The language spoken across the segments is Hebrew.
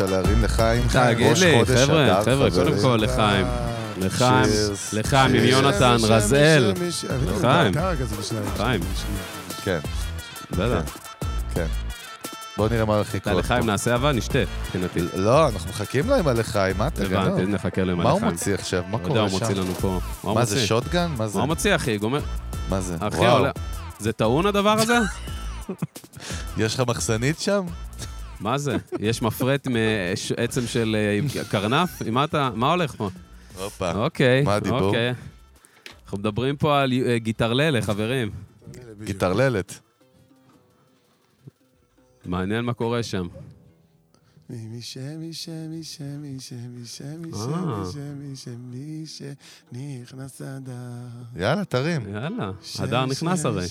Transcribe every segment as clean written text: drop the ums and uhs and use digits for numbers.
אפשר להרים לחיים. תגיד לי, חבר'ה, קודם כל לחיים. לחיים עם יונתן רזאל. לחיים. כן. בטח. כן. בואו נראה מה הולך לקרות. לחיים נעשה אבל נשתה, מבחינתי. לא, אנחנו מחכים להם על לחיים, מה אתה גנוב? הבנתי, נחכה להם על מה לחיים. הוא מוציא עכשיו? מה קורה שם? הוא מוציא לנו פה. מה זה, שוטגן? מה זה? מה הוא מוציא, אחי? גומר. מה זה? אחי, זה טעון הדבר הזה? יש לך מחסנית שם? מה זה? יש מפרט מעצם של קרנף? מה הולך פה? הופה. אוקיי. מה הדיבור? אנחנו מדברים פה על גיטרללה, חברים. גיטרללת. מעניין מה קורה שם. נכנס אדר. יאללה, תרים. יאללה, אדר נכנס הרי.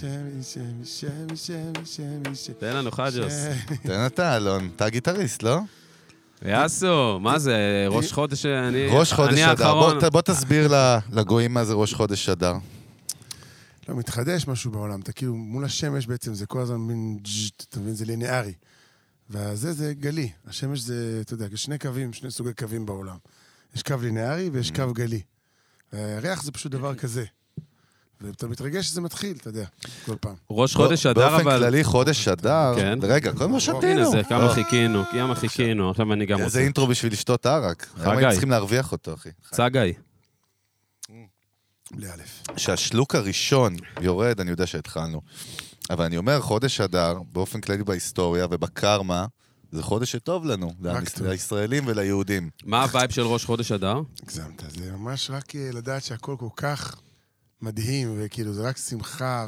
תן לנו חג'וס. תן אתה, אלון. אתה גיטריסט, לא? יאסו, מה זה? ראש חודש... ראש חודש אדר. בוא תסביר לגויים מה זה ראש חודש אדר. לא, מתחדש משהו בעולם. אתה כאילו, מול השמש בעצם זה כל הזמן מין... אתה מבין, זה לינארי. וזה זה גלי. השמש זה, אתה יודע, שני קווים, שני סוגי קווים בעולם. יש קו לינארי ויש קו גלי. הריח זה פשוט דבר כזה. ואתה מתרגש שזה מתחיל, אתה יודע, כל פעם. ראש חודש אדר, אבל... באופן כללי, חודש אדר... רגע, קודם כל שתינו. הנה זה, כמה חיכינו, עכשיו אני גם רוצה. איזה אינטרו בשביל לשתות ערק. חגי. צריכים להרוויח אותו, אחי. צגאי. בלי א'. שהשלוק הראשון יורד, אני יודע שהתחלנו. אבל אני אומר, חודש אדר, באופן כללי בהיסטוריה ובקרמה, זה חודש שטוב לנו, לישראלים וליהודים. מה הווייב של ראש חודש אדר? הגזמת, זה ממש רק לדעת שהכל כל כך מדהים, וכאילו זה רק שמחה,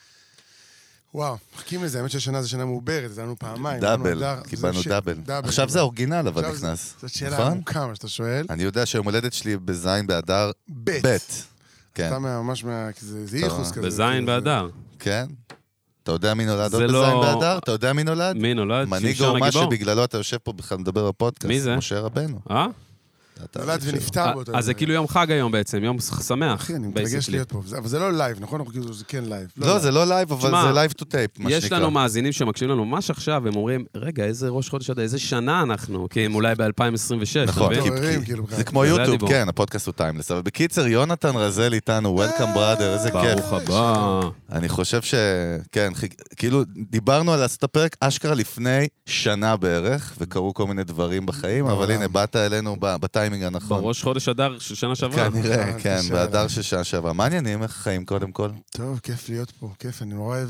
וואו, מחכים לזה, האמת שהשנה זה שנה מעוברת, זה לנו פעמיים. דאבל, קיבלנו דאבל. עכשיו זה האורגינל, אבל נכנס. זאת שאלה עמוקה, מה שאתה שואל. אני יודע שהיום הולדת שלי בזין באדר ב'. אתה ממש זה ייחוס כזה. בזין באדר. כן. אתה יודע מי נולד עוד בזין באדר? אתה יודע מי נולד? מי נולד? מנהיג האומה שבגללו אתה יושב פה בכלל מדבר בפודקאסט. מי זה? משה רבנו. נולד ונפטר באותו. אז זה כאילו יום חג היום בעצם, יום שמח. אחי, אני מתרגש להיות פה. אבל זה לא לייב, נכון? זה כן לייב. לא, זה לא לייב, אבל זה לייב טו טייפ, מה שנקרא. יש לנו מאזינים שמקשיבים לנו ממש עכשיו, והם אומרים, רגע, איזה ראש חודש עד איזה שנה אנחנו? כי הם אולי ב-2026. נכון, זה כמו יוטיוב, כן, הפודקאסט הוא טיימלס. אבל בקיצר, יונתן רזאל איתנו, Welcome brother, איזה כיף. ברוך הבא. אני חושב כן, כאילו, דיברנו על לעשות הפרק אשכרה לפני שנה בערך, וקרו כל מיני דברים בחיים, אבל הנה, באת אלינו בטיימינג הנכון. בראש חודש אדר של שנה שעברה. כנראה, כן, באדר של שנה שעברה. מה עניינים? איך החיים קודם כל? טוב, כיף להיות פה, כיף. אני נורא אוהב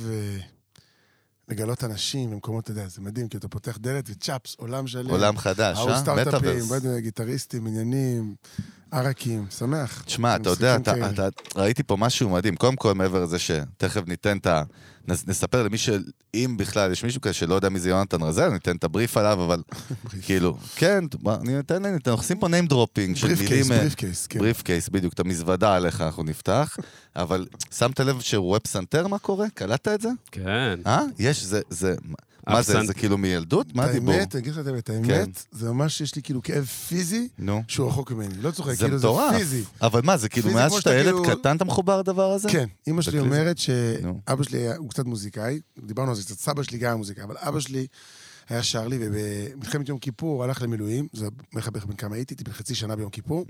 לגלות אנשים במקומות, אתה יודע, זה מדהים, כי אתה פותח דלת וצ'אפס, עולם שלם. עולם חדש, סטארט-אפים, גיטריסטים, עניינים, ערקים, שמח. תשמע, אתה יודע, ראיתי פה משהו מדהים. קודם כל, מעבר לזה שתכף ניתן נספר למי שאם בכלל יש מישהו כזה שלא יודע מי זה יונתן רזאל, ניתן את הבריף עליו, אבל כאילו, כן, אנחנו עושים פה name dropping של מילים... בריף קייס, בדיוק, את המזוודה עליך אנחנו נפתח, אבל שמת לב שהוא ווב סנטר, מה קורה? קלטת את זה? כן. יש, זה... מה זה? זה כאילו מילדות? מה הדיבור? האמת, אני אגיד לך את האמת, זה ממש יש לי כאילו כאב פיזי שהוא רחוק ממני. לא צוחק, כאילו זה פיזי. אבל מה, זה כאילו מאז שאתה ילד קטן אתה מחובר לדבר הזה? כן, אמא שלי אומרת שאבא שלי הוא קצת מוזיקאי, דיברנו על זה קצת, סבא שלי גם מוזיקאי, אבל אבא שלי היה שר לי, ובמלחמת יום כיפור הלך למילואים, זה בערך בן כמה הייתי בן חצי שנה ביום כיפור,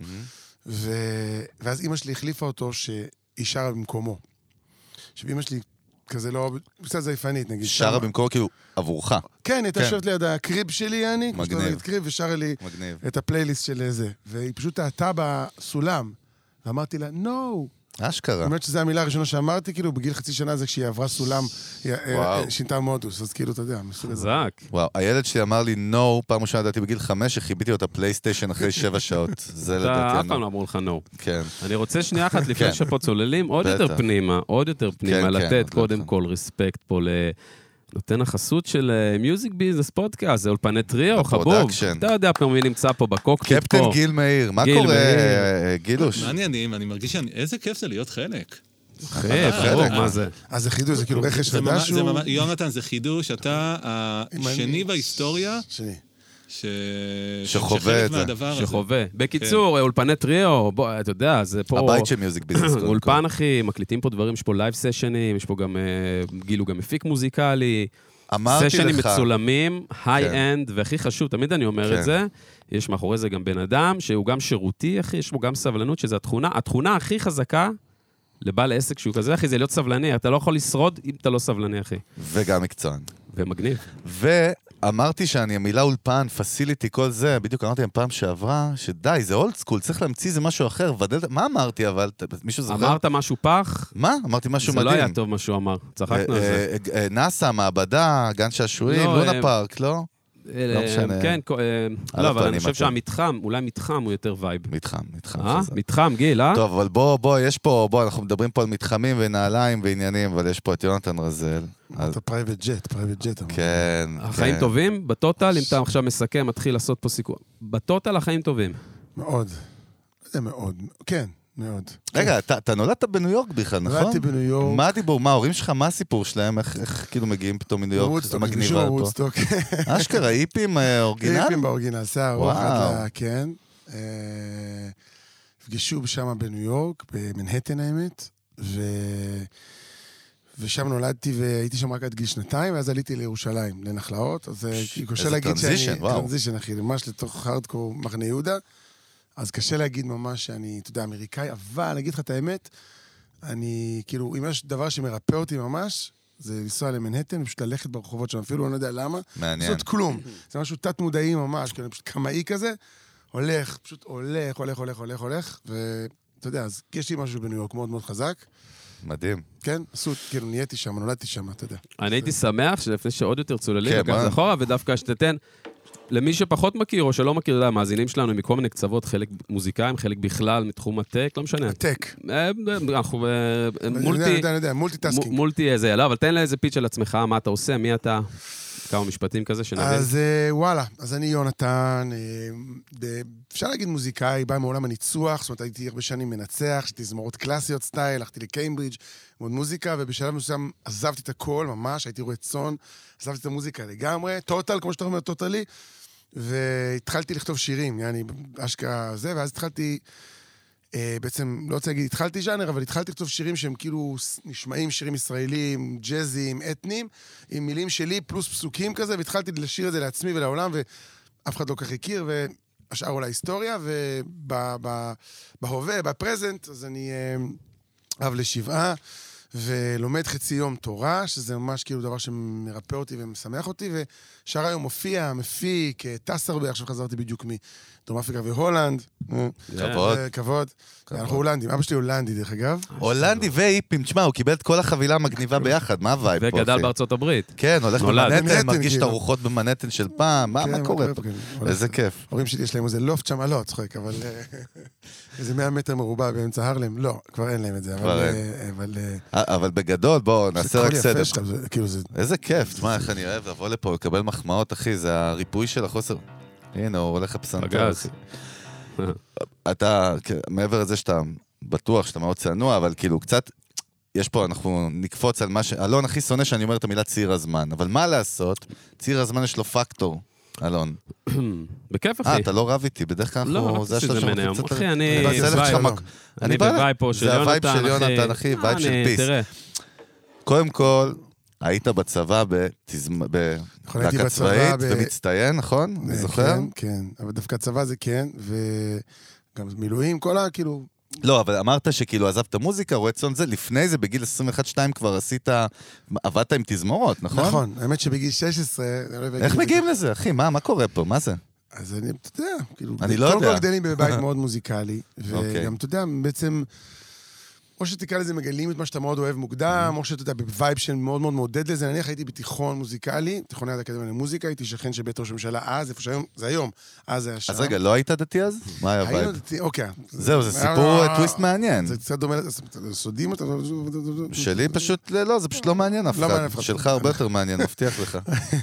ואז אמא שלי החליפה אותו שהיא שרה במקומו. עכשיו אמא שלי כזה לא, קצת זייפנית, נגיד. שרה במקור כאילו עבורך. כן, הייתה שבת ליד הקריב שלי, אני, מגניב. קריב, ושרה לי את הפלייליסט של זה. והיא פשוט טעתה בסולם, ואמרתי לה, נו. אשכרה. זאת אומרת שזו המילה הראשונה שאמרתי, כאילו, בגיל חצי שנה זה כשהיא עברה סולם, שינתה מודוס, אז כאילו, אתה יודע, מסוג הזה. חזק. וואו, הילד שלי אמר לי, נו, פעם ראשונה דעתי בגיל 5, שחיביתי לו את הפלייסטיישן אחרי 7 שעות. זה לדעתי. אתה אף פעם לא אמרו לך נו. כן. אני רוצה שנייה אחת לפני שפה צוללים, עוד יותר פנימה, לתת קודם כל רספקט פה נותן החסות של מיוזיק ביזנס פודקאסט, זה אולפני טריו, חבוב. אתה יודע פה מי נמצא פה בקוקפיט פה. קפטן גיל מאיר, מה קורה, גילוש? מעניינים, אני מרגיש איזה כיף זה להיות חלק. חלק, מה זה? אז זה חידוש, זה כאילו רכש חדש. יונתן, זה חידוש, אתה השני בהיסטוריה. שני. שחווה את זה. שחווה. בקיצור, אולפני טריו, בוא, אתה יודע, זה פה... הבית של מיוזיק ביזנס. אולפן, אחי, מקליטים פה דברים, יש פה לייב סשנים, יש פה גם, גילו גם מפיק מוזיקלי. אמרתי לך. סשנים מצולמים, היי-אנד, והכי חשוב, תמיד אני אומר את זה, יש מאחורי זה גם בן אדם, שהוא גם שירותי, אחי, יש בו גם סבלנות, שזו התכונה הכי חזקה לבעל עסק שהוא כזה, אחי, זה להיות סבלני, אתה לא יכול לשרוד אם אתה לא סבלני, אחי. וגם מקצוען. ומגניב. אמרתי שאני המילה אולפן, פסיליטי, כל זה, בדיוק אמרתי להם פעם שעברה, שדי, זה אולד סקול, צריך להמציא איזה משהו אחר, מה אמרתי אבל? מישהו זוכר? אמרת משהו פח? מה? אמרתי משהו מדהים. זה לא היה טוב מה שהוא אמר, צחקנו על זה. נאסא, מעבדה, גן שעשועים, לונה פארק, לא? לא משנה. כן, לא, אבל אני חושב שהמתחם, אולי מתחם הוא יותר וייב. מתחם. מתחם, גיל, אה? טוב, אבל בוא, יש פה, אנחנו מדברים פה על מתחמים ונעליים ועניינים, אבל יש פה את יונתן רזל. אתה פרייבט ג'ט. כן. החיים טובים? בטוטל, אם אתה עכשיו מסכם, מתחיל לעשות פה סיכום. בטוטל החיים טובים. מאוד. זה מאוד. כן. מאוד. רגע, אתה נולדת בניו יורק בכלל, נכון? נולדתי בניו יורק. מה הדיבור? מה, ההורים שלך, מה הסיפור שלהם? איך כאילו מגיעים פתאום מניו יורק? וודסטוק. אשכרה, היפים אורגינל? היפים באורגינל, שיער רוחת, כן. הפגשו שם בניו יורק, במנהטן האמת, ושם נולדתי והייתי שם רק עד גיל 2, ואז עליתי לירושלים, לנחלאות, אז קשה להגיד שאני... טרנזישן, אחי, ממש לתוך הארדקור מחנה יהודה. אז קשה להגיד ממש שאני, אתה יודע, אמריקאי, אבל אני אגיד לך את האמת, אני, כאילו, אם יש דבר שמרפא אותי ממש, זה לנסוע למנהטן, פשוט ללכת ברחובות שם, אפילו אני לא יודע למה. מעניין. זאת כלום. זה משהו תת-מודעי ממש, כאילו, פשוט קמאי כזה, פשוט הולך, ואתה יודע, אז יש לי משהו בניו יורק מאוד מאוד חזק. מדהים. כן, כאילו, נהייתי שם, נולדתי שם, אתה יודע. אני הייתי שמח שלפני שעוד יותר צוללים, וכך אחורה, ודווקא שתתן... למי שפחות מכיר או שלא מכיר, המאזינים שלנו מכל מיני קצוות, חלק מוזיקאים, חלק בכלל מתחום הטק, לא משנה. הטק. אנחנו מולטי-טסקינג. מולטי איזה, לא, אבל תן לה איזה פיץ' על עצמך, מה אתה עושה, מי אתה, כמה משפטים כזה שנבין. אז וואלה, אז אני יונתן, אפשר להגיד מוזיקאי, בא מעולם הניצוח, זאת אומרת, הייתי הרבה שנים מנצח, שתי זמרות קלאסיות סטייל, הלכתי לקיימברידג' מאוד מוזיקה, ובשלב מסוים עזבתי את הכל, ממש, הייתי רואה צאן, עזבתי את המוזיקה לגמרי, טוטל, כמו שאתה אומר, טוטלי, והתחלתי לכתוב שירים, יעני, אשכרה זה, ואז התחלתי, בעצם, לא רוצה להגיד, התחלתי ז'אנר, אבל התחלתי לכתוב שירים שהם כאילו נשמעים שירים ישראלים, ג'אזיים, אתניים, עם מילים שלי, פלוס פסוקים כזה, והתחלתי לשיר את זה לעצמי ולעולם, ואף אחד לא כך הכיר, והשאר אולי היסטוריה, ובהווה, בפרזנט, אז אני אב לשבעה, ולומד חצי יום תורה, שזה ממש כאילו דבר שמרפא אותי ומשמח אותי, ושאר היום מופיע, מפיק, טס הרבה, עכשיו חזרתי בדיוק מדרום אפריקה והולנד. כבוד. אנחנו הולנדים, אבא שלי הולנדי דרך אגב. הולנדי והיפים, תשמע, הוא קיבל את כל החבילה המגניבה ביחד, מה הווייב פה? וגדל בארצות הברית. כן, הולך במנהטן, מרגיש את הרוחות במנהטן של פעם, מה קורה פה? איזה כיף. הורים שלי יש להם איזה לופט שם, לא, צחק, אבל איזה 100 מטר מרובע באמצע הרלם, לא, כבר אין להם את זה, אבל בגדול, בואו, נעשה רק סדר. כאילו איזה כיף, תשמע, איך אני אוהב לבוא לפה, לקבל מחמאות, אחי, זה הריפוי של החוסר. הנה, הוא הולך לפסנתר, אחי. אתה, מעבר לזה שאתה בטוח שאתה מאוד צנוע, אבל כאילו קצת, יש פה, אנחנו נקפוץ על מה אלון הכי שונא שאני אומר את המילה ציר הזמן, אבל מה לעשות? ציר הזמן יש לו פקטור, אלון. בכיף, אחי. אתה לא רב איתי, בדרך כלל אנחנו... לא, זה מנהים. אחי, אני בוואי פה של יונתן, זה הווייב של יונתן, אחי, וייב של פיס. קודם כל, היית בצבא בלהקה צבאית ומצטיין, נכון? אני זוכר? כן, אבל דווקא צבא זה כן, וגם מילואים, כל כאילו... לא, אבל אמרת שכאילו עזבת מוזיקה, רואה צאן זה, לפני זה בגיל 21-2 כבר עבדת עם תזמורות, נכון? נכון, האמת שבגיל 16... איך מגיעים לזה, אחי? מה קורה פה? מה זה? אז אני, אתה יודע, כאילו... אני לא יודע. קודם כל גדלים בבית מאוד מוזיקלי, וגם, אתה יודע, בעצם... או שתקרא לזה מגלים את מה שאתה מאוד אוהב מוקדם, או שאתה יודע, בווייב של מאוד מאוד מעודד לזה. נניח הייתי בתיכון מוזיקלי, תיכון ליד האקדמיה למוזיקה, הייתי שכן של בית ראש הממשלה אז, איפה שהיום, זה היום, אז זה היה שם. אז רגע, לא היית דתי אז? מה היה היינו דתי, אוקיי. זהו, זה סיפור טוויסט מעניין. זה קצת דומה, סודים אותה? שלי פשוט, לא, זה פשוט לא מעניין אף אחד. שלך הרבה יותר מעניין, מבטיח לך.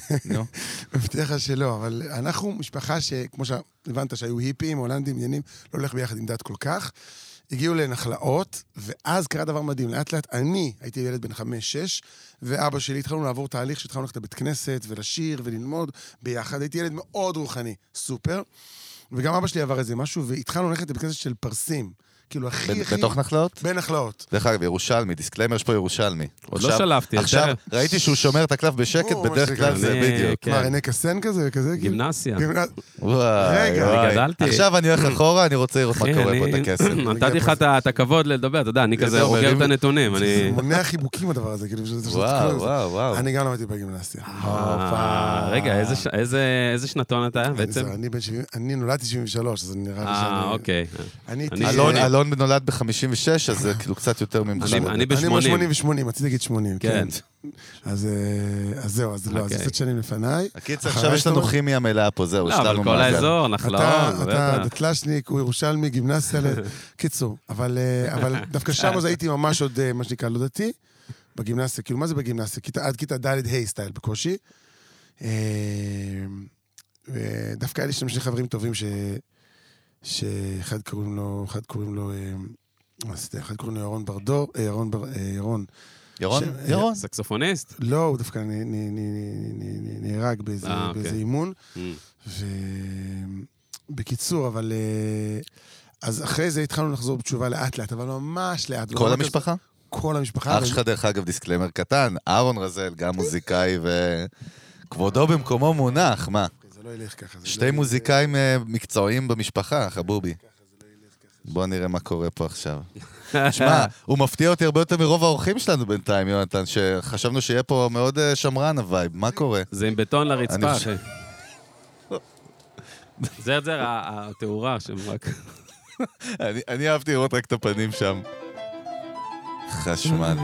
מבטיח לך שלא, אבל אנחנו משפחה שכמו שהבנת שהיו היפים, הולנדים, עניינים, לא הולך ביחד עם דת כל כך. הגיעו לנחלאות, ואז קרה דבר מדהים. לאט לאט אני הייתי ילד בן 5-6, ואבא שלי התחלנו לעבור תהליך שהתחלנו ללכת לבית כנסת ולשיר וללמוד ביחד. הייתי ילד מאוד רוחני, סופר. וגם אבא שלי עבר איזה משהו, והתחלנו ללכת לבית כנסת של פרסים. כאילו הכי... בתוך נחלאות? בנחלאות. דרך אגב, ירושלמי, דיסקליימר, יש פה ירושלמי. עוד לא שלפתי. עכשיו, ראיתי שהוא שומר את הקלף בשקט, בדרך כלל זה בדיוק. מה, עיני קסן כזה? גימנסיה. וואי, גדלתי. עכשיו אני הולך אחורה, אני רוצה לראות מה קורה פה את הקסם. נתתי לך את הכבוד לדבר, אתה יודע, אני כזה אוגר את הנתונים. זה מונע חיבוקים הדבר הזה, כאילו, וואו. אני גם למדתי בגימנסיה. רגע, איזה שנתון אתה בעצם? אני נולדתי 73, אז נראה לי שאני... אוקיי. אלון נולד ב-56, אז זה כאילו קצת יותר ממך. אני ב-80. אני ב-80, רציתי להגיד 80, כן. אז זהו, אז לא, אז זה קצת שנים לפניי. הקיצר, עכשיו יש לנו כימיה מלאה פה, זהו, לא, אבל כל האזור, נחלאות. אתה דתל"שניק, הוא ירושלמי, גימנסיה, קיצור. אבל דווקא שם אז הייתי ממש עוד, מה שנקרא, לא דתי, בגימנסיה. כאילו, מה זה בגימנסיה? עד כיתה ד' סטייל בקושי. ודווקא היה לי שני חברים טובים שאחד קוראים לו ירון ברדור, ירון? סקסופוניסט? לא, הוא דווקא נהרג באיזה אימון. בקיצור, אבל... אז אחרי זה התחלנו לחזור בתשובה לאט, אבל ממש לאט. כל המשפחה? כל המשפחה. אח שלך דרך אגב דיסקליימר קטן, אהרון רזל, גם מוזיקאי וכבודו במקומו מונח, מה? זה לא ילך ככה. שתי מוזיקאים מקצועיים במשפחה, חבובי. בוא נראה מה קורה פה עכשיו. שמע, הוא מפתיע אותי הרבה יותר מרוב האורחים שלנו בינתיים, יונתן, שחשבנו שיהיה פה מאוד שמרן הווייב. מה קורה? זה עם בטון לרצפה, אחי. זה התאורה שם רק. אני אהבתי לראות רק את הפנים שם. חשמל.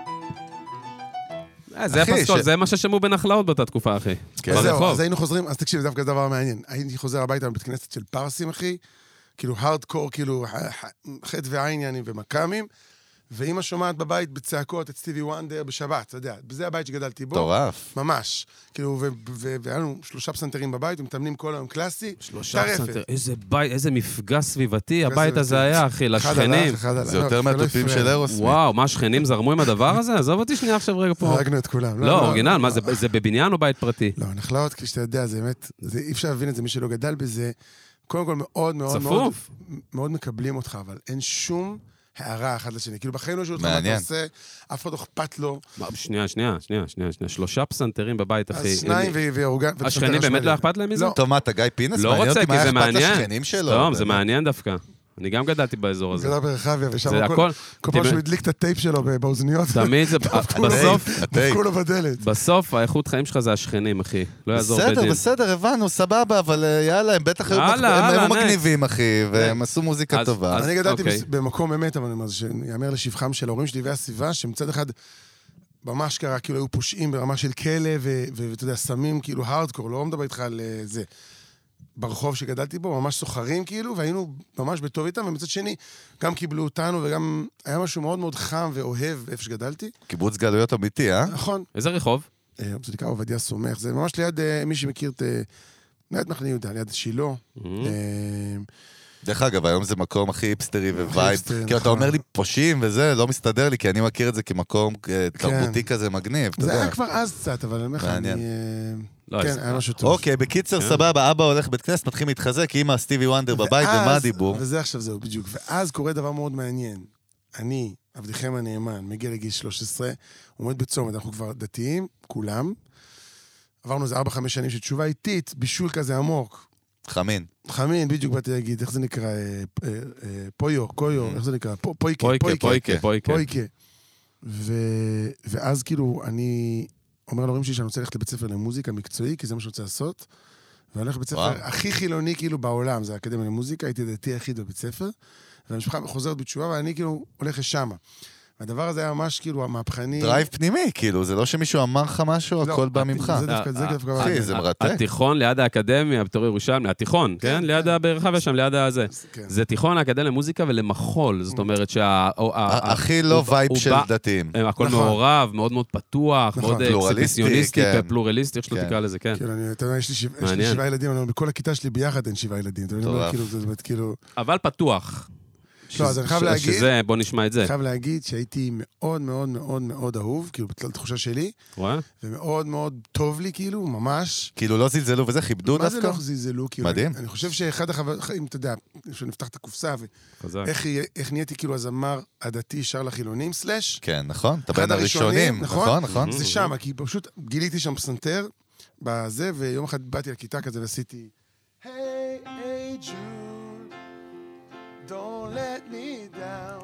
זה הפסקול, זה מה ששמעו בנחלאות באותה תקופה, אחי. זהו, אז היינו חוזרים, אז תקשיב, זה דווקא דבר מעניין. הייתי חוזר הביתה בבית כנסת של פרסים, אחי, כאילו הארדקור, כאילו חטא ועניינים ומקאמים, ואמא שומעת בבית בצעקות את סטיבי וונדר בשבת, אתה יודע, זה הבית שגדלתי בו. טורף. ממש. כאילו, והיה לנו 3 פסנתרים בבית, ומתאמנים כל היום קלאסי. 3 פסנתרים, איזה בית, איזה מפגש סביבתי הבית הזה היה, אחי, לשכנים. זה יותר מהטופים של אירוסמית. וואו, מה, השכנים זרמו עם הדבר הזה? עזוב אותי שנייה עכשיו רגע פה. הרגנו את כולם. לא, אורגינל, מה, זה בבניין או בית פרטי? לא, נחלאות, כפי שאתה יודע, זה באמת, אי אפשר להבין את זה, מי שלא גדל בזה, קודם כל מאוד מאוד מאוד מאוד מקבלים אותך, אבל אין שום הערה אחד לשני. כאילו בחיים לא שואל אותך מה אתה עושה, אף אחד לא אכפת לו. שנייה. 3 פסנתרים בבית, אחי. אז 2 ואורגן. השכנים באמת לא אכפת להם מזה? טוב, מה, אתה גיא פינס? לא רוצה, כי זה מעניין. לשכנים שלו. טוב, זה מעניין דווקא. אני גם גדלתי באזור הזה. גדל ברחביה, ושם כל פעם שהוא הדליק את הטייפ שלו באוזניות. תמיד זה, בסוף, דפקו לו בדלת. בסוף, האיכות חיים שלך זה השכנים, אחי. לא יעזור בדין. בסדר, הבנו, סבבה, אבל יאללה, הם בטח היו מגניבים, אחי, והם עשו מוזיקה טובה. אני גדלתי במקום באמת, אבל אני אומר, שיאמר לשבחם של ההורים שלי והסביבה, שמצד אחד, ממש קרה, כאילו היו פושעים ברמה של כלא, ואתה יודע, סמים, כאילו הארדקור, לא מדבר איתך על זה. ברחוב שגדלתי בו, ממש סוחרים כאילו, והיינו ממש בטוב איתם, ומצד שני, גם קיבלו אותנו, וגם היה משהו מאוד מאוד חם ואוהב איפה שגדלתי. קיבוץ גלויות אמיתי, אה? נכון. איזה רחוב? זה נקרא עובדיה סומך, זה ממש ליד מי שמכיר את... ליד מחנה יהודה, ליד שילה. דרך אגב, היום זה מקום הכי היפסטרי ווייב, כי אתה אומר לי פושים וזה, לא מסתדר לי, כי אני מכיר את זה כמקום תרבותי כזה מגניב. זה היה כבר אז קצת, אבל אני אומר לך, כן, היה משהו טוב. אוקיי, בקיצר, סבבה, אבא הולך בית כנסת, מתחיל להתחזק, אמא סטיבי וונדר בבית, ומה הדיבור? וזה עכשיו זהו, בדיוק. ואז קורה דבר מאוד מעניין. אני, עבדיכם הנאמן, מגיע לגיל 13, עומד בצומת, אנחנו כבר דתיים, כולם. עברנו איזה 4-5 שנים של תשובה איטית, בישול כזה עמוק. חמין, בדיוק באתי להגיד, איך זה נקרא? פויו, איך זה נקרא? פויקה. ואז כאילו, אני אומר להורים שלי שאני רוצה ללכת לבית ספר למוזיקה מקצועי, כי זה מה שאני רוצה לעשות, ואני הולך לבית ספר הכי חילוני כאילו בעולם, זה האקדמיה למוזיקה, הייתי דתי היחיד בבית ספר, והמשפחה חוזרת בתשובה, ואני כאילו הולך לשמה. והדבר הזה היה ממש כאילו המהפכני... דרייב פנימי, כאילו, זה לא שמישהו אמר לך משהו, הכל בא ממך. זה דווקא... אחי, זה מרתק. התיכון ליד האקדמיה, בתור ירושלמי, התיכון, כן? ליד ברחביה שם, ליד הזה. זה תיכון האקדמיה למוזיקה ולמחול, זאת אומרת הכי לא וייב של דתיים. הכל מעורב, מאוד מאוד פתוח, מאוד אקספיציוניסטי, פלורליסטי, איך שלא תקרא לזה, כן. יש לי 7 ילדים, בכל הכיתה שלי ביחד אין 7 ילדים. אבל פתוח. לא, אז אני חייב להגיד... שזה, בוא נשמע את זה. אני חייב להגיד שהייתי מאוד מאוד מאוד מאוד אהוב, כאילו, בתחושה שלי. רואה? ומאוד מאוד טוב לי, כאילו, ממש. כאילו לא זלזלו וזה, כיבדו דווקא? מה זה לא זלזלו? כאילו, מדהים. אני חושב שאחד החברים, אתה יודע, שנפתח את הקופסה, ואיך נהייתי כאילו הזמר הדתי שר לחילונים, סלש. כן, נכון. אתה בין הראשונים. נכון, נכון. זה שם, כי פשוט גיליתי שם פסנתר בזה, ויום אחד באתי לכיתה כזה ועשיתי, Hey, hey, Jude, don't let me down.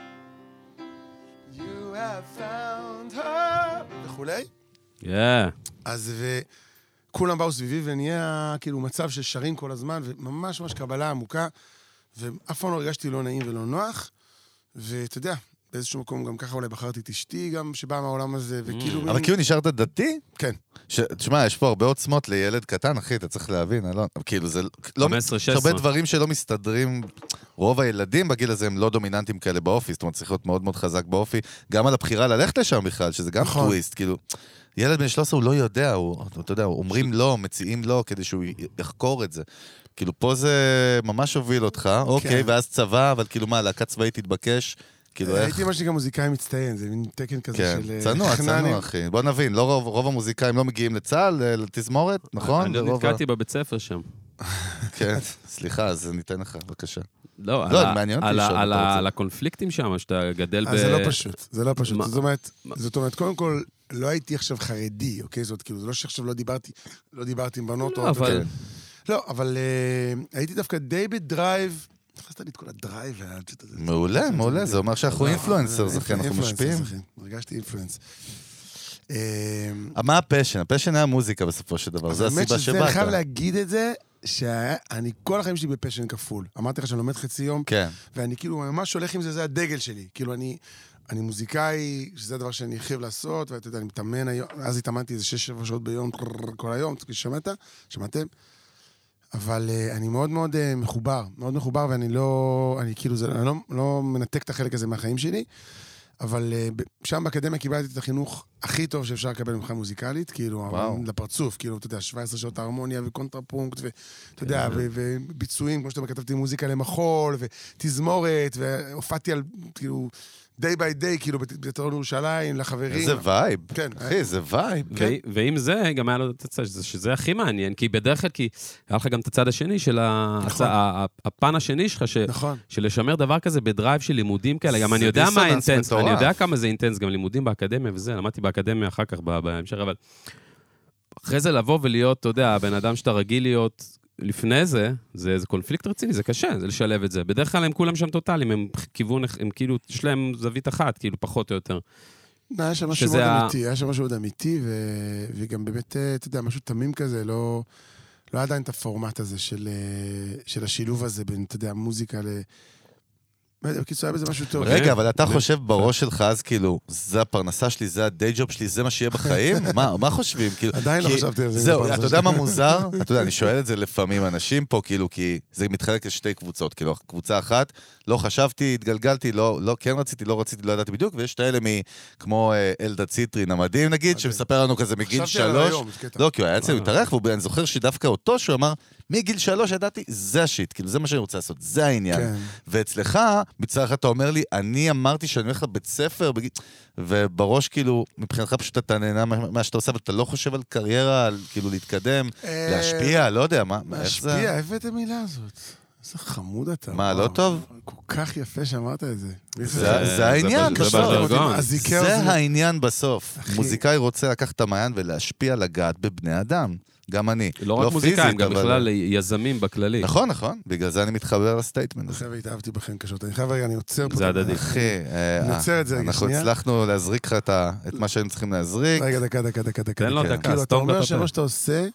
You have found her. וכולי. אז וכולם באו סביבי, ונהיה כאילו מצב של שרים כל הזמן, וממש ממש קבלה עמוקה, ואף פעם לא הרגשתי לא נעים ולא נוח, ואתה יודע, באיזשהו מקום גם ככה אולי בחרתי את אשתי גם, שבאה מהעולם הזה, וכאילו... אבל כאילו נשארת דתי? כן. תשמע, יש פה הרבה עוצמות לילד קטן, אחי, אתה צריך להבין, כאילו זה... 15-16. יש הרבה דברים שלא מסתדרים, רוב הילדים בגיל הזה הם לא דומיננטיים כאלה באופי, זאת אומרת, צריך להיות מאוד מאוד חזק באופי, גם על הבחירה ללכת לשם בכלל, שזה גם טוויסט, כאילו... ילד בן 13 הוא לא יודע, אתה יודע, אומרים לא, מציעים לא, כדי שהוא יחקור את זה. כאילו פה זה ממש הוביל אותך, אוקיי, ואז צבא, אבל כאילו מה, להקה צבאית תתבקש, כאילו איך... הייתי מה שגם מוזיקאי מצטיין, זה מין תקן כזה של... צנוע, צנוע, אחי. בוא נבין, רוב המוזיקאים לא מגיעים לצה"ל, לתזמורת, נכון? אני נתקעתי בבית ספר שם. כן, סליחה, אז ניתן לך, בבקשה. לא, על הקונפליקטים שם, שאתה גדל ב... זה לא פשוט, זה לא פשוט. זאת אומרת, קודם כל, לא הייתי עכשיו חרדי, אוקיי? זאת כאילו, זה לא שעכשיו לא דיברתי עם בנות, לא, אבל הייתי דווקא די בדרייב, נכנסת לי את כל הדרייב. מעולה, מעולה, זה אומר שאנחנו אינפלואנסר, זה אנחנו משפיעים. הרגשתי אינפלואנס. מה הפשן? הפשן היה מוזיקה בסופו של דבר, זה הסיבה שבאת. אני חייב להגיד את זה, שאני כל החיים שלי בפשן כפול. אמרתי לך שאני לומד חצי יום, ואני כאילו ממש הולך עם זה, זה הדגל שלי. כאילו אני מוזיקאי, שזה הדבר שאני חייב לעשות, ואתה יודע, אני מתאמן היום, אז התאמנתי איזה 6-7 שעות ביום, כל היום, שמעתם? אבל אני מאוד מאוד מחובר, ואני לא מנתק את החלק הזה מהחיים שלי, אבל שם באקדמיה קיבלתי את החינוך הכי טוב שאפשר לקבל ממך מוזיקלית, כאילו, לפרצוף, כאילו, אתה יודע, 17 שעות הרמוניה וקונטרפונקט, ואתה יודע, וביצועים, כמו שאתה כתבתי מוזיקה למחול, ותזמורת, והופעתי על, כאילו, day by day, כאילו, בתיאטרון ירושלים, לחברים. איזה וייב. כן. אחי, זה וייב. ועם זה, גם היה לו את הצד, שזה הכי מעניין, כי בדרך כלל, כי היה לך גם את הצד השני של הפן השני שלך, שלשמר דבר כזה בדרייב של לימודים כאלה, גם אני יודע מה אינטנס, אני יודע כמה זה אינטנס, גם לימודים באקדמיה וזה, למדתי באקדמיה אחר כך בהמשך, אבל אחרי זה לבוא ולהיות, אתה יודע, הבן אדם שאתה רגיל להיות לפני זה, זה קונפליקט רציני, זה קשה, זה לשלב את זה. בדרך כלל הם כולם שם טוטליים, הם כיוון, הם כאילו, יש להם זווית אחת, כאילו פחות או יותר. היה שם משהו מאוד אמיתי, היה שם משהו מאוד אמיתי, וגם באמת, אתה יודע, משהו תמים כזה, לא עדיין את הפורמט הזה של השילוב הזה בין, אתה יודע, מוזיקה בקיצור, היה בזה משהו טוב. רגע, אבל אתה חושב בראש שלך אז כאילו, זה הפרנסה שלי, זה הדיי ג'וב שלי, זה מה שיהיה בחיים? מה חושבים? עדיין לא חשבתי על זה. זהו, אתה יודע מה מוזר? אתה יודע, אני שואל את זה לפעמים אנשים פה, כאילו, כי זה מתחלק לשתי קבוצות, כאילו, קבוצה אחת, לא חשבתי, התגלגלתי, לא, כן רציתי, לא רציתי, לא ידעתי בדיוק, ויש את האלה כמו אלדד ציטרין המדהים, נגיד, שמספר לנו כזה מגיל 3. לא, כי הוא היה אצלנו התארח, ואני זוכר שדווקא אותו, שהוא אמר, מגיל 3 ידעתי, זה השיט, כאילו, זה מה שאני רוצה לעשות, זה העניין. ואצלך, בצערך אתה אומר לי, אני אמרתי שאני הולך לבית ספר, ובראש כאילו, מבחינתך פשוט אתה נהנה מה שאתה עושה, אבל אתה לא חושב על קריירה, על כאילו להתקדם, להשפיע, לא יודע, מה, איך זה? להשפיע, איפה את המילה הזאת? איזה חמוד אתה. מה, לא טוב? כל כך יפה שאמרת את זה. זה העניין בסוף. זה העניין בסוף. מוזיקאי רוצה לקחת את המעיין ולהשפיע לגעת בבני אדם. גם אני. לא רק מוזיקאים, גם בכלל יזמים בכללי. נכון, נכון. בגלל זה אני מתחבר לסטייטמנט. אחרי והתאהבתי בכם קשות. אני חייב רגע, אני עוצר פה. זה הדדי. אחי, אני עוצר את זה רגע שנייה. אנחנו הצלחנו להזריק לך את מה שהיינו צריכים להזריק. רגע, דקה. תן לו דקה, כאילו, אתה אומר שמה שאתה עושה,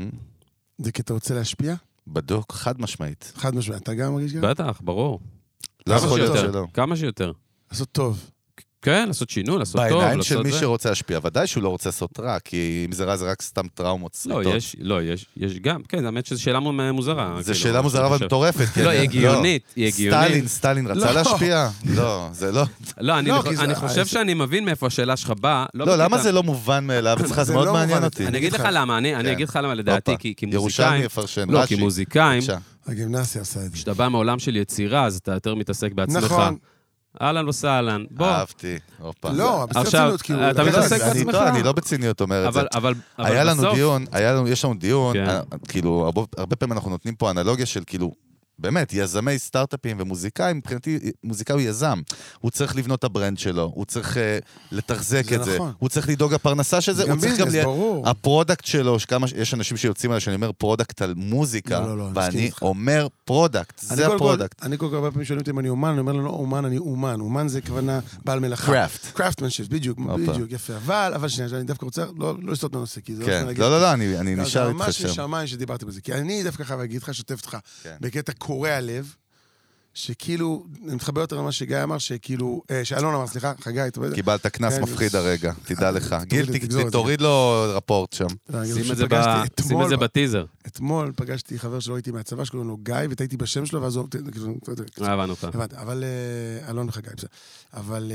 זה כי אתה רוצה להשפיע? בדוק, חד משמעית. חד משמעית. אתה גם מרגיש גם? בטח, ברור. לא יכול להיות שלא. כמה שיותר. לעשות טוב. כן, לעשות שינוי, לעשות טוב, בעיניים של מי שרוצה להשפיע, ודאי שהוא לא רוצה לעשות רע, כי אם זה רע זה רק סתם טראומות סריטות. לא, יש גם, כן, האמת שזו שאלה מוזרה. זו שאלה מוזרה אבל מטורפת. לא, היא הגיונית. סטלין רצה להשפיע? לא, זה לא. לא, אני חושב שאני מבין מאיפה השאלה שלך באה. לא, למה זה לא מובן מאליו? זה מאוד מעניין אותי. אני אגיד לך למה, לדעתי, כי ירושלמי יפרשן. לא, כי מוזיקאים, הגימנסיה עשה את זה. כשאתה בא מעולם של יצירה, אז אתה יותר מתעסק בעצמך. נכון. אהלן וסהלן, בוא. אהבתי, אופה. לא, בסרצינות, כאילו... אתה מתעסק בעצמך. אני לא בציניות אומר את זה. אבל היה לנו בסוף... דיון, יש לנו דיון, כאילו, הרבה פעמים אנחנו נותנים פה אנלוגיה של כאילו, באמת, יזמי סטארט-אפים ומוזיקאים, מבחינתי, מוזיקאי הוא יזם. הוא צריך לבנות את הברנד שלו, הוא צריך לתחזק את זה, הוא צריך לדאוג לפרנסה של זה, הוא צריך גם הפרודקט שלו, יש אנשים שיוצאים עליי שאני אומר פרודקט על מוזיקה, ואני אומר פרודקט, זה הפרודקט. אני כל כך הרבה פעמים שואלים אותי אם אני אומן, אני אומר לנו, אומן, אני אומן. אומן זה כוונה בעל מלאכה. קראפט. קראפטמנשיפ, בדיוק, יפה. אבל שנייה, אני דווקא רוצה לא לסטות מהנושא, כי זה לא, אני נשאר איתך שם. ממש משמיים שדיברתי בזה, כי אני דווקא חייב להגיד לך, שותף אותך בקטע קורע לב, שכאילו, אני מתחבר יותר למה שגיא אמר, שכאילו, שאלון אמר, סליחה, חגי, קיבלת כנס מפחיד הרגע, תדע לך. גיל, תוריד לו רפורט שם. שים את זה בטיזר. אתמול פגשתי חבר שלא הייתי מהצבא, שקוראים לו גיא, וטעיתי בשם שלו, ואז הוא... הבנו אותך. אבל, אלון וחגי, בסדר. אבל,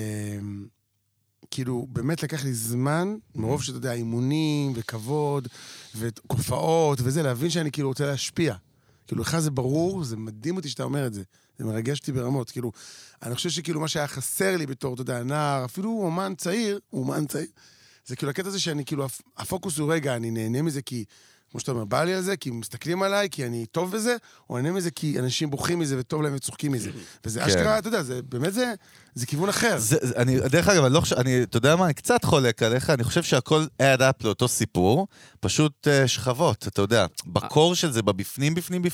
כאילו, באמת לקח לי זמן, מרוב שאתה יודע, אימונים וכבוד, וקופאות וזה, להבין שאני כאילו רוצה להשפיע. כאילו, לך זה ברור, זה מדהים אותי שאתה אומר את זה. זה מרגש אותי ברמות. כאילו, אני חושב שכאילו מה שהיה חסר לי בתור, אתה יודע, נער, אפילו אומן צעיר, זה כאילו הקטע הזה שאני כאילו, הפוקוס הוא רגע, אני נהנה מזה כי, כמו שאתה אומר, בא לי על זה, כי מסתכלים עליי, כי אני טוב בזה, או נהנה מזה כי אנשים בוכים מזה וטוב להם וצוחקים מזה. וזה אשכרה, אתה יודע, זה באמת זה כיוון אחר. דרך אגב, אתה יודע מה, אני קצת חולק עליך, אני חושב שהכל add up לאותו סיפור, פשוט שכבות, אתה יודע, בקור של זה, בבפנים,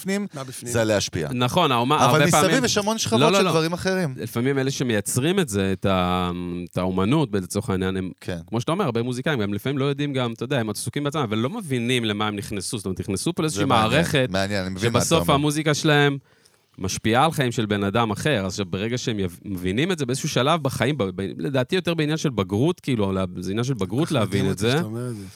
זה להשפיע. נכון, אבל מסביב יש המון שכבות של דברים אחרים. לפעמים אלה שמייצרים את זה, את האומנות, לצורך העניין, הם, כמו שאתה אומר, הרבה מוזיקאים, גם לפעמים לא יודעים גם, אתה יודע, הם עסוקים בעצמם, אבל לא מבינים למה הם נכנסו, זאת אומרת, נכנסו פה לאיזושהי מערכת, שבסוף המוזיקה שלהם משפיעה על חיים של בן אדם אחר, אז ברגע שהם מבינים את זה באיזשהו שלב בחיים, לדעתי יותר בעניין של בגרות, כאילו, זה עניין של בגרות להבין את זה,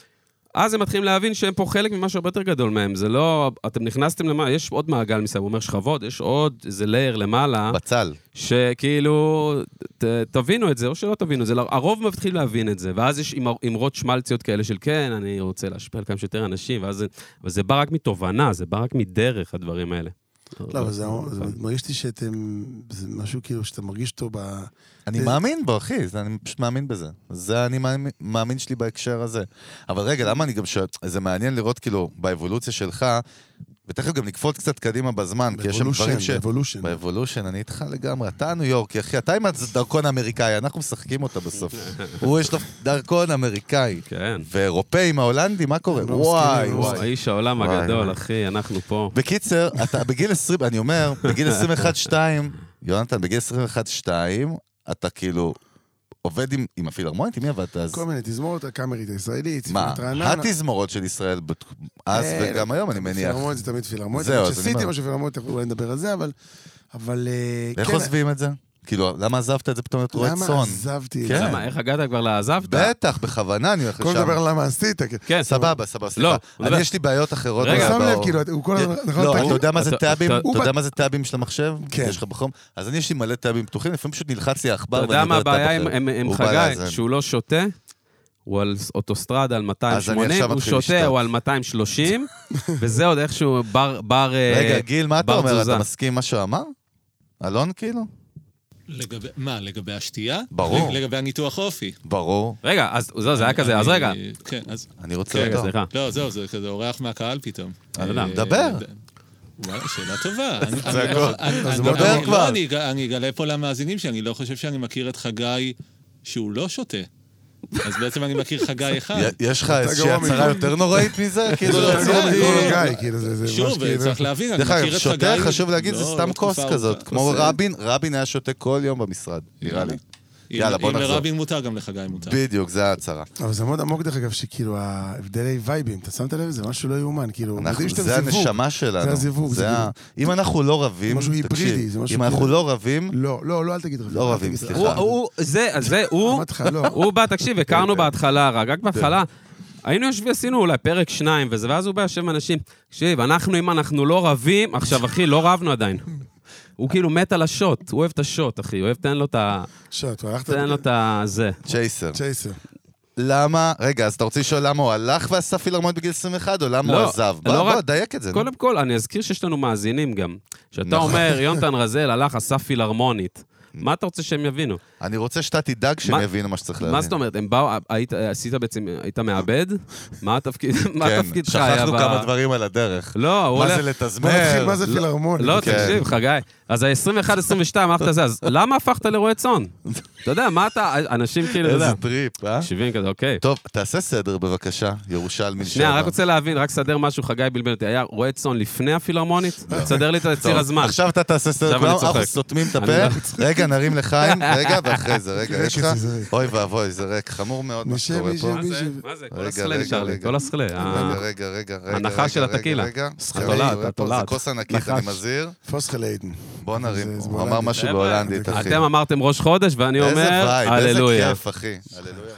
אז הם מתחילים להבין שהם פה חלק ממשהו הרבה יותר גדול מהם, זה לא, אתם נכנסתם למעלה, יש עוד מעגל מסביב, הוא אומר שכבות, יש עוד איזה לייר למעלה, בצל, שכאילו, תבינו את זה, או שלא תבינו את זה, הרוב מתחיל להבין את זה, ואז יש אמרות שמלציות כאלה של כן, אני רוצה להשפיע על כמה שיותר אנשים, ואז זה בא רק מתובנה, זה בא רק מדרך הדברים האלה. לא, אבל זה מרגיש לי שאתם, זה משהו כאילו שאתה מרגיש אותו אני מאמין בו, אחי, אני פשוט מאמין בזה. זה אני מאמין שלי בהקשר הזה. אבל רגע, למה אני גם זה מעניין לראות כאילו באבולוציה שלך, ותכף גם נקפוץ קצת קדימה בזמן, כי יש שם דברים ש... באבולושן, אני איתך לגמרי. אתה ניו יורק, אחי, אתה עם הדרכון האמריקאי, אנחנו משחקים אותה בסוף. הוא יש לו דרכון אמריקאי. כן. ואירופאים, ההולנדים, מה קורה? וואי. האיש העולם הגדול, אחי, אנחנו פה. בקיצר, אתה בגיל 20, אני אומר, בגיל 21-2, יונתן, בגיל 21-2, אתה כאילו עובד עם הפילהרמונית, עם מי עבדת אז? כל מיני, תזמורת הקאמרית הישראלית, מה? התזמורות של ישראל אז וגם היום, אני מניח. פילהרמונית זה תמיד פילהרמונית. שעשיתי משהו פילהרמונית, אולי נדבר על זה, אבל... איך עוזבים את זה? כאילו, למה עזבת את זה פתאום את רואה צאן? למה עזבתי את זה? למה, איך הגעת כבר לעזבת? בטח, בכוונה אני הולך לשם. כל דבר למה עשית. כן, סבבה, סליחה. אני יש לי בעיות אחרות. רגע, שם לב, כאילו, הוא כל הזמן... לא, אתה יודע מה זה טאבים? אתה יודע מה זה טאבים של המחשב? כן. יש לך בחום? אז אני יש לי מלא טאבים פתוחים, לפעמים פשוט נלחץ לי העכבר. אתה יודע מה הבעיה עם חגי? שהוא לא שותה? הוא על אוטוסטרדה על 280, הוא שותה, הוא על 230, וזה עוד איכשהו בר... רגע, גיל, מה אתה אומר? אתה מסכים מה שהוא אמר? אלון כאילו? מה, לגבי השתייה? ברור. לגבי הניתוח אופי. ברור. רגע, אז זה היה כזה, אז רגע. כן, אז... אני רוצה לדבר. סליחה. לא, זהו, זה כזה אורח מהקהל פתאום. דבר. וואלה, שאלה טובה. אז דבר כבר. אני אגלה פה למאזינים שאני לא חושב שאני מכיר את חגי שהוא לא שותה. אז בעצם אני מכיר חגי אחד. יש לך איזושהי הצהרה יותר נוראית מזה? שוב, צריך להבין, אני מכיר את חגי... שותה, חשוב להגיד, זה סתם כוס כזאת. כמו רבין היה שותה כל יום במשרד, נראה לי. יאללה, בוא נחזור. אם לרבין מותר, גם לחגי מותר. בדיוק, זה ההצהרה. אבל זה מאוד עמוק דרך אגב, שכאילו ההבדלי וייבים, אתה שמת לב? זה משהו לא יאומן, כאילו... זה הנשמה שלנו. זה הזיווג. אם אנחנו לא רבים, משהו היברידי. אם אנחנו לא רבים... לא, אל תגיד רבים. לא רבים, סליחה. הוא בא, תקשיב, הכרנו בהתחלה, רק בהתחלה. היינו יושבים, עשינו אולי פרק 2, ואז הוא בא יושב אנשים, תקשיב, אם אנחנו לא רבים, עכשיו אחי, לא רבנו עדיין. הוא כאילו מת על השוט, הוא אוהב את השוט, אחי, הוא אוהב, תן לו את ה... שוט, הוא הלכת... תן לו את זה. צ'ייסר. למה, רגע, אז אתה רוצה לשאול למה הוא הלך ועשה פילהרמונית בגיל 21, או למה הוא עזב? בוא, דייק את זה. קודם כל, אני אזכיר שיש לנו מאזינים גם. שאתה אומר, יונתן רזל הלך, עשה פילהרמונית. מה אתה רוצה שהם יבינו? אני רוצה שאתה תדאג שהם יבינו מה שצריך להבין. מה זאת אומרת? הם באו, עשית בעצם, היית מעבד? מה התפקיד שלך? שכחנו כמה דברים על הדרך. לא, הוא הולך... מה זה לתזמר? מה זה פילהרמונית? לא, תקשיב, חגי. אז ה-21-22 הלכת זה, אז למה הפכת לרועה צאן? אתה יודע, מה אתה... אנשים כאילו... איזה טריפ, 70 כזה, אוקיי. טוב, תעשה סדר בבקשה, ירושלמי. שנייה, רק רוצה להבין, רק סדר משהו, חגי בלבל אותי. היה רועה צאן לפני הפילהרמונית? תסדר לי את הציר הזמן. עכשיו אתה תעשה סדר, אנחנו סותמים את הפה. רגע, נרים לחיים, רגע, ואחרי זה, רגע, יש לך? אוי ואבוי, זה ריק, חמור מאוד מה שקורה פה. מה זה? כל הסכלה נשאר לי, כל הסכלה. רגע. הנחה של התקילה. זה כוס ענקית, אני מזהיר. פוסחליידן. בוא נרים, הוא אמר משהו בהולנדית, אחי. אתם אמרתם ראש חודש, ואני אומר, הללויה. איזה כיף, אחי. הללויה,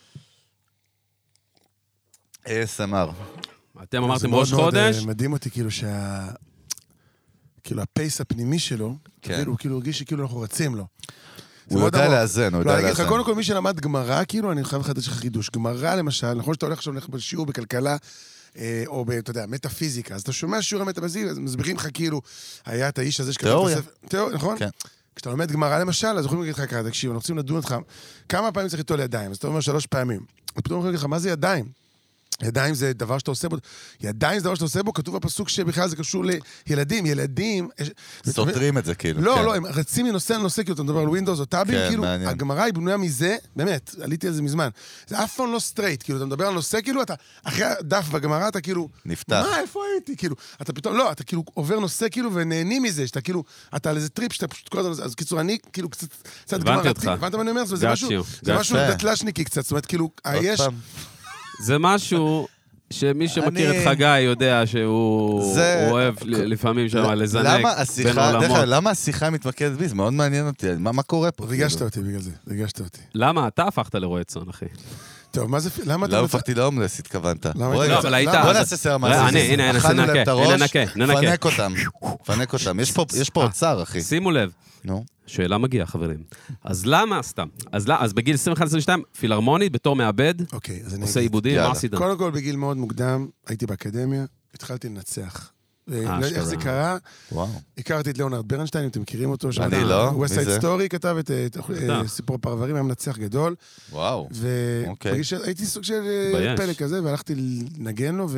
אחי. ASMR. אתם אמרתם ראש חודש. מדהים אותי כאילו כאילו הפייס הפנימי שלו, הוא כאילו הרגיש שכאילו אנחנו רצים לו. הוא יודע לאזן, הוא יודע לאזן. קודם כל מי שלמד גמרא, כאילו אני חייב לחדש לך חידוש. גמרא למשל, נכון שאתה הולך עכשיו בשיעור בכלכלה, או אתה יודע, מטאפיזיקה, אז אתה שומע שיעור המטאפיזיקה, אז מסבירים לך כאילו, היה את האיש הזה שכתב את הספר. תיאוריה, נכון? כן. כשאתה לומד גמרא למשל, אז יכולים להגיד לך, תקשיב, אנחנו רוצים לדון אותך, כמה פעמים צריך ליטול ידיים? אז אתה אומר 3 פעמים. ופתאום יכולים להגיד לך, מה זה ידיים? ידיים זה דבר שאתה עושה בו, ידיים זה דבר שאתה עושה בו, כתוב בפסוק שבכלל זה קשור לילדים, ילדים... סותרים את זה כאילו. לא, הם רצים מנושא לנושא, כאילו אתה מדבר על ווינדוס או טאבים, כאילו הגמרא היא בנויה מזה, באמת, עליתי על זה מזמן, זה אף פעם לא סטרייט, כאילו אתה מדבר על נושא, כאילו אתה, אחרי הדף בגמרא אתה כאילו... נפתח. מה, איפה הייתי? כאילו, אתה פתאום, לא, אתה כאילו עובר נושא כאילו ונהנים מזה, שאתה כאילו, אתה על איזה טריפ שאתה פשוט כל הזמן, אז קיצור, אני כאילו קצת גמרתי, הבנת מה אני אומר? זה משהו דתל"שניקי קצת, זאת אומרת, כאילו, יש... זה משהו שמי שמכיר את חגי יודע שהוא אוהב לפעמים שם לזנק בין עולמות. למה השיחה מתמקדת בי? זה מאוד מעניין אותי. מה קורה פה? ריגשת אותי בגלל זה, ריגשת אותי. למה? אתה הפכת לרועה צאן, אחי. טוב, מה זה... למה אתה... לא הפכתי להומלס, התכוונת. לא, אבל היית... בוא נעשה סרט מעשי. הנה, ננקה. פנק אותם. יש פה אוצר, אחי. שימו לב. נו. שאלה מגיעה, חברים. אז למה, סתם? אז בגיל 21-22, פילהרמונית, בתור מעבד, עושה עיבודים, מה עשית? קודם כל, בגיל מאוד מוקדם, הייתי באקדמיה, התחלתי לנצח. איך זה קרה? הכרתי את ליאונרד ברנשטיין, אם אתם מכירים אותו. אני לא, מי זה? West Side Story כתב את סיפור פרברים, היה מנצח גדול. וואו, אוקיי. והייתי סוג של פלא כזה, והלכתי לנגן לו,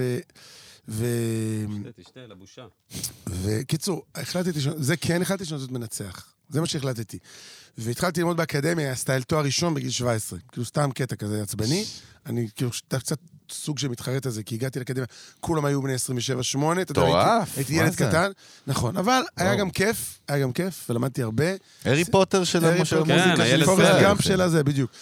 תשתה, לבושה. וקיצור, החלטתי שנותות מנצח. זה מה שהחלטתי. והתחלתי ללמוד באקדמיה, הסטייל תואר ראשון בגיל 17. כאילו סתם קטע כזה עצבני. אני כאילו קצת סוג שמתחרט על זה, כי הגעתי לאקדמיה, כולם היו בני 27-8. טורף. הייתי ילד קטן. נכון, אבל היה גם כיף, ולמדתי הרבה. הארי פוטר של המושל מוזיקה. כן, הילד גם של הזה, בדיוק.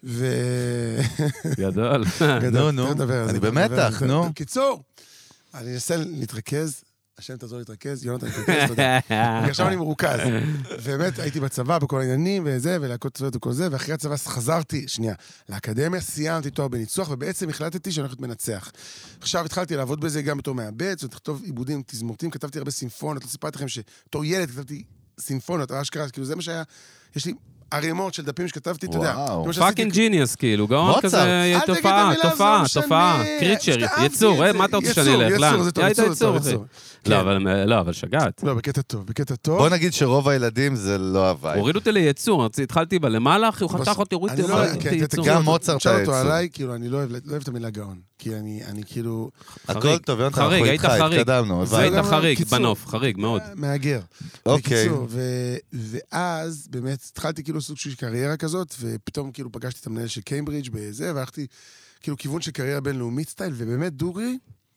גדול. נו, אני במתח, נו. קיצור, אני אנסה להתרכז. השם תעזור להתרכז, יונתן להתרכז, תודה. עכשיו אני מרוכז. באמת הייתי בצבא בכל העניינים וזה, ולהקות צבאיות וכל זה, ואחרי הצבא חזרתי, לאקדמיה, סיימתי תואר בניצוח, ובעצם החלטתי שאני הולך מנצח. עכשיו התחלתי לעבוד בזה גם בתור מעבד, זאת לכתוב עיבודים, תזמורתים, כתבתי הרבה סימפוניות, לא סיפרתי לכם שתור ילד כתבתי סימפוניות, אשכרה, כאילו זה מה שהיה, יש לי ערימות של דפים שכתבתי, אתה יודע. פאקינג ג'יניוס, כאילו, גאון כזה, תופעה, קריצ'ר, יצור, מה אתה רוצה שאני אלך? יצור. לא, אבל שגעת. לא, בקטע טוב. בוא נגיד שרוב הילדים זה לא הוואי. הורידו אותי ליצור, התחלתי למעלה, אחי, הוא חתך אותי, הוריד אותי ליצור. גם מוצרט היה יצור. עליי, כאילו, אני לא אוהב את המילה גאון. כי אני כאילו... הכל טוב, יונתן, אנחנו היית איתך, חריג. התקדמנו. היית חריג, בנוף, חריג מאוד. מהגר. אוקיי. ואז באמת התחלתי כאילו סוג של קריירה כזאת, ופתאום כאילו פגשתי את המנהל של קיימברידג' בזה, והלכתי כאילו כיוון של קריירה בינלאומית סטייל, ובאמת דוגרי,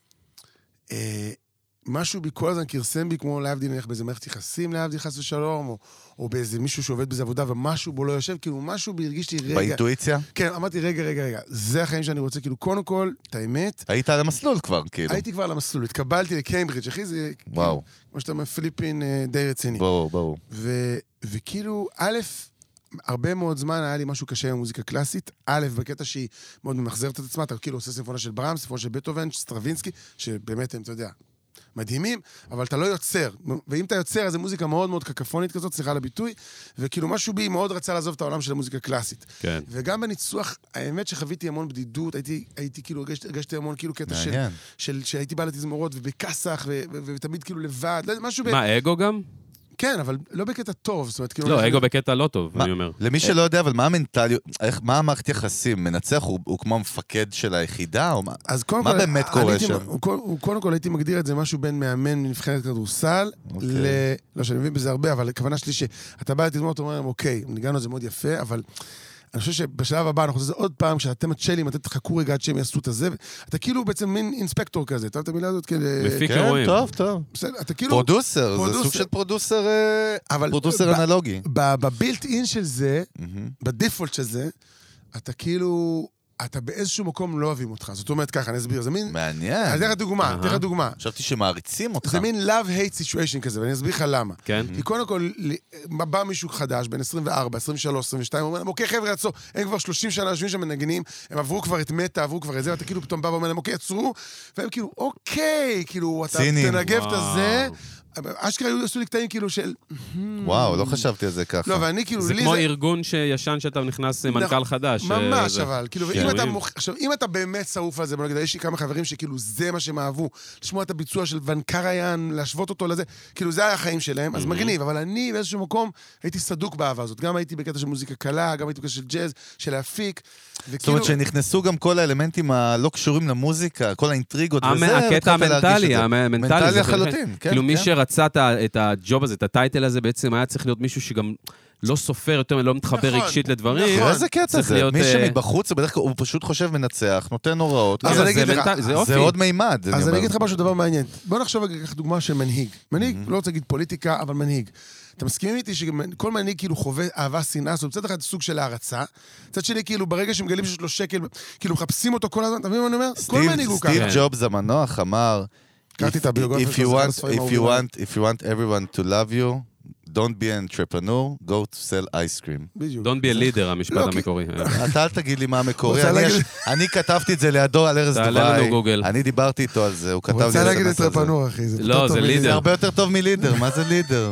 משהו בי כל הזמן קרסם בי, כמו להבדיל נלך באיזה מערכת יחסים, להבדיל חס ושלום, או באיזה מישהו שעובד בזה עבודה, ומשהו בו לא יושב, כאילו משהו בי הרגיש לי רגע... באינטואיציה? כן, אמרתי רגע, זה החיים שאני רוצה, כאילו קודם כל, את האמת... היית על המסלול כבר, כאילו. הייתי כבר על המסלול, התקבלתי לקיימברידג', אחי, זה... וואו. כמו שאתה אומר, פליפין די רציני. ברור. וכאילו, א', הרבה מאוד זמן היה לי משהו קשה עם מוזיקה קלאסית, א', בקטע שהיא מאוד ממחזרת את עצמה, אתה כאילו עושה סימפוניה של ברהם, סימפוניה של בטהובן, סטרווינסקי, שבאמת הם, אתה יודע, מדהימים, אבל אתה לא יוצר. ואם אתה יוצר, אז זה מוזיקה מאוד מאוד קקפונית כזאת, סליחה על הביטוי, וכאילו משהו בי מאוד רצה לעזוב את העולם של המוזיקה הקלאסית. כן. וגם בניצוח, האמת שחוויתי המון בדידות, הייתי כאילו, הרגשתי המון כאילו קטע שהייתי בא לתזמורות ובקסח, ותמיד כאילו לבד, משהו מה, אגו גם? כן, אבל לא בקטע טוב, זאת אומרת, כאילו... לא, אגו בקטע לא טוב, אני אומר. למי שלא יודע, אבל מה המנטליות, מה המערכת יחסים? מנצח הוא כמו מפקד של היחידה? מה באמת קורה שם? קודם כל הייתי מגדיר את זה משהו בין מאמן מנבחרת כדורסל, לא שאני מבין בזה הרבה, אבל הכוונה שלי שאתה בא לתזמור, אתה אומר להם, אוקיי, ניגענו את זה מאוד יפה, אבל... אני חושב שבשלב הבא אנחנו עושים את זה עוד פעם, כשאתם הצ'לים, אתם תחכו רגע עד שהם יעשו את הזה, אתה כאילו בעצם מין אינספקטור כזה, אתה אוהב את המילה הזאת כאלה... מפיק אירועים. טוב, טוב. אתה כאילו... פרודוסר, זה סוג של פרודוסר אנלוגי. בבילט אין של זה, בדיפולט של זה, אתה כאילו... אתה באיזשהו מקום לא אוהבים אותך. זאת אומרת ככה, אני אסביר. זה מין... מעניין. אז תראה דוגמה. חשבתי שמעריצים אותך. זה מין love-hate situation כזה, ואני אסביר לך למה. כן. כי קודם כל, בא מישהו חדש, בין 24, 23, 22, הוא אומר להם, אוקיי, חבר'ה, עצור, הם כבר 30 שנה יושבים שם מנגנים, הם עברו כבר את מטה, עברו כבר את זה, ואתה כאילו פתאום בא ואומר להם, אוקיי, עצרו, והם כאילו, אוקיי, כאילו, אתה תנגב את הזה, אשכרה עשו לי קטעים כאילו של... וואו, לא חשבתי על זה ככה. לא, ואני כאילו... זה כמו ארגון שישן שאתה נכנס מנכ"ל חדש. ממש, אבל, כאילו, אם אתה באמת שרוף על זה, בוא נגיד, יש לי כמה חברים שכאילו זה מה שהם אהבו, לשמוע את הביצוע של ון קריין, להשוות אותו לזה, כאילו זה היה החיים שלהם, אז מגניב, אבל אני באיזשהו מקום הייתי סדוק באהבה הזאת, גם הייתי בקטע של מוזיקה קלה, גם הייתי בקטע של ג'אז, של להפיק, זאת אומרת שנכנסו גם כל האלמנטים הלא קשורים למוזיקה, כל האינטריגות וזה, הקטע המנטלי, מנטלי לחלוטין, כאילו מי שרצה את הג'וב הזה, את הטייטל הזה, בעצם היה צריך להיות מישהו שגם לא סופר יותר, לא מתחבר רגשית לדברים. איזה קטע זה? מי שמבחוץ, הוא פשוט חושב מנצח, נותן הוראות. זה עוד מימד. אז אני אגיד לך משהו דבר מעניין. בוא נחשוב ככה דוגמה של מנהיג. מנהיג, לא רוצה להגיד פוליטיקה, אבל מנהיג. אתם מסכימים איתי שכל מנהיג כאילו חווה אהבה, שנאה, זאת מצד אחד סוג של הערצה, מצד שלי כאילו ברגע שמגלים שיש לו שקל, כאילו מחפשים אותו כל הזמן, אתה מבין מה אני אומר? כל מנהיג הוא ככה. סטיב ג'ובס המנוח אמר, if you want everyone to love you, don't be an entrepreneur, go to sell ice cream. Don't be a leader, המשפט המקורי. אתה אל תגיד לי מה המקורי, אני כתבתי את זה לידו על ארז דווי, אני דיברתי איתו על זה, הוא כתב לי... רוצה להגיד אנטרפרנור, אחי, לא, זה לידר. זה הרבה יותר טוב מלידר, מה זה לידר?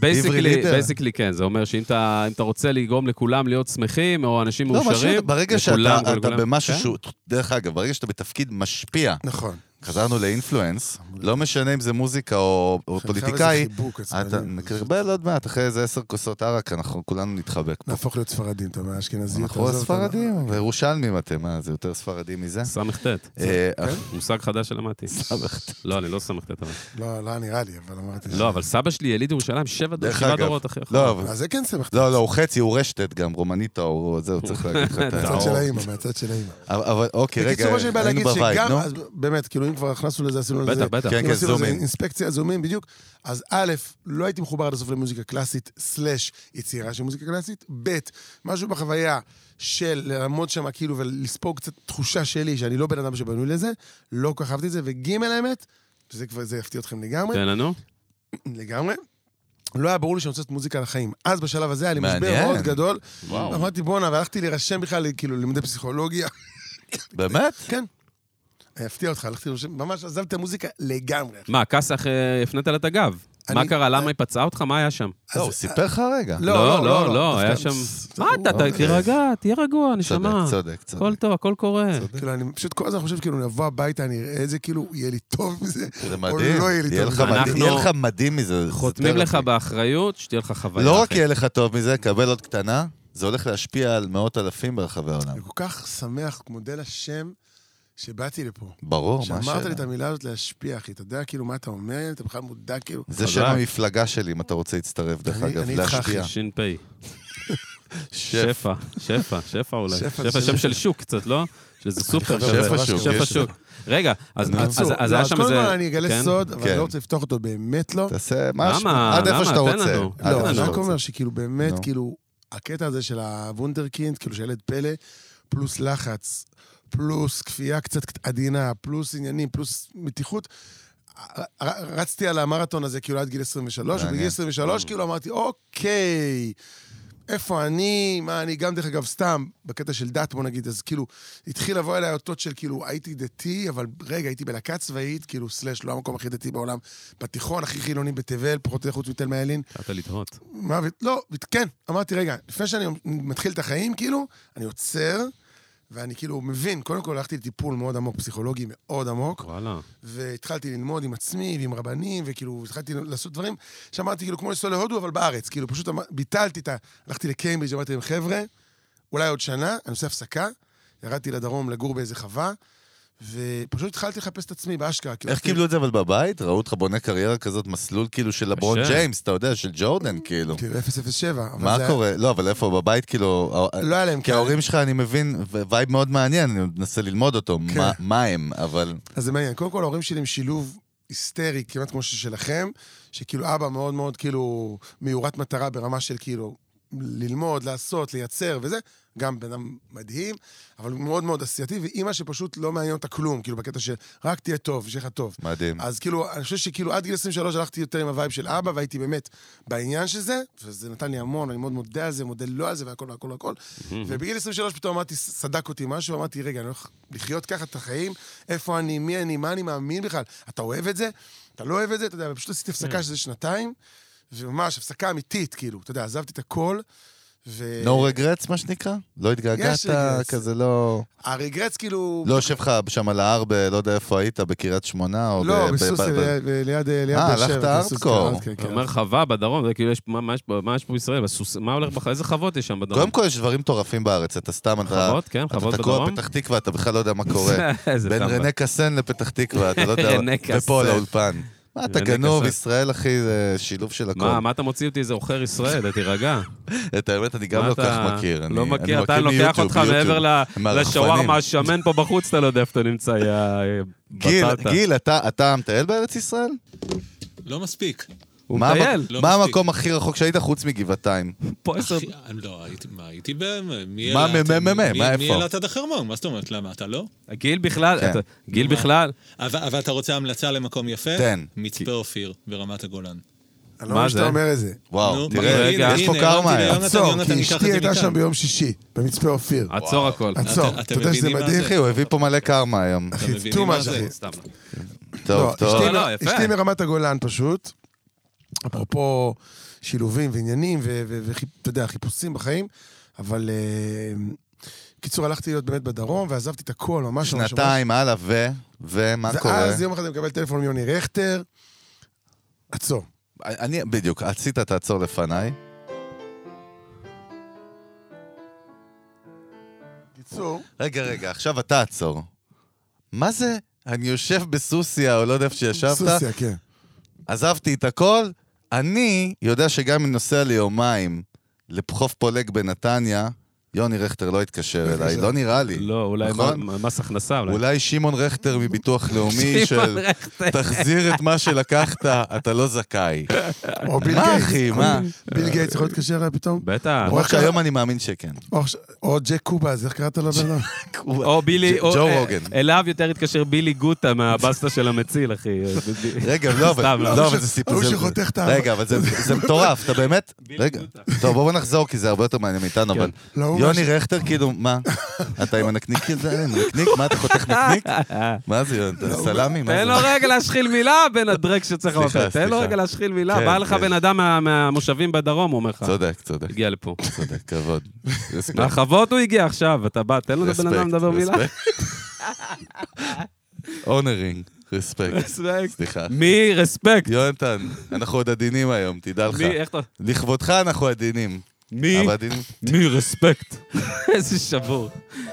בייסיקלי כן, זה אומר שאם אתה רוצה לגרום לכולם להיות שמחים, או אנשים מאושרים, ברגע שאתה במשהו שהוא, דרך אגב, ברגע שאתה בתפקיד משפיע, נכון. חזרנו לאינפלואנס, לא משנה אם זה מוזיקה או פוליטיקאי, אתה נקרבל עוד מעט, אחרי איזה 10 כוסות ערק, אנחנו כולנו נתחבק פה. נהפוך להיות ספרדים, אתה אומר, אשכנזיות. אנחנו ספרדים, וירושלמים אתם, זה יותר ספרדים מזה? סמכתת. מושג חדש שלמדתי. סמכתת. לא, אני לא סמכתת. לא נראה לי, אבל אמרתי... לא, אבל סבא שלי יליד ירושלים 7 דורות אחרי. אז זה כן סמכתת. לא, הוא חצי, הוא רשתת גם, רומניטה, או זה, הוא צריך להגיד לך. מהצד של האמא, מהצד של האמא. אבל אוקיי, רגע, היינו בבית, נו? באמת, כאילו, אם כבר הכנסנו לזה, עשינו לזה... בטח. כן, זומים. אינספקציה, זומים, בדיוק. אז א', לא הייתי מחובר עד הסוף למוזיקה קלאסית, / יצירה של מוזיקה קלאסית, ב', משהו בחוויה של לעמוד שם כאילו ולספוג קצת תחושה שלי, שאני לא בן אדם שבנוי לזה, לא כל כך אהבתי את זה, וג' האמת, וזה כבר, זה יפתיע אתכם לגמרי. תן לנו. לגמרי. לא היה ברור לי שאני רוצה את מוזיקה לחיים. אז בשלב הזה היה לי משבר מאוד גדול. אמרתי בונה, והלכתי להירשם בכלל, כאילו, לימודי פסיכולוגיה. באמת? כן. הפתיע אותך, הלכתי להירשם, ממש עזבתי את המוזיקה לגמרי. מה, כסח הפנית לה את הגב? מה קרה? למה היא פצעה אותך? מה היה שם? לא, הוא סיפר לך רגע. לא, היה שם... מה אתה? תירגע, תהיה רגוע, נשמה. צודק. הכל טוב, הכל קורה. כאילו, אני פשוט כל הזמן חושב, כאילו, נבוא הביתה, אני אראה את זה, כאילו, יהיה לי טוב מזה, זה מדהים. יהיה לך מדהים מזה. חותמים לך באחריות, שתהיה לך חוויה. לא רק יהיה לך טוב מזה, קבל עוד קטנה, זה הולך להשפיע על מאות אלפים ברחבי העולם. אני כל כך שמח, מודה לשם, שבאתי לפה. ברור, מה שאלה. שאמרת לי את המילה הזאת להשפיע, אחי. אתה יודע כאילו מה אתה אומר, אתה בכלל מודע כאילו... זה שם המפלגה שלי, אם אתה רוצה להצטרף, דרך אגב, להשפיע. שין פי. שפע אולי. שפע שם של שוק קצת, לא? שזה סופר. שפע שוק. רגע, אז היה שם איזה... קודם אני אגלה סוד, אבל אני לא רוצה לפתוח אותו, באמת לא. תעשה משהו, עד איפה שאתה רוצה. לא, אני רק אומר שכאילו באמת, כאילו, הקטע הזה של הוונדרקינד, כאילו שילד פלא, פלוס לחץ, פלוס כפייה קצת עדינה, פלוס עניינים, פלוס מתיחות. רצתי על המרתון הזה כאילו עד גיל 23, ובגיל 23 כאילו אמרתי, אוקיי, איפה אני, מה אני, גם דרך אגב סתם, בקטע של דת, בוא נגיד, אז כאילו, התחיל לבוא אליי אותות של כאילו, הייתי דתי, אבל רגע, הייתי בלהקה צבאית, כאילו, סלש, לא המקום הכי דתי בעולם, בתיכון, הכי חילוני בתבל, פחות חוץ מתל מאלין. אתה לתהות. לא, כן, אמרתי, רגע, לפני שאני מתחיל את החיים, כאילו, אני עוצר, ואני כאילו מבין, קודם כל הלכתי לטיפול מאוד עמוק, פסיכולוגי מאוד עמוק, וואלה. והתחלתי ללמוד עם עצמי ועם רבנים, וכאילו התחלתי לעשות דברים שאמרתי כאילו כמו לנסוע להודו, אבל בארץ, כאילו פשוט ביטלתי הלכתי לקיימברידג', אמרתי להם חבר'ה, אולי עוד שנה, אני עושה הפסקה, ירדתי לדרום לגור באיזה חווה, ופשוט התחלתי לחפש את עצמי באשכרה. איך קיבלו את זה אבל בבית? ראו אותך בונה קריירה כזאת, מסלול כאילו של לברון ג'יימס, אתה יודע, של ג'ורדן כאילו. כאילו 007. מה קורה? לא, אבל איפה בבית כאילו... לא היה להם כי ההורים שלך, אני מבין, וייב מאוד מעניין, אני מנסה ללמוד אותו, מה הם, אבל... אז זה מעניין. קודם כל, ההורים שלי הם שילוב היסטרי, כמעט כמו שלכם, שכאילו אבא מאוד מאוד כאילו מיורת מטרה ברמה של כאילו ללמוד, לעשות, לייצר וזה. גם בן אדם מדהים, אבל מאוד מאוד עשייתי, ואימא שפשוט לא מעניין אותה כלום, כאילו בקטע של רק תהיה טוב, שיהיה לך טוב. מדהים. אז כאילו, אני חושב שכאילו עד גיל 23 הלכתי יותר עם הווייב של אבא, והייתי באמת בעניין של זה, וזה נתן לי המון, אני מאוד מודה על זה, מודה לא על זה, והכל, והכל, והכל. ובגיל 23 פתאום אמרתי, סדק אותי משהו, אמרתי, רגע, אני הולך לחיות ככה את החיים, איפה אני, מי אני, מה אני מאמין בכלל? אתה אוהב את זה? אתה לא אוהב את זה? אתה יודע, פשוט עשיתי הפסקה שזה שנתיים, וממש, הפסקה אמיתית, כאילו, אתה יודע, עזבתי את הכל, No regrets, מה שנקרא? לא התגעגעת, כזה לא... הרגרץ כאילו... לא יושב לך שם על ההר, לא יודע איפה היית, בקריית שמונה, או... לא, בסוס, ליד באר שבע. הלכת ארדקור. אתה אומר חווה בדרום, זה כאילו, מה יש פה בישראל? מה הולך בך? איזה חוות יש שם בדרום? קודם כל יש דברים טורפים בארץ, אתה סתם... חוות, כן, חוות בדרום. אתה תקוע פתח תקווה, אתה בכלל לא יודע מה קורה. בין רנה קסן לפתח תקווה, אתה לא יודע... ופה לאולפן. מה, אתה גנוב, ישראל, אחי, זה שילוב של הכל. מה אתה מוציא אותי איזה אוכר ישראל, תירגע. את האמת, אני גם לא כך מכיר. לא מכיר, אתה לוקח אותך מעבר לשווארמה השמן פה בחוץ, אתה לא יודע איפה אתה נמצא, גיל, אתה מטייל בארץ ישראל? לא מספיק. הוא מטייל. מה המקום הכי רחוק שהיית חוץ מגבעתיים? פה 10... לא, הייתי מאיפה? מאילת עד החרמון, מה זאת אומרת? למה, אתה לא? גיל בכלל. אבל אתה רוצה המלצה למקום יפה? תן. מצפה אופיר ברמת הגולן. אני לא אומר שאתה אומר את זה. וואו, תראה, יש פה קרמה. עצור, כי אשתי הייתה שם ביום שישי, במצפה אופיר. עצור הכל. עצור, אתה יודע שזה מדהים? אחי, הוא הביא פה מלא קרמה היום. אחי, תומש, אחי. טוב, טוב. אשתי מרמת הגולן פשוט. אפרופו שילובים ועניינים, ואתה יודע, חיפושים בחיים, אבל קיצור, הלכתי להיות באמת בדרום, ועזבתי את הכל, ממש ממש. שנתיים, הלאה, ומה קורה? ואז יום אחד אני מקבל טלפון מיוני רכטר, עצור. אני, בדיוק, עשית את העצור לפניי. קיצור. רגע, עכשיו אתה עצור. מה זה? אני יושב בסוסיה, או לא יודע איפה שישבת. סוסיה, כן. עזבתי את הכל, אני יודע שגם אם נוסע לי יומיים לחוף פולג בנתניה, יוני רכטר לא התקשר אליי, לא נראה לי. לא, אולי מס הכנסה. אולי שמעון רכטר מביטוח לאומי של תחזיר את מה שלקחת, אתה לא זכאי. או ביל מה אחי, מה? ביל גייטס יכול להתקשר אליי פתאום? בטח. או שהיום אני מאמין שכן. או ג'ק קובה, אז איך קראת לו בנו? או בילי, ג'ו רוגן. אליו יותר התקשר בילי גוטה מהבסטה של המציל, אחי. רגע, לא, אבל זה סיפור. הוא שחותך את רגע, אבל זה מטורף, אתה באמת? רגע, טוב, בואו נחזור, כי זה הרבה יותר מעניין מאיתנו, אבל יוני רכטר, כאילו, מה? אתה עם הנקניק כזה? נקניק? מה, אתה חותך נקניק? מה זה, יוני? סלמי? תן לו רגע להשחיל מילה בין הדרק שצריך לבטא. תן לו רגע להשחיל מילה. בא לך בן אדם מהמושבים בדרום, הוא אומר לך. צודק. הגיע לפה. צודק, כבוד. מהחוות הוא הגיע עכשיו, אתה בא, תן לו לבן אדם לדבר מילה. אונרינג, רספקט. סליחה. מי רספקט? יונתן, אנחנו עוד עדינים היום, תדע לך. לכבודך אנחנו עדינים. מי רספקט? איזה שבור.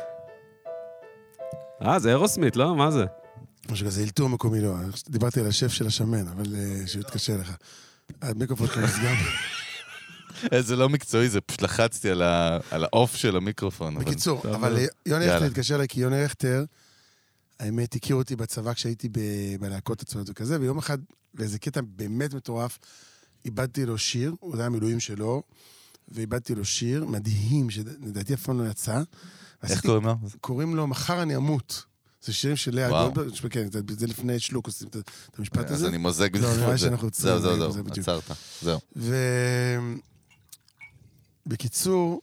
זה אירוסמית, לא? מה זה? משהו כזה, אילתור מקומי לא. דיברתי על השף של השמן, אבל שהוא יתקשר לך. המיקרופון כאן נסגר. זה לא מקצועי, זה פשוט לחצתי על האוף של המיקרופון. בקיצור, אבל יוני רכטר התקשר אליי, כי יוני רכטר, האמת, הכיר אותי בצבא כשהייתי בלהקות הצבאות וכזה, ויום אחד, ואיזה קטע באמת מטורף, איבדתי לו שיר, הוא היה מילואים שלו, ואיבדתי לו שיר מדהים, שלדעתי אף פעם לא יצא. איך קוראים לו? קוראים לו מחר אני אמות. זה שירים של לאה גולדברג, כן, זה לפני שלוק עושים את המשפט הזה. אז אני מוזג לא, נראה לכבוד זה. שאנחנו זהו, עצרת, זהו. בקיצור,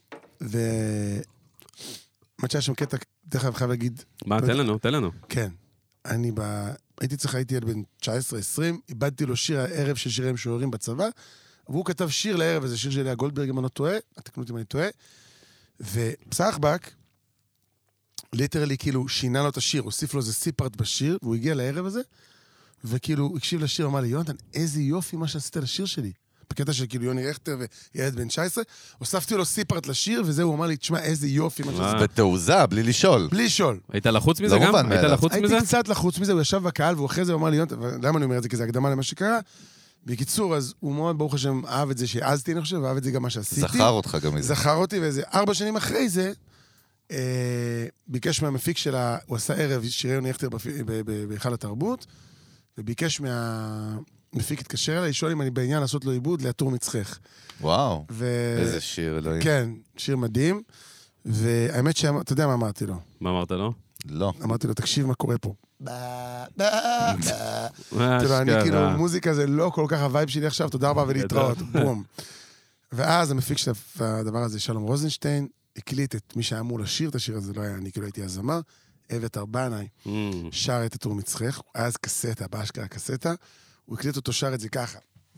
מה שהיה שם קטע, דרך אגב חייב להגיד... מה, תן לנו. כן. הייתי בין 19-20, איבדתי לו שיר הערב של שירים משוררים בצבא, והוא כתב שיר לערב, איזה שיר של לאה גולדברג, אם אני לא טועה, תקנו אותי אם אני טועה, ופסחבק, ליטרלי כאילו שינה לו את השיר, הוסיף לו איזה סיפרט בשיר, והוא הגיע לערב הזה, וכאילו הוא הקשיב לשיר, אמר לי, יונתן, איזה יופי מה שעשית לשיר שלי. בקטע של כאילו יוני רכטר וילד בן 19, הוספתי לו סיפרט לשיר, וזה הוא אמר לי, תשמע, איזה יופי מה שעשית. בתעוזה, בלי לשאול. בלי לשאול. היית לחוץ מזה גם? הייתי קצת לחוץ מזה, הוא ישב בקהל, והוא אחרי זה אמר לי, יונתן, למה אני אומר את זה? כי זה הקדמה למה שקרה. בקיצור, אז הוא מאוד ברוך השם אהב את זה שהעזתי, אני חושב, ואהב את זה גם מה שעשיתי. זכר אותך גם מזה. זכר אותי, ואיזה 4 שנים אחרי זה, ביקש מהמפיק שלה, הוא עשה ערב שירי יוני רכטר בהיכל התרבות, וביקש מהמפיק התקשר אליי, לשאול אם אני בעניין לעשות לו עיבוד לעטור מצחך. וואו, איזה שיר, אלוהים. כן, שיר מדהים, והאמת אתה יודע מה אמרתי לו? מה אמרת לו? לא. אמרתי לו, תקשיב מה קורה פה. אני כאילו, מוזיקה זה לא כל כך הווייב שלי עכשיו, תודה רבה ולהתראות, בום. ואז המפיק של הדבר הזה, שלום רוזנשטיין, הקליט את מי שהיה אמור לשיר את השיר הזה, לא היה, אני כאילו הייתי הזמר, אביתר בנאי, שר את עטור מצחך, היה אז קסטה, באשכרה קסטה, הוא הקליט אותו, שר את זה ככה.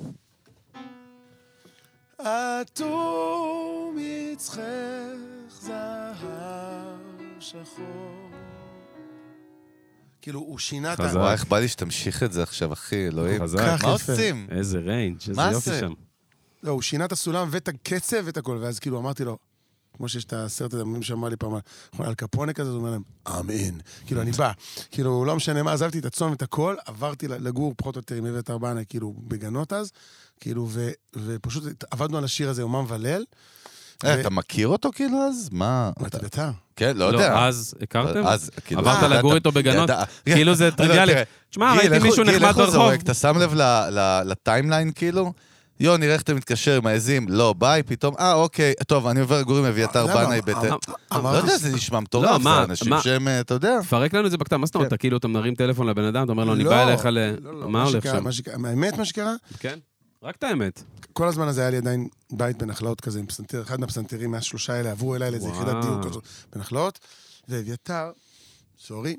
עטור מצחך זהב שחור. כאילו, הוא שינה את... וואי, איך בא לי שתמשיך את זה עכשיו, אחי, אלוהים. מה עושים? איזה ריינג', איזה יופי שם. לא, הוא שינה את הסולם ואת הקצב ואת הכל, ואז כאילו אמרתי לו, כמו שיש את הסרט הזה, שאמר לי פעם, על קפונה כזה, הוא אומר להם, אמן. כאילו, אני בא. כאילו, לא משנה מה, עזבתי את הצום ואת הכל, עברתי לגור פחות או יותר עם אביתר בנאי, כאילו, בגנות אז, כאילו, ופשוט עבדנו על השיר הזה יומם וליל. אתה מכיר אותו כאילו אז? מה? אתה ביתר? כן, לא יודע. לא, אז הכרתם? עברת לגור איתו בגנות? כאילו זה טריוויאלי. תשמע, ראיתי מישהו נחמד ברחוב. אתה שם לב לטיימליין כאילו? יוני רכטר מתקשר עם העזים, לא, ביי, פתאום, אוקיי, טוב, אני עובר לגור עם אביתר בנאי לא יודע, זה נשמע מטורף, זה אנשים שהם, אתה יודע. פרק לנו את זה בכתב, מה זאת אומרת? אתה כאילו, אתה מרים טלפון לבן אדם, אתה אומר לו, אני בא אליך מה הולך שם? האמת מה שקרה? כן, רק את האמת. כל הזמן הזה היה לי עדיין בית בנחלאות כזה, עם פסנתר, אחד מהפסנתרים מה3 האלה, עברו אליי לאיזה יחידת דיור כזאת בנחלאות, ואביתר, סורי,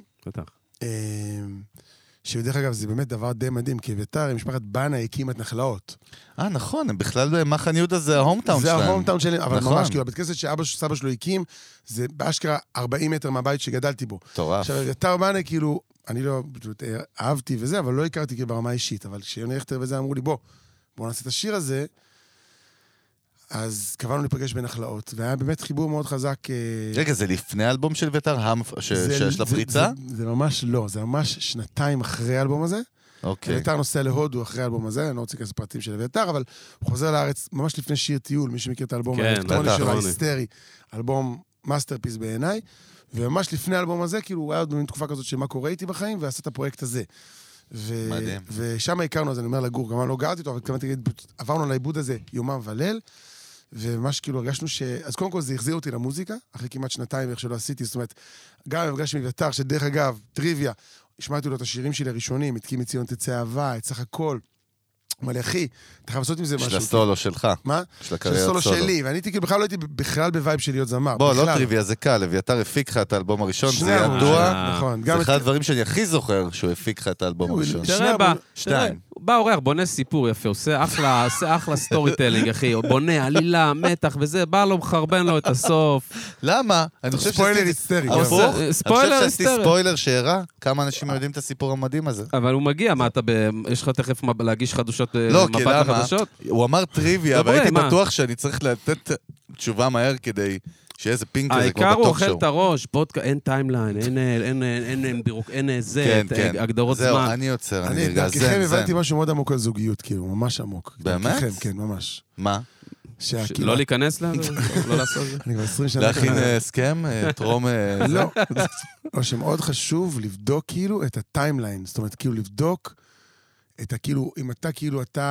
שבדרך אגב זה באמת דבר די מדהים, כי אביתר עם משפחת בנאי הקימה את נחלאות. נכון, הם בכלל במחנה יהודה זה ההומטאון שלהם. זה ההומטאון שלהם, אבל ממש כאילו, הבית כנסת סבא שלו הקים, זה באשכרה 40 מטר מהבית שגדלתי בו. טורף. עכשיו, אביתר בנאי כאילו, אני לא אהבתי וזה, אבל לא הכרתי כאילו ברמה אישית, אבל כשיוני רכטר וזה אמרו לי, בוא נעשה את השיר הזה, אז קבענו להיפגש בנחלאות, והיה באמת חיבור מאוד חזק. רגע, זה לפני האלבום של אביתר, שיש לה פריצה? זה ממש לא, זה ממש 2 אחרי האלבום הזה. אוקיי. אביתר נוסע להודו אחרי האלבום הזה, אני לא רוצה להיכנס פרטים של אביתר, אבל הוא חוזר לארץ ממש לפני שיר טיול, מי שמכיר את האלבום האלקטרוני שלו, ההיסטרי, אלבום מאסטרפיס בעיניי, וממש לפני האלבום הזה, כאילו הוא היה עוד תקופה כזאת של מה קורה איתי בחיים, ועשה את הפרויקט הזה. ושם הכרנו, אז אני אומר לגור, גם אני לא גרתי אותו, אבל עברנו לעיבוד הזה יומם וליל, וממש כאילו הרגשנו אז קודם כל זה החזיר אותי למוזיקה, אחרי כמעט 2 איך שלא עשיתי, זאת אומרת, גם הרגשתי מאביתר, שדרך אגב, טריוויה, השמעתי לו את השירים שלי הראשונים, את כי מציון תצא אהבה, את סך הכל, אמר לי, אחי, אתה חייב לעשות עם זה משהו. של הסולו שלך. מה? של הקריירת סולו שלי, ואני כאילו בכלל לא הייתי בכלל בווייב של להיות זמר. בוא, לא טריוויה, זה קל, אביתר הפיק לך את האלבום הראשון, זה ידוע. נכון. זה אחד הדברים שאני הכי זוכר, שהוא הפיק לך את האלבום הראשון. תראה, בא אורח, בונה סיפור יפה, עושה אחלה סטורי טלינג, אחי, בונה עלילה, מתח וזה, בא לו, מחרבן לו את הסוף. למה? אני חושב ספוילר היסטרי. שעשיתי ספוילר שהראה כמה אנשים יודעים את הסיפור המדהים הזה. אבל הוא מגיע, מה, יש לך תכף להגיש חדשות, מבט לחדשות? הוא אמר טריוויה, והייתי בטוח שאני צריך לתת תשובה מהר כדי שיהיה איזה פינק כזה כמו העיקר הוא בטוק שואו. אוכל את הראש, אין טיימליין, אין הגדרות זמן. זהו, אני יוצר, אני נרגע. דרככם הבנתי משהו מאוד עמוק על זוגיות, כאילו, ממש עמוק. באמת? כן, ממש. מה? לא להיכנס לזה? לא לעשות זה? אני כבר 20 שנה. להכין הסכם, טרום... לא. או שמאוד חשוב לבדוק כאילו את הטיימליין, זאת אומרת, כאילו לבדוק את כאילו, אם אתה כאילו,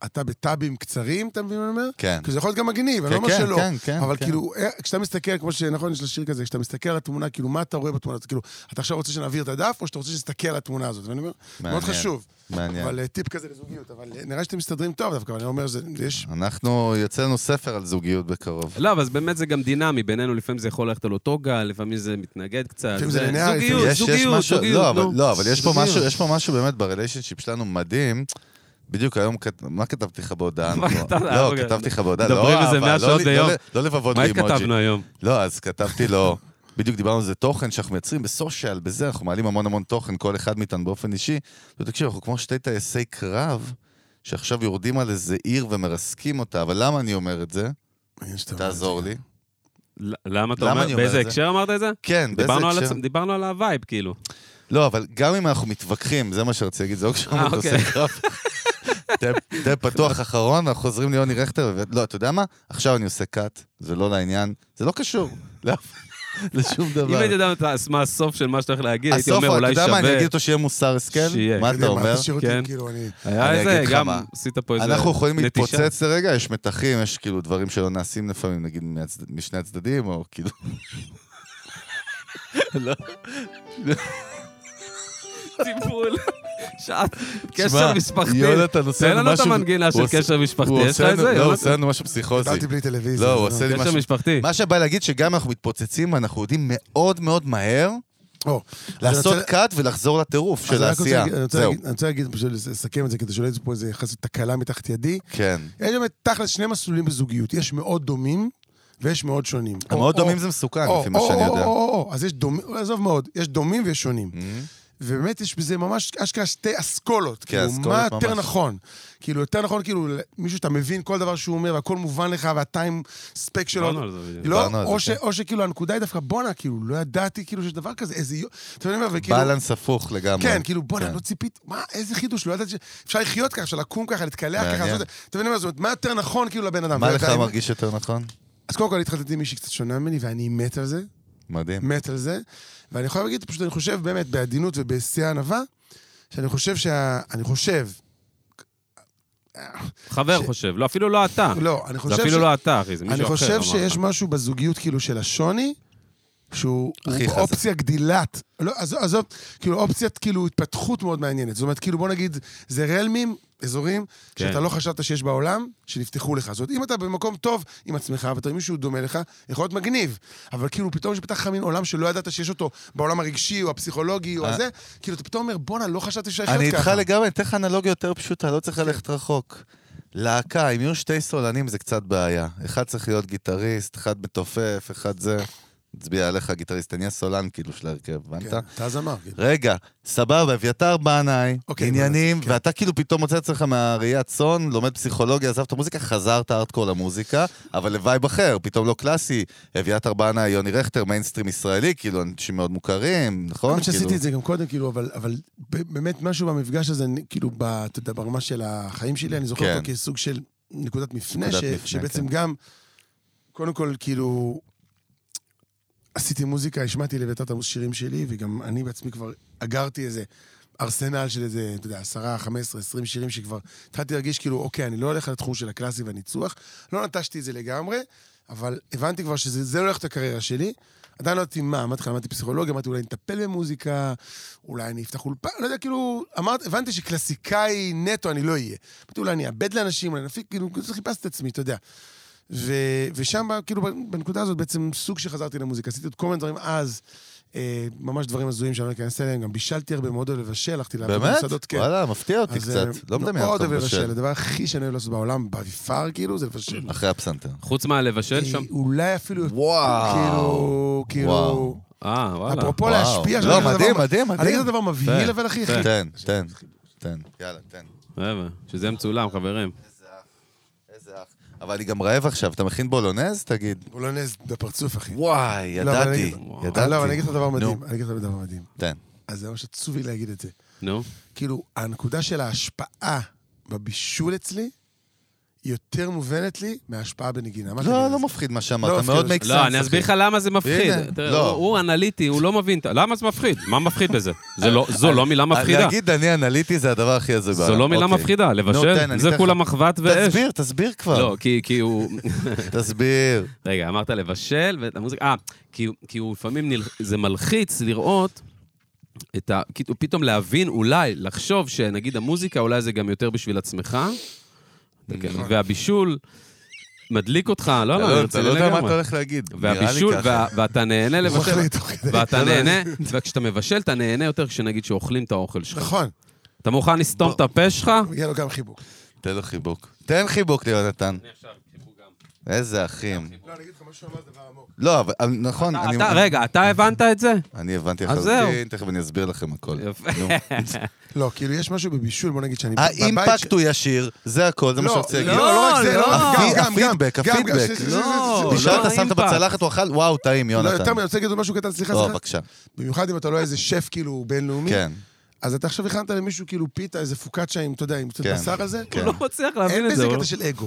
אתה בטאבים קצרים, אתה מבין מה אני אומר? כן. כי זה יכול להיות גם מגניב, אני לא אומר שלא. אבל כאילו, כשאתה מסתכל, כמו שנכון, יש לשיר כזה, כשאתה מסתכל על התמונה, כאילו, מה אתה רואה בתמונה הזאת? כאילו, אתה עכשיו רוצה שנעביר את הדף, או שאתה רוצה שנסתכל על התמונה הזאת? ואני אומר, מאוד חשוב. מעניין. אבל טיפ כזה לזוגיות, אבל נראה שאתם מסתדרים טוב דווקא, אבל אני אומר, יש... אנחנו, יוצא לנו ספר על זוגיות בקרוב. לא, אבל באמת זה גם דינמי, בינינו לפעמים זה יכול ללכת על אותו גל, לפעמים זה מתנגד קצת. זוגיות. לא, אבל יש פה משהו באמת בריליישנשיפ שלנו מדהים. בדיוק היום, מה כתבתי לך בהודעה? לא, כתבתי לך בהודעה. מדברים איזה 100 שעות ביום. לא לבבות באימוג'י. מה כתבנו היום? לא, אז כתבתי לו, בדיוק דיברנו על זה תוכן שאנחנו מייצרים בסושיאל, בזה, אנחנו מעלים המון תוכן, כל אחד מאיתנו באופן אישי. ותקשיב, אנחנו כמו שתי טייסי קרב, שעכשיו יורדים על איזה עיר ומרסקים אותה, אבל למה אני אומר את זה? תעזור לי. למה אתה אומר? באיזה הקשר אמרת את זה? כן, באיזה הקשר. דיברנו על הווייב, כאילו. לא, אבל גם אם אנחנו מתווכחים, זה מה שרציתי להגיד, זה לא כשאנחנו טייסי קרב. תה פתוח אחרון, אנחנו חוזרים ליוני רכטר, לא, אתה יודע מה? עכשיו אני עושה קאט, זה לא לעניין, זה לא קשור. לשום דבר. אם הייתי יודע מה הסוף של מה שאתה הולך להגיד, הייתי אומר אולי שווה... אתה יודע מה, אני אגיד אותו שיהיה מוסר השכל? מה אתה אומר? כן. היה איזה, גם עשית פה איזה... אנחנו יכולים להתפוצץ לרגע, יש מתחים, יש כאילו דברים שלא נעשים לפעמים, נגיד משני הצדדים, או כאילו... לא. טיפול. שעת קשר משפחתי. יונתן עושה לנו משהו... תן לנו את המנגינה של קשר משפחתי, יש לך את זה? לא, הוא עושה לנו משהו פסיכוזי. דיברתי בלי טלוויזיה. לא, הוא עושה לי משהו... קשר משפחתי. מה שבא להגיד שגם אנחנו מתפוצצים, אנחנו יודעים מאוד מאוד מהר לעשות קאט ולחזור לטירוף של העשייה. אני רוצה להגיד, בשביל לסכם את זה, כדי שלא יצא פה איזה חסות תקלה מתחת ידי. כן. יש באמת תכל'ס שני מסלולים בזוגיות. יש מאוד דומים ויש מאוד שונים. המאוד דומים זה מסוכן, לפי מה שאני יודע. אז יש דומים, עזוב מאוד, יש דומים ויש שונים. ובאמת יש בזה ממש אשכרה שתי אסכולות, כאילו, מה יותר נכון? כאילו, יותר נכון, כאילו, מישהו שאתה מבין כל דבר שהוא אומר, והכל מובן לך, והטיים ספק שלו. או שכאילו, הנקודה היא דווקא, בונה, כאילו, לא ידעתי, כאילו, שיש דבר כזה, איזה... בלנס הפוך לגמרי. כן, כאילו, בונה, לא ציפית, מה, איזה חידוש, לא ידעתי שאפשר לחיות ככה, אפשר לקום ככה, להתקלח ככה, אתה מבין מה יותר נכון, כאילו, לבן אדם. מה לך מרגיש יותר נכון? אז קודם כל, התחתנתי עם מישהי קצת שונה ממני, ואני מת על זה. מדהים. מת על זה. ואני יכול להגיד, פשוט אני חושב באמת, בעדינות ובשיא הענווה, שאני חושב חבר חושב, לא, אפילו לא אתה. לא, אני חושב זה אפילו לא אתה, אחי, זה מישהו אחר. אני חושב שיש משהו בזוגיות, כאילו, של השוני, שהוא אופציה גדילת. לא, אז כאילו, אופציית, כאילו, התפתחות מאוד מעניינת. זאת אומרת, כאילו, בוא נגיד, זה רלמים, אזורים, שאתה לא חשבת שיש בעולם, שנפתחו לך. זאת אומרת, אם אתה במקום טוב עם עצמך, ואתה עם מישהו דומה לך, יכול להיות מגניב. אבל כאילו, פתאום שפתח לך מין עולם שלא ידעת שיש אותו בעולם הרגשי, או הפסיכולוגי, או הזה, כאילו, אתה פתאום אומר, בונה, לא חשבתי שאתה יכול להיות ככה. אני איתך לגמרי, אתן לך אנלוגיה יותר פשוטה, לא צריך ללכת רחוק. להקה, אם יהיו שתי סולנים, זה קצת בעיה. אחד צריך להיות גיטריסט, אחד מתופף, אחד זה... תצביע עליך גיטריסט, אני הסולן כאילו של הרכב, הבנת? אתה זמר. רגע, סבבה, אביתר בנאי, עניינים, ואתה כאילו פתאום מוצא אצלך מהראיית צאן, לומד פסיכולוגיה, עזבת המוזיקה, חזרת ארטקור למוזיקה, אבל לווייב אחר, פתאום לא קלאסי, אביתר בנאי, יוני רכטר, מיינסטרים ישראלי, כאילו אנשים מאוד מוכרים, נכון? אני שעשיתי את זה גם קודם, כאילו, אבל באמת משהו במפגש הזה, כאילו, ברמה של החיים שלי, אני זוכר אותו כסוג של נקודת מפנה, שבעצם גם, קודם כל, כאילו, עשיתי מוזיקה, השמעתי לבטאת השירים שלי, וגם אני בעצמי כבר אגרתי איזה ארסנל של איזה, אתה יודע, 10, 15, 20 שירים שכבר התחלתי להרגיש כאילו, אוקיי, אני לא הולך לתחום של הקלאסי והניצוח, לא נטשתי את זה לגמרי, אבל הבנתי כבר שזה לא הולך את הקריירה שלי, עדיין לא יודעתי מה, אמרתי פסיכולוגיה, אמרתי אולי נטפל במוזיקה, אולי אני אפתח אולפן, לא יודע, כאילו, הבנתי שקלאסיקאי נטו אני לא אהיה. אמרתי אולי אני אאבד לאנשים, אולי נפיק, כאילו, חיפשתי את עצמי, אתה יודע. ושם, כאילו, בנקודה הזאת בעצם סוג שחזרתי למוזיקה. עשיתי את כל מיני דברים אז, ממש דברים הזויים שאני לא אכנס אליהם, גם בישלתי הרבה מאוד לבשל, הלכתי לעבוד במסעדות. באמת? וואלה, מפתיע אותי קצת. לא מדמיין אותך לבשל. הדבר הכי שאני אוהב לעשות בעולם, באביפר, כאילו, זה לבשל. אחרי הפסנתר. חוץ מהלבשל שם? אולי אפילו... וואו. כאילו... וואלה. אפרופו להשפיע... לא, מדהים. אני אגיד את הדבר מבהיל, אבל אחי. תן. יאללה, תן. שזה מצולם, חברים. איזה אח. אבל אני גם רעב עכשיו, אתה מכין בולונז? תגיד. בולונז בפרצוף, אחי. וואי, ידעתי. לא, אני אגיד את הדבר מדהים. תן. אז זה ממש עצוב לי להגיד את זה. נו. כאילו, הנקודה של ההשפעה בבישול אצלי, יותר מובנת לי מההשפעה בנגינה. לא מפחיד מה שאמרת, מאוד מקסנס. לא, אני אסביר לך למה זה מפחיד. הוא אנליטי, הוא לא מבין. למה זה מפחיד? מה מפחיד בזה? זו לא מילה מפחידה. להגיד אני אנליטי זה הדבר הכי הזוי. זו לא מילה מפחידה, לבשל, זה כולה מחבת ואש. תסביר כבר. לא, כי הוא... תסביר. רגע, אמרת לבשל, והמוזיקה... כי הוא לפעמים, זה מלחיץ לראות פתאום להבין, אולי, לחשוב שנגיד המוזיקה, אולי זה גם יותר בשביל עצמך, והבישול מדליק אותך, לא, אתה לא יודע מה אתה הולך להגיד. והבישול, ואתה נהנה לבשל, ואתה נהנה, וכשאתה מבשל, אתה נהנה יותר כשנגיד שאוכלים את האוכל שלך. נכון. אתה מוכן לסתום את הפה שלך? מגיע לו גם חיבוק. תן לו חיבוק. תן חיבוק ליונתן. איזה אחים. לא, אני אגיד לך משהו אמר דבר עמוק. לא, אבל נכון. רגע, אתה הבנת את זה? אני הבנתי לחלוטין, תכף אני אסביר לכם הכל. לא, כאילו יש משהו בבישול, בוא נגיד שאני... האימפקט הוא ישיר, זה הכל, זה מה שרוצה להגיד. לא רק זה, הפידבק. נשאר, אתה שמת בצלחת, הוא אכל, וואו, טעים, יונתן. לא, יותר אני רוצה להגיד משהו קטן, סליחה. בבקשה. במיוחד אם אתה לא איזה שף כאילו בינלאומי. כן. אז אתה עכשיו הכנת למישהו כאילו פיתה, איזה פוקאצ'ה עם, אתה יודע, עם קצת בשר הזה. הוא לא מצליח להבין את זה. אין בזה קטע של אגו.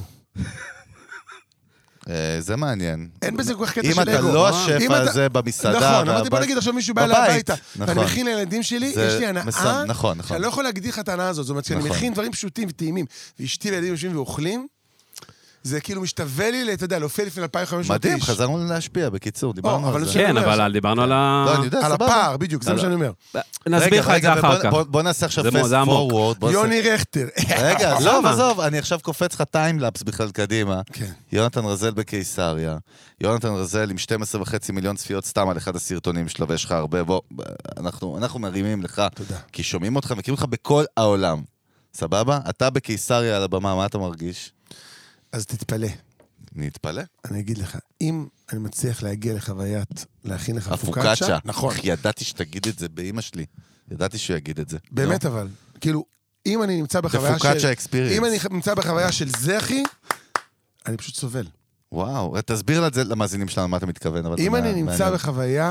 זה מעניין. אין בזה כל כך קטע של אגו. אם אתה לא השף הזה במסעדה... נכון, אמרתי בוא נגיד עכשיו מישהו בא אליי הביתה, ואני מכין לילדים שלי, יש לי הנאה, שאני לא יכול להגדיר לך את ההנאה הזאת, זאת אומרת, כשאני מכין דברים פשוטים וטעימים, ואשתי וילדים יושבים ואוכלים, זה כאילו משתווה לי, אתה יודע, להופיע לפני 2,500 איש. מדהים, חזרנו להשפיע, בקיצור, דיברנו על זה. כן, אבל דיברנו על הפער, בדיוק, זה מה שאני אומר. נסביר לך את זה אחר כך. בוא נעשה עכשיו פסט פורוורד. יוני רכטר. רגע, עזוב, אני עכשיו קופץ לך טיימלאפס בכלל קדימה. יונתן רזל בקיסריה. יונתן רזל עם 12.5 מיליון צפיות סתם על אחד הסרטונים שלו, ויש לך הרבה, בוא, אנחנו מרימים לך, כי שומעים אותך, מכירים לך בכל העולם. סבבה? אתה בקיסריה על הבמה, מה אתה מרגיש? אז תתפלא. אני אתפלא? אני אגיד לך, אם אני מצליח להגיע לחוויית, להכין לך פוקאצ'ה, נכון. ידעתי שתגיד את זה באמא שלי. ידעתי שהוא יגיד את זה. באמת אבל, כאילו, אם אני נמצא בחוויה של... אם אני נמצא בחוויה של זה, אחי, אני פשוט סובל. וואו, תסביר לזה למאזינים שלנו מה אתה מתכוון. אם אני נמצא בחוויה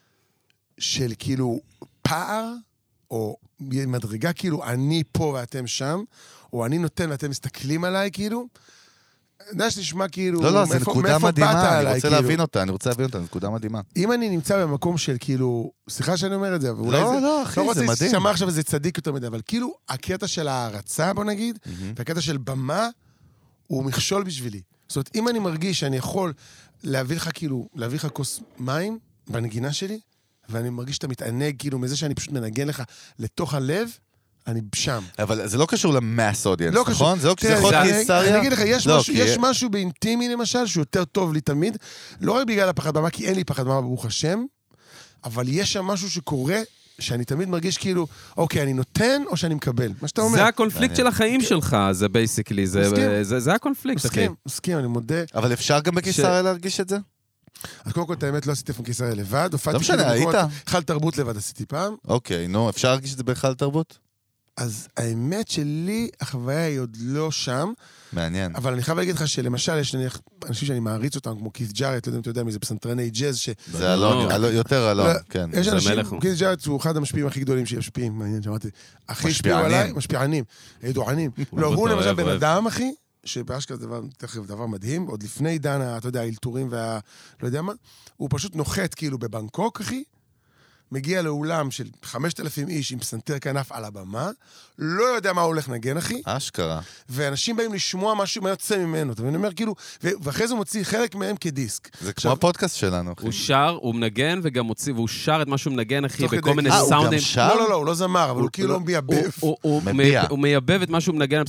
של כאילו פער, או מדרגה כאילו אני פה ואתם שם, או אני נותן ואתם מסתכלים עליי כאילו, אני יודע שתשמע כאילו... לא, זה נקודה מדהימה, אני רוצה להבין אותה, נקודה מדהימה. אם אני נמצא במקום של כאילו, סליחה שאני אומר את זה, אבל לא, אחי, זה מדהים. לא רוצה ששמע עכשיו איזה צדיק יותר מדי, אבל כאילו, הקטע של הערצה, בוא נגיד, והקטע של במה, הוא מכשול בשבילי. זאת אומרת, אם אני מרגיש שאני יכול להביא לך כוס מים בנגינה שלי, ואני מרגיש שאתה מתענג כאילו מזה שאני פשוט מנגן לך לתוך הלב, אני שם. אבל זה לא קשור למאס אודיאנס, נכון? זה יכול קיסריה? אני אגיד לך, יש משהו באינטימי למשל, שהוא יותר טוב לי תמיד, לא רק בגלל הפחד במה, כי אין לי פחד במה ברוך השם, אבל יש שם משהו שקורה, שאני תמיד מרגיש כאילו, אוקיי, אני נותן או שאני מקבל. מה שאתה אומר. זה הקונפליקט של החיים שלך, זה בייסיקלי, זה הקונפליקט, אחי. מסכים, אני מודה. אבל אפשר גם בקיסריה להרגיש את זה? אז קודם כל, את האמת, לא עשיתי פעם קיסריה לבד, לא משנה, היית? חל תרבות לבד עשיתי פעם. אוקיי, נו, אפשר להרגיש את זה בחל תרבות? אז האמת שלי, החוויה היא עוד לא שם. מעניין. אבל אני חייב להגיד לך שלמשל, יש אנשים שאני מעריץ אותם, כמו כית' ג'ארט, לא יודע אם אתה יודע מי זה, פסנתרני ג'אז, זה יותר אלון, כן. יש אנשים, כית' ג'ארט הוא אחד המשפיעים הכי גדולים שמשפיעים, מעניין, שמעתי. הכי השפיעו עליי, משפיענים, ידוענים. לא, הוא למשל בן אדם, אחי, שבאשכרה זה דבר מדהים, עוד לפני עידן, אתה יודע, האלתורים וה... לא יודע מה, הוא פשוט נוחת כאילו בבנקוק, אחי, מגיע לאולם של 5,000 איש עם פסנתר כנף על הבמה, לא יודע מה הוא הולך נגן, אחי. אשכרה. ואנשים באים לשמוע משהו, מה יוצא ממנו. ואני אומר, כאילו, ואחרי זה הוא מוציא חלק מהם כדיסק. זה כמו הפודקאסט שלנו, אחי. הוא שר, הוא מנגן, וגם מוציא, והוא שר את מה שהוא מנגן, אחי, בכל מיני סאונדים. הוא גם שר? לא, הוא לא זמר, אבל הוא כאילו מייבב. הוא מייבב את מה שהוא מנגן,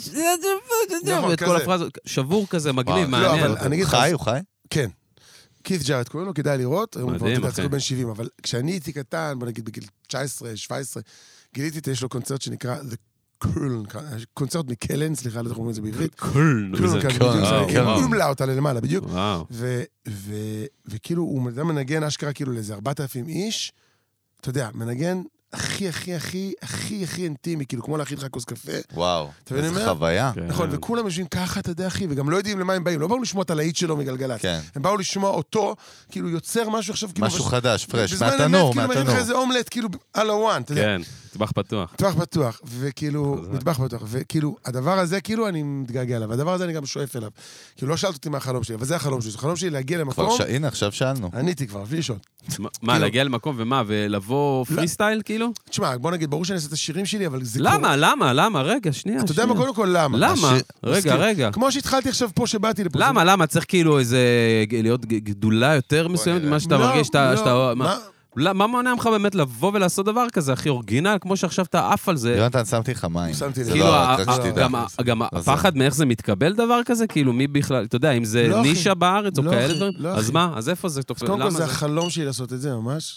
ואת כל הפרזות, שבור כזה, מגניב, מעניין. הוא חי? כן. כית' ג'ארט, קוראים לו, כדאי לראות, הוא כבר תדע בן 70, אבל כשאני הייתי קטן, בוא נגיד בגיל 19, 17, גיליתי, יש לו קונצרט שנקרא The Köln, קונצרט מקלן, סליחה, לא זוכרים את זה בעברית. קולן. אומלאוט עלה למעלה, בדיוק. וכאילו, הוא מנגן אשכרה כאילו לאיזה 4,000 איש, אתה יודע, מנגן הכי, הכי, הכי, הכי, הכי אינטימי, כאילו, כמו להכין לך כוס קפה. וואו, איזה חוויה. נכון, וכולם יושבים ככה, אתה יודע, אחי, וגם לא יודעים למה הם באים, לא באו לשמוע את הלהיט שלו מגלגלת. הם באו לשמוע אותו, כאילו, יוצר משהו עכשיו, כאילו... משהו חדש, פרש, מהתנור, כאילו, מרים לך איזה אומלט, כאילו, על הוואן, אתה יודע. כן, מטבח פתוח. מטבח פתוח, וכאילו, מטבח פתוח, וכאילו, הדבר הזה, כאילו, אני מתגעגע אליו, והדבר הזה אני גם שואף אליו. כאילו, לא שאלת אותי מה החלום שלי, אבל זה החלום שלי. החלום שלי להגיע למקום... הנה, עכשיו שאלנו. עניתי כבר, בלי לשאול. מה, להגיע למקום ומה, ולבוא פרי סטייל, כאילו? תשמע, בוא נגיד, ברור שאני אעשה את השירים שלי, אבל זה... למה? רגע, שנייה. אתה יודע מה, קודם כל, למה? למה? רגע. כמו שהתחלתי עכשיו פה, שבאתי לפה. למה? צריך כאילו איזה... להיות גדולה יותר מסוימת ממה שאתה מרגיש, שאתה... מה מונע ממך באמת לבוא ולעשות דבר כזה, הכי אורגינל, כמו שעכשיו אתה עף על זה? יונתן, שמתי לך מים. כאילו, גם הפחד מאיך זה מתקבל דבר כזה, כאילו, מי בכלל, אתה יודע, אם זה נישה בארץ או כאלה דברים, אז מה? אז איפה זה? אז קודם כל זה החלום שלי לעשות את זה, ממש.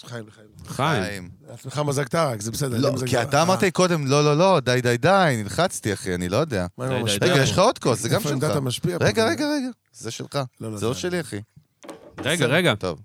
חיים. עצמך מזג טרק, זה בסדר. לא, כי אתה אמרת לי קודם, לא, די, נלחצתי, אחי, אני לא יודע. רגע, יש לך עוד כוס, זה גם שלך. רגע, זה שלך. זה עוד שלי, אחי. רגע. טוב.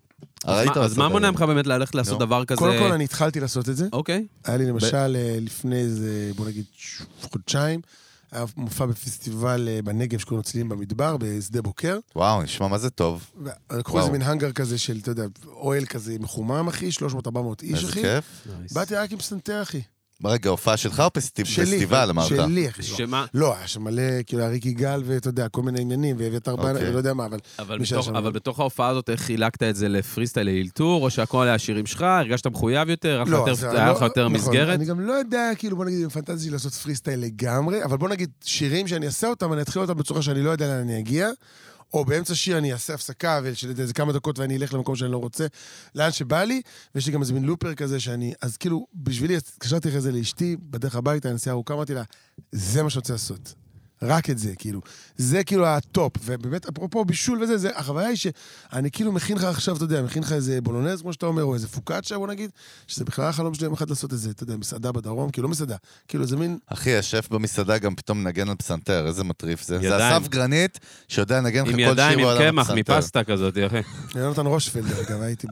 אז מה מונע ממך באמת ללכת לעשות דבר כזה? קודם כל, אני התחלתי לעשות את זה. אוקיי. היה לי למשל לפני איזה, בוא נגיד, חודשיים, היה מופע בפסטיבל בנגב שקוראים צלילים במדבר, בשדה בוקר. וואו, נשמע מה זה טוב. לקחו איזה מין הנגר כזה של, אתה יודע, אוהל כזה מחומם, אחי, 300-400 איש, אחי. איזה כיף. באתי רק עם פסנתר, אחי. רגע, הופעה שלך או פסטיבל, אמרת? שלי, אחי. שמה? לא, היה שם מלא, כאילו, אריק יגאל ואתה יודע, כל מיני עניינים, ואביתר בנה, ולא יודע מה, אבל בתוך ההופעה הזאת, איך חילקת את זה לפריסטייל לאלתור, או שהכל היה השירים שלך, הרגשת מחויב יותר, היה לך יותר מסגרת? אני גם לא יודע, כאילו, בוא נגיד, עם פנטזי לעשות פריסטייל לגמרי, אבל בוא נגיד, שירים שאני אעשה אותם, אני אתחיל אותם בצורה שאני לא יודע לאן אני אגיע, או באמצע שיר אני אעשה הפסקה, ושל איזה כמה דקות ואני אלך למקום שאני לא רוצה, לאן שבא לי, ויש לי גם איזה מין לופר כזה שאני, אז כאילו, בשבילי, קשרתי אחרי זה לאשתי, בדרך הביתה, הנסיעה ארוכה, אמרתי לה, זה מה שרוצה לעשות. רק את זה, כאילו. זה כאילו הטופ, ובאמת, אפרופו בישול וזה, החוויה היא שאני כאילו מכין לך עכשיו, אתה יודע, מכין לך איזה בולונז, כמו שאתה אומר, או איזה פוקאצ'ה, בוא נגיד, שזה בכלל החלום שלי יום אחד לעשות את זה, אתה יודע, מסעדה בדרום, כאילו לא מסעדה, כאילו זה מין... אחי, השף במסעדה גם פתאום נגן על פסנתר, איזה מטריף זה. זה אסף גרנית, שיודע לנגן לך כל שיר עם ידיים, עם קמח, מפסטה כזאת, יחי. יונתן רושפלד, אגב, הייתי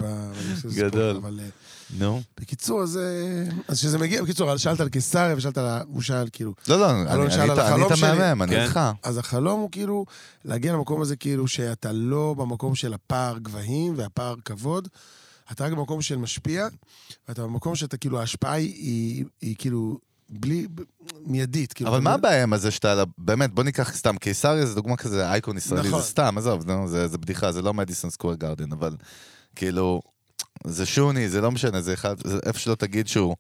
גדול. נו. בקיצור, אז שזה מגיע, בקיצור, שאלת על קיסריה ושאלת על... הוא שאל, כאילו... לא, אני מהמם, אני איתך. אז החלום הוא כאילו, להגיע למקום הזה כאילו שאתה לא במקום של הפער גבהים והפער כבוד, אתה רק במקום של משפיע, ואתה במקום שאתה כאילו, ההשפעה היא כאילו בלי, מיידית. אבל מה הבעיה עם זה שאתה, באמת, בוא ניקח סתם, קיסריה זה דוגמה כזה, אייקון ישראלי, זה סתם, עזוב, זה בדיחה, זה לא מדיסון סקוור גארדן, אבל כאילו... זה שוני, זה לא משנה, זה אחד, זה איפה שלא תגיד שהוא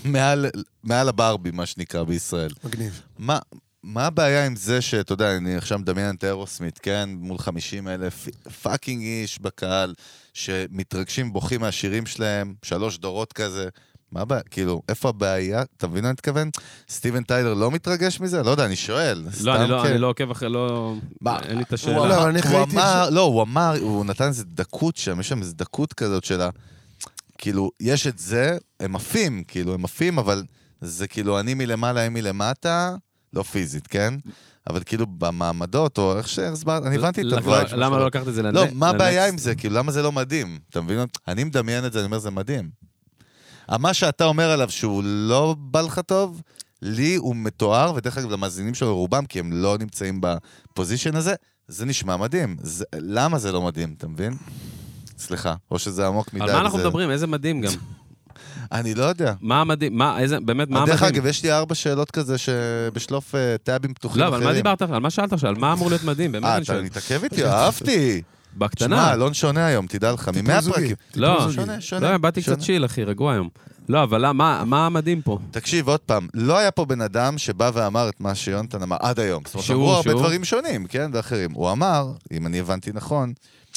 מעל הברבי, מה שנקרא בישראל. מגניב. מה הבעיה עם זה שאתה יודע, אני עכשיו מדמיין את אירוסמית, כן? מול 50,000 פאקינג איש בקהל, שמתרגשים, בוכים מהשירים שלהם, 3 דורות כזה. מה הבעיה? כאילו, איפה הבעיה? אתה מבין מה אני מתכוון? סטיבן טיילר לא מתרגש מזה? לא יודע, אני שואל. לא, אני לא עוקב אחרי, לא... אין לי את השאלה. הוא אמר, הוא נתן איזה דקות שם, יש שם איזה דקות כזאת שלה. כאילו, יש את זה, הם עפים, כאילו, הם עפים, אבל זה כאילו, אני מלמעלה, הם מלמטה, לא פיזית, כן? אבל כאילו, במעמדות, או איך שהסברת, אני הבנתי את הדברים. למה לא לקחת את זה לנקסט? לא, מה הבעיה עם זה? כאילו, למה זה לא מדהים? אתה מבין? אני מדמיין את זה, אני אומר, זה מדהים. מה שאתה אומר עליו שהוא לא בא לך טוב, לי הוא מתואר, ודרך אגב למאזינים שלו רובם, כי הם לא נמצאים בפוזישן הזה, זה נשמע מדהים. למה זה לא מדהים, אתה מבין? סליחה, או שזה עמוק מדי. על מה אנחנו מדברים? איזה מדהים גם. אני לא יודע. מה מדהים? באמת, מה מדהים? דרך אגב, יש לי 4 שאלות כזה שבשלוף טאבים פתוחים אחרים. לא, אבל מה דיברת? על מה שאלת עכשיו? על מה אמור להיות מדהים? אתה מתעכב איתי? אהבתי. בקטנה. תשמע, אלון שונה היום, תדע לך, מ100 פרקים. לא, באתי קצת שיל, אחי, רגוע היום. לא, אבל מה המדהים פה? תקשיב, עוד פעם, לא היה פה בן אדם שבא ואמר את מה שיונתן אמר עד היום. זאת אומרת, אמרו הרבה דברים שונים, כן, ואחרים. הוא אמר, אם אני הבנתי נכון,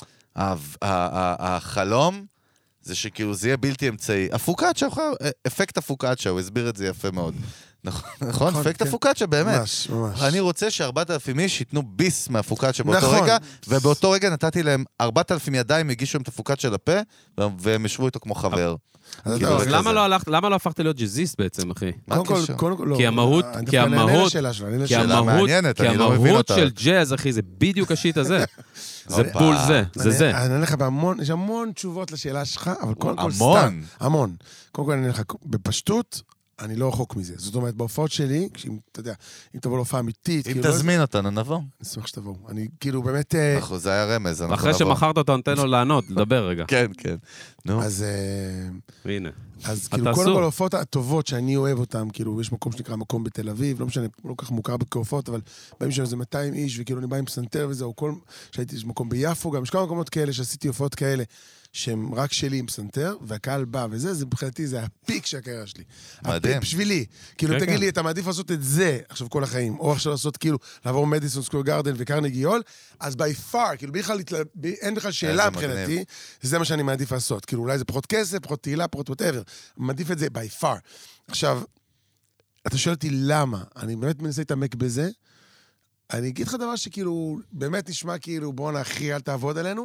החלום זה שכאילו זה יהיה בלתי אמצעי. הפוקאצ'ה, אפקט הפוקאצ'ה, הוא הסביר את זה יפה מאוד. נכון? אפקט הפוקאצ'ה, באמת. אני רוצה ש4,000 איש ייתנו ביס מהפוקאצ'ה באותו רגע, ובאותו רגע נתתי להם 4,000 ידיים, הגישו להם את הפוקאצ'ה לפה, והם ישבו איתו כמו חבר. אז למה לא הפכת להיות ג'זיסט בעצם, אחי? כי המהות של ג'אז, אחי, זה בדיוק השיט הזה. זה בול זה. אני אענה לך בהמון, יש המון תשובות לשאלה שלך, אבל קודם כל סתם. המון. קודם כל אני אענה לך בפשטות, אני לא רחוק מזה. זאת אומרת, בהופעות שלי, אתה יודע, אם תבוא להופעה אמיתית... אם תזמין אותנו, נבוא. אני אשמח שתבואו. אני כאילו באמת... זה היה רמז, אנחנו אחרי שמחרת אותו, נתן לו לענות, לדבר רגע. כן, כן. אז... והנה. אז כאילו, כל ההופעות הטובות שאני אוהב אותן, כאילו, יש מקום שנקרא מקום בתל אביב, לא משנה, לא כך מוכר בכהופעות, אבל באים שם איזה 200 איש, וכאילו אני בא עם פסנתר וזה, או כל... שהייתי מקום ביפו, גם יש כמה מקומות כאלה שעשיתי הופעות כאלה, שהם רק שלי עם פסנתר, והקהל בא וזה, זה מבחינתי, זה הפיק של הקריירה שלי. מדהים. בשבילי. כאילו, תגיד לי, אתה מעדיף לעשות את זה, עכשיו כל החיים, או עכשיו לעשות כאילו, לעבור מדיסון סקוור גארדן וקרנגי הול, אז by far, כאילו, אין בכלל שאלה מבחינתי, זה מה שאני מעדיף לעשות. כאילו, אולי זה פחות כסף, פחות תהילה, פחות whatever. מעדיף את זה by far. עכשיו, אתה שואל אותי למה, אני באמת מנסה להתעמק בזה, אני אגיד לך דבר שכאילו, באמת נשמע כאילו, בוא נאחי, אל תעבוד עלינו,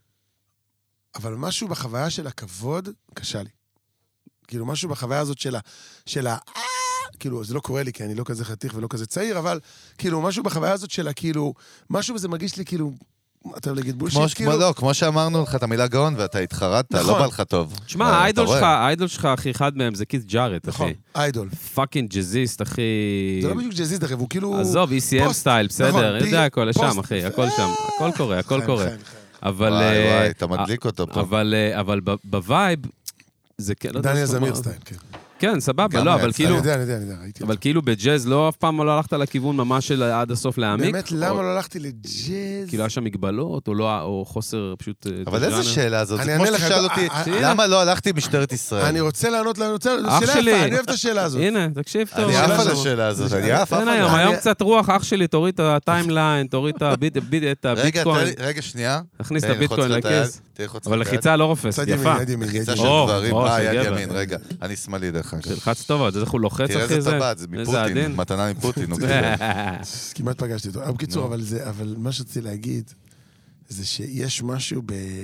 אבל משהו בחוויה של הכבוד, קשה לי. כאילו, משהו בחוויה הזאת של כאילו, זה לא קורה לי, כי אני לא כזה חתיך ולא כזה צעיר, אבל כאילו, משהו בחוויה הזאת של כאילו, משהו וזה מרגיש לי כאילו, אתה לא להגיד בולשיט, כאילו... לא, כמו שאמרנו לך את המילה גאון, ואתה התחרדת, לא בא לך טוב. שמע, האיידול שלך, אחי, אחד מהם זה קית' ג'ארט, אחי. נכון, איידול. פאקינג ג'זיסט, אחי. זה לא בדיוק ג'זיסט, אחי, הוא כאילו... עזוב, ECM סטייל, בסדר, יודע, הכל לשם, אחי, הכל שם, הכל קורה, הכל קורה. אבל... וואי, אתה מדליק אותו פה. אבל בווייב, זה כן... דניאל זמיר סטייל, כן. כן, סבבה, לא, אבל כאילו... אני יודע, ראיתי. אבל כאילו בג'אז לא אף פעם לא הלכת לכיוון ממש של עד הסוף להעמיק? באמת, למה לא הלכתי לג'אז? כאילו היה שם מגבלות, או חוסר פשוט... אבל איזה שאלה הזאת? זה כמו שתשאל אותי, למה לא הלכתי משטרת ישראל? אני רוצה לענות לנו, אח שלי. אני אוהב את השאלה הזאת. הנה, תקשיב טוב. אני עף על השאלה הזאת, אני עף עליה. היום קצת רוח, אח שלי, תוריד את הטיימליין, תוריד את הביטקוין. רגע, שנייה. תכניס את הביטקוין לכיס. אבל לחיצה לא רופס, יפה. לחיצה של גברים, יד ימין, רגע. אני שמאלי דרך אגב. תלחץ טובות, איך הוא לוחץ אחי זה. תראה איזה טבעת, זה מפוטין, מתנה מפוטין. כמעט פגשתי אותו. בקיצור, אבל מה שרציתי להגיד, זה שיש משהו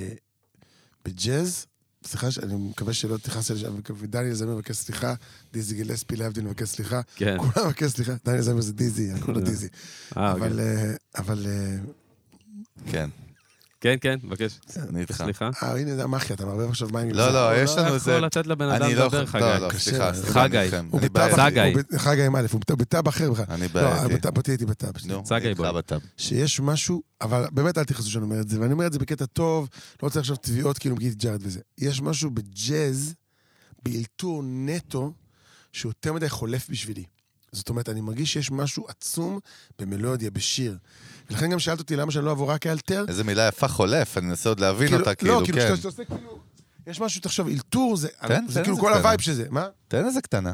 בג'אז, סליחה, אני מקווה שלא תכנס אלה, ודניאל זמיר מבקש סליחה, דיזי גילספי להבדיל מבקש סליחה, כולם מבקש סליחה, דניאל זמיר זה דיזי, אני קורא דיזי. אבל... כן. כן, כן, מבקש. אני איתך. סליחה. הנה, זה המחיה, אתה מערבב עכשיו מים עם זה. לא, יש לנו זה... לא יכול לתת לבן אדם לדבר, חגי. לא, סליחה. חגי. חגי עם א', הוא בטאב אחר בכלל. אני בעייתי. לא, בוא תהיה איתי בטאב. חגי בוא. שיש משהו, אבל באמת אל תכנסו שאני אומר את זה, ואני אומר את זה בקטע טוב, לא רוצה עכשיו תביעות כאילו מגידי ג'ארד וזה. יש משהו בג'אז, באלתור נטו, שהוא יותר מדי חולף בשבילי. זאת אומרת, אני מרגיש שיש משהו עצום במלודיה, בשיר. ולכן גם שאלת אותי למה שאני לא אעבור רק כאלתר. איזה מילה יפה חולף, אני אנסה עוד להבין אותה, כאילו, כן. לא, כאילו, שאתה עושה כאילו... יש משהו, תחשוב, אלתור זה כאילו כל הווייב שזה, מה? תן איזה קטנה.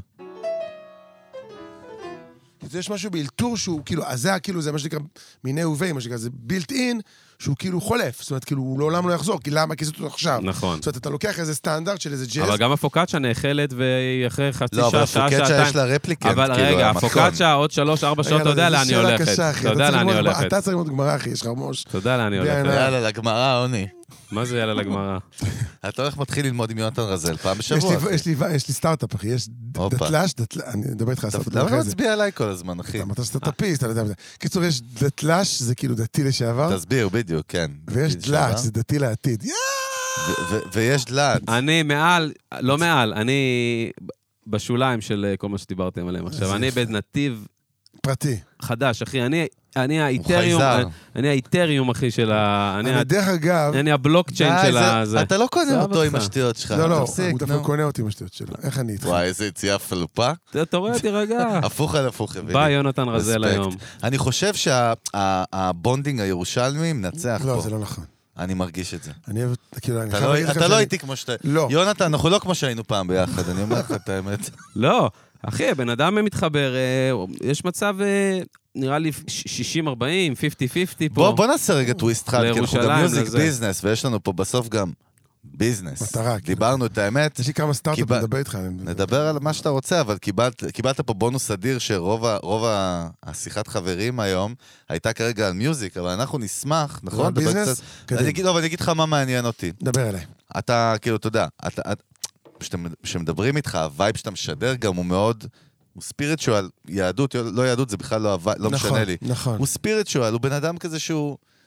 יש משהו באלתור שהוא כאילו, אז זה כאילו, זה מה שנקרא מיני ובי, מה שנקרא, זה בילט אין, שהוא כאילו חולף, זאת אומרת, כאילו, הוא לעולם לא יחזור, כי למה כיסות אותו עכשיו? נכון. זאת אומרת, אתה לוקח איזה סטנדרט של איזה ג'אז. אבל גם הפוקאצ'ה נאכלת, ואחרי חצי שעה, שעה, שעתיים. יש לה רפליקנט, אבל רגע, הפוקאצ'ה עוד 3-4 שעות, אתה יודע לאן היא הולכת. אתה יודע לאן היא הולכת. אתה צריך ללמוד גמרא, אחי, יש לך מוש. אתה יודע לאן היא הולכת. יאללה, לגמרא, עוני. מה זה יאללה לגמרא? אתה הולך מתחיל ללמוד עם יונתן רזל, פעם בשבוע. יש לי סטארט-אפ, אחי, יש דתל"ש, אני מדבר איתך על סטארט-אפ. למה אתה מצביע עליי כל הזמן, אחי? אתה סטארט-אפיסט, אתה יודע. קיצור, יש דתל"ש, זה כאילו דתי לשעבר. תסביר, בדיוק, כן. ויש דל"ש, זה דתי לעתיד. ויש דל"ש. אני לא מעל, אני בשוליים של כל מה שדיברתם עליהם עכשיו. אני בנתיב... פרטי. חדש, אחי. אני האיתריום, אחי, של ה... אני דרך אגב... אני הבלוקצ'יין של ה... אתה לא קונה אותו עם השטויות שלך. לא, הוא דווקא קונה אותי עם השטויות שלו. איך אני איתך? וואי, איזה יציאה פלופה. אתה רואה אותי רגע. הפוך על הפוך. בא יונתן רזל היום. אני חושב שהבונדינג הירושלמי מנצח פה. לא, זה לא נכון. אני מרגיש את זה. אתה לא איתי כמו שאתה... לא. יונתן, אנחנו לא כמו שהיינו פעם ביחד, אני אומר לך את האמת. לא, אחי, בן אדם מתחבר, יש מצב... נראה לי 60-40, 50-50 פה. בוא נעשה רגע טוויסט חד, כי אנחנו גם מיוזיק ביזנס, ויש לנו פה בסוף גם ביזנס. מטרה. דיברנו את האמת. יש לי כמה סטארט-אפ לדבר איתך. נדבר על מה שאתה רוצה, אבל קיבלת פה בונוס אדיר, שרוב השיחת חברים היום הייתה כרגע על מיוזיק, אבל אנחנו נשמח, נכון? ביזנס? אני אגיד לך מה מעניין אותי. דבר אליי. אתה, כאילו, אתה יודע, כשמדברים איתך, הווייב שאתה משדר גם הוא מאוד... הוא ספיריטואל, יהדות, לא יהדות, זה בכלל לא משנה לי. נכון. הוא ספיריטואל, הוא בן אדם כזה שהוא,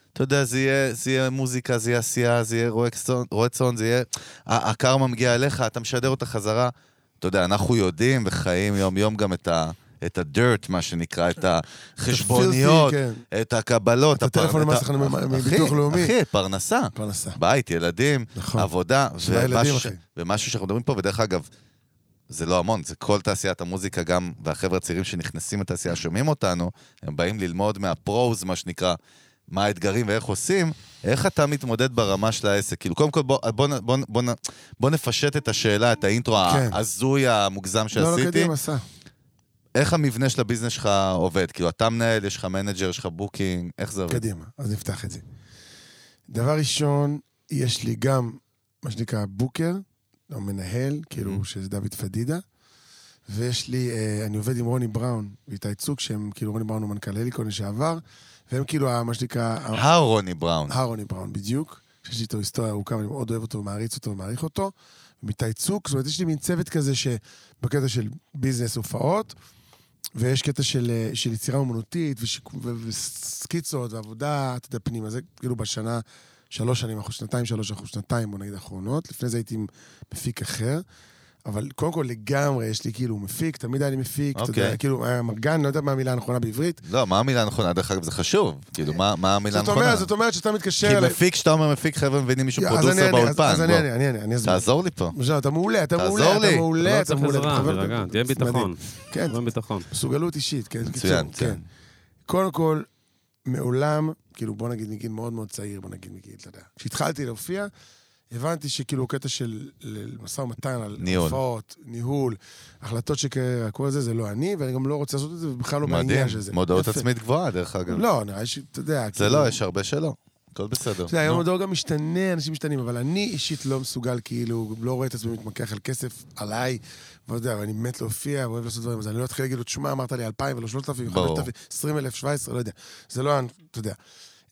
אתה יודע, זה יהיה מוזיקה, זה יהיה עשייה, זה יהיה רועצון, זה יהיה... הקרמה מגיעה אליך, אתה משדר אותה חזרה. אתה יודע, אנחנו יודעים וחיים יום גם את הדירט, מה שנקרא, את החשבוניות, את הקבלות. את הטלפון למסך מביטוח לאומי. אחי, פרנסה. בית, ילדים, עבודה. ומשהו שאנחנו מדברים פה, ודרך אגב, זה לא המון, זה כל תעשיית המוזיקה גם, והחבר'ה הצעירים שנכנסים לתעשייה, שומעים אותנו, הם באים ללמוד מהפרוז, מה שנקרא, מה האתגרים ואיך עושים, איך אתה מתמודד ברמה של העסק. כאילו, קודם כל, בוא נפשט את השאלה, את האינטרו הזוי המוגזם שעשיתי. לא, קדימה, עשה. איך המבנה של הביזנס שלך עובד? כאילו, אתה מנהל, יש לך מנג'ר, יש לך בוקינג, איך זה עובד? קדימה, אז נפתח את זה. דבר ראשון, יש לי גם, מה שנקרא, בוקר, או מנהל, כאילו, שזה דוד פדידה, ויש לי, אני עובד עם רוני בראון, ואיתי צוק, שהם, כאילו, רוני בראון הוא מנכ"ל הליקון לשעבר, והם כאילו, מה שנקרא... רוני בראון. רוני בראון, בדיוק. שיש לי איתו היסטוריה ארוכה, ואני מאוד אוהב אותו, ומעריץ אותו, ומעריך אותו. ואיתי צוק, זאת אומרת, יש לי מין צוות כזה, שבקטע של ביזנס הופעות, ויש קטע של יצירה אומנותית, וסקיצות, ועבודה, אתה יודע, פנימה. זה כאילו בשנה, 3 שנים, 2-3 בוא נגיד האחרונות. לפני זה הייתי מפיק אחר. אבל קודם כל לגמרי, יש לי כאילו מפיק, תמיד היה לי מפיק, אתה יודע, כאילו, מרגן, לא יודע מה המילה הנכונה בעברית. לא, מה המילה הנכונה? דרך אגב, זה חשוב. כאילו, מה המילה הנכונה? זאת אומרת שאתה מתקשר... כי מפיק, שאתה אומר מפיק, חבר'ה מבינים מישהו פרודוסר באולפן. אז אני אסביר. תעזור לי פה. אתה מעולה, לא צריך עזרה, תרגע, תהיה ביטחון. כן, מסוגלות אישית, כן. מצוין. קודם כל, מעולם, כאילו, בוא נגיד מאוד מאוד צעיר, בוא נגיד, אתה יודע. כשהתחלתי להופיע, הבנתי שכאילו קטע של משא ומתן על הופעות, ניהול, החלטות שכל זה, זה לא אני, ואני גם לא רוצה לעשות את זה, ובכלל לא בעניין של זה. מודעות עצמית גבוהה, דרך אגב. לא, נראה שאתה יודע. זה לא, יש הרבה שלא. הכל בסדר. אתה יודע, היום המודעות גם משתנה, אנשים משתנים, אבל אני אישית לא מסוגל, כאילו, לא רואה את עצמי מתמקח על כסף עליי, ואתה יודע, ואני מת להופיע, ואוהב לעשות דברים, אז אני לא אתחיל להגיד לו, תשמע, אמרת לי 2,000 ולא 3,000, 5,000, 20,000, 17, לא יודע. זה לא, אתה יודע.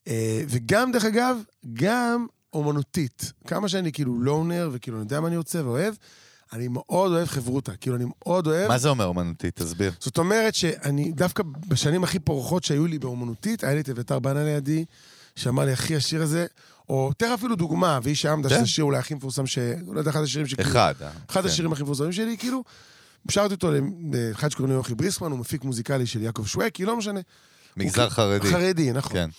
וגם, דרך אגב, גם אומנותית. כמה שאני כאילו לונר, וכאילו אני יודע מה אני רוצה ואוהב, אני מאוד אוהב חברותה. כאילו אני מאוד אוהב... מה זה אומר אומנותית? תסביר. זאת אומרת שאני, דווקא בשנים הכי פורחות שהיו לי באומנותית, היה לי את אביתר בנה לידי, שאמר לי, אחי, השיר הזה, או תראה אפילו דוגמה, והיא שעמדה שזה שיר אולי הכי מפורסם, לא יודע, אחד השירים שכאילו... אחד השירים הכי מפורסמים שלי, כאילו, שרתי אותו לאחד שקוראים לי יוכי בריסקמן, הוא מפיק מוזיקלי של יעקב שווקי, לא משנה. מגזר חרדי. חרדי, נכון. כן.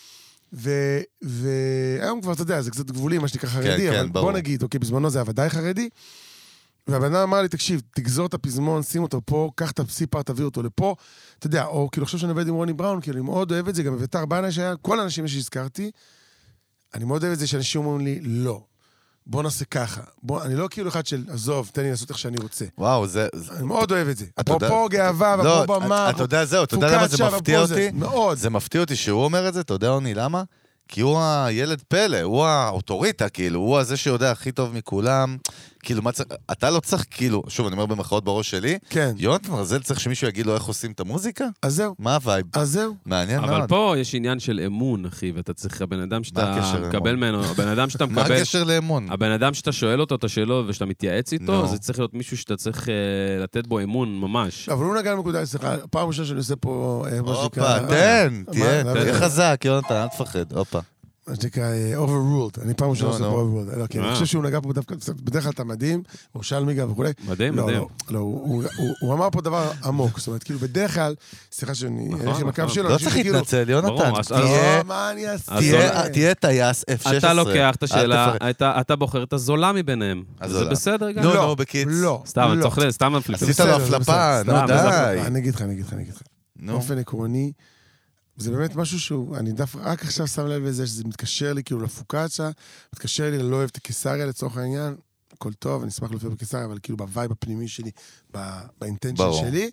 והיום כבר, אתה יודע, זה קצת גבולי, מה שנקרא חרדי, אבל בוא נגיד, אוקיי, בזמנו זה ודאי חרדי, והבן אדם אמר לי, תקשיב, תגזור את הפזמון, שים אותו פה, קח את הסיפר, תביא אותו לפה, אתה יודע, או כאילו עכשיו שאני עובד עם רוני בראון, כאילו אני מאוד אוהב את זה, גם אביתר בנה שהיה, כל האנשים שהזכרתי, אני מאוד אוהב את זה שאנשים אומרים לי, לא, בוא נעשה ככה, אני לא כאילו אחד של, עזוב, תן לי לעשות איך שאני רוצה. וואו, זה... אני מאוד אוהב את זה. פה גאווה, ופה במה, אתה יודע, זהו, אתה יודע למה זה מפתיע אותי? זה מפתיע אותי שהוא אומר את זה, אתה יודע, עוני, למה? כי הוא הילד פלא, הוא האוטוריטה, כאילו, הוא הזה שיודע הכי טוב מכולם, כאילו, אתה לא צריך, כאילו, שוב, אני אומר במחאות בראש שלי, כן. יונתן מרזל צריך שמישהו יגיד לו איך עושים את המוזיקה? אז זהו. מה הווייב? אז זהו. מעניין מאוד. אבל פה יש עניין של אמון, אחי, ואתה צריך, הבן אדם שאתה מקבל ממנו, הבן אדם שאתה מקבל... מה הקשר לאמון? הבן אדם שאתה שואל אותו את השאלות ושאתה מתייעץ איתו, זה צריך להיות מישהו שאתה צריך לתת בו אמון ממש. אבל הוא נגע לנקודה, סליחה, פעם ראשונה שאני עושה פה... הופה, תהיה חזק, יונתן, אל תפחד, הופה. מה שנקרא, overruled. אני פעם ראשונה עושה פה overruled. אני חושב שהוא נגע פה דווקא, בדרך כלל אתה מדהים, או שאל מיגה וכו'. מדהים, מדהים. לא, הוא אמר פה דבר עמוק. זאת אומרת, כאילו, בדרך כלל, סליחה שאני אלך עם הקו שלו. לא צריך להתנצל, יונתן. מה אני אעשה? תהיה טייס F-16. אתה לוקח את השאלה, אתה בוחר את הזולה מביניהם. זה בסדר גם? לא, בקיץ. לא. סתם, אני צוחק, סתם מפליפים. עשית לו הפלפה, נו די. אני אגיד לך. באופן עקרוני, זה באמת משהו שהוא, אני רק עכשיו שם לב לזה, שזה מתקשר לי כאילו לפוקאצ'ה, מתקשר לי, לא אוהב את הקיסריה לצורך העניין, הכל טוב, אני אשמח להופיע בקיסריה, אבל כאילו בווייב הפנימי שלי, באינטנשן שלי,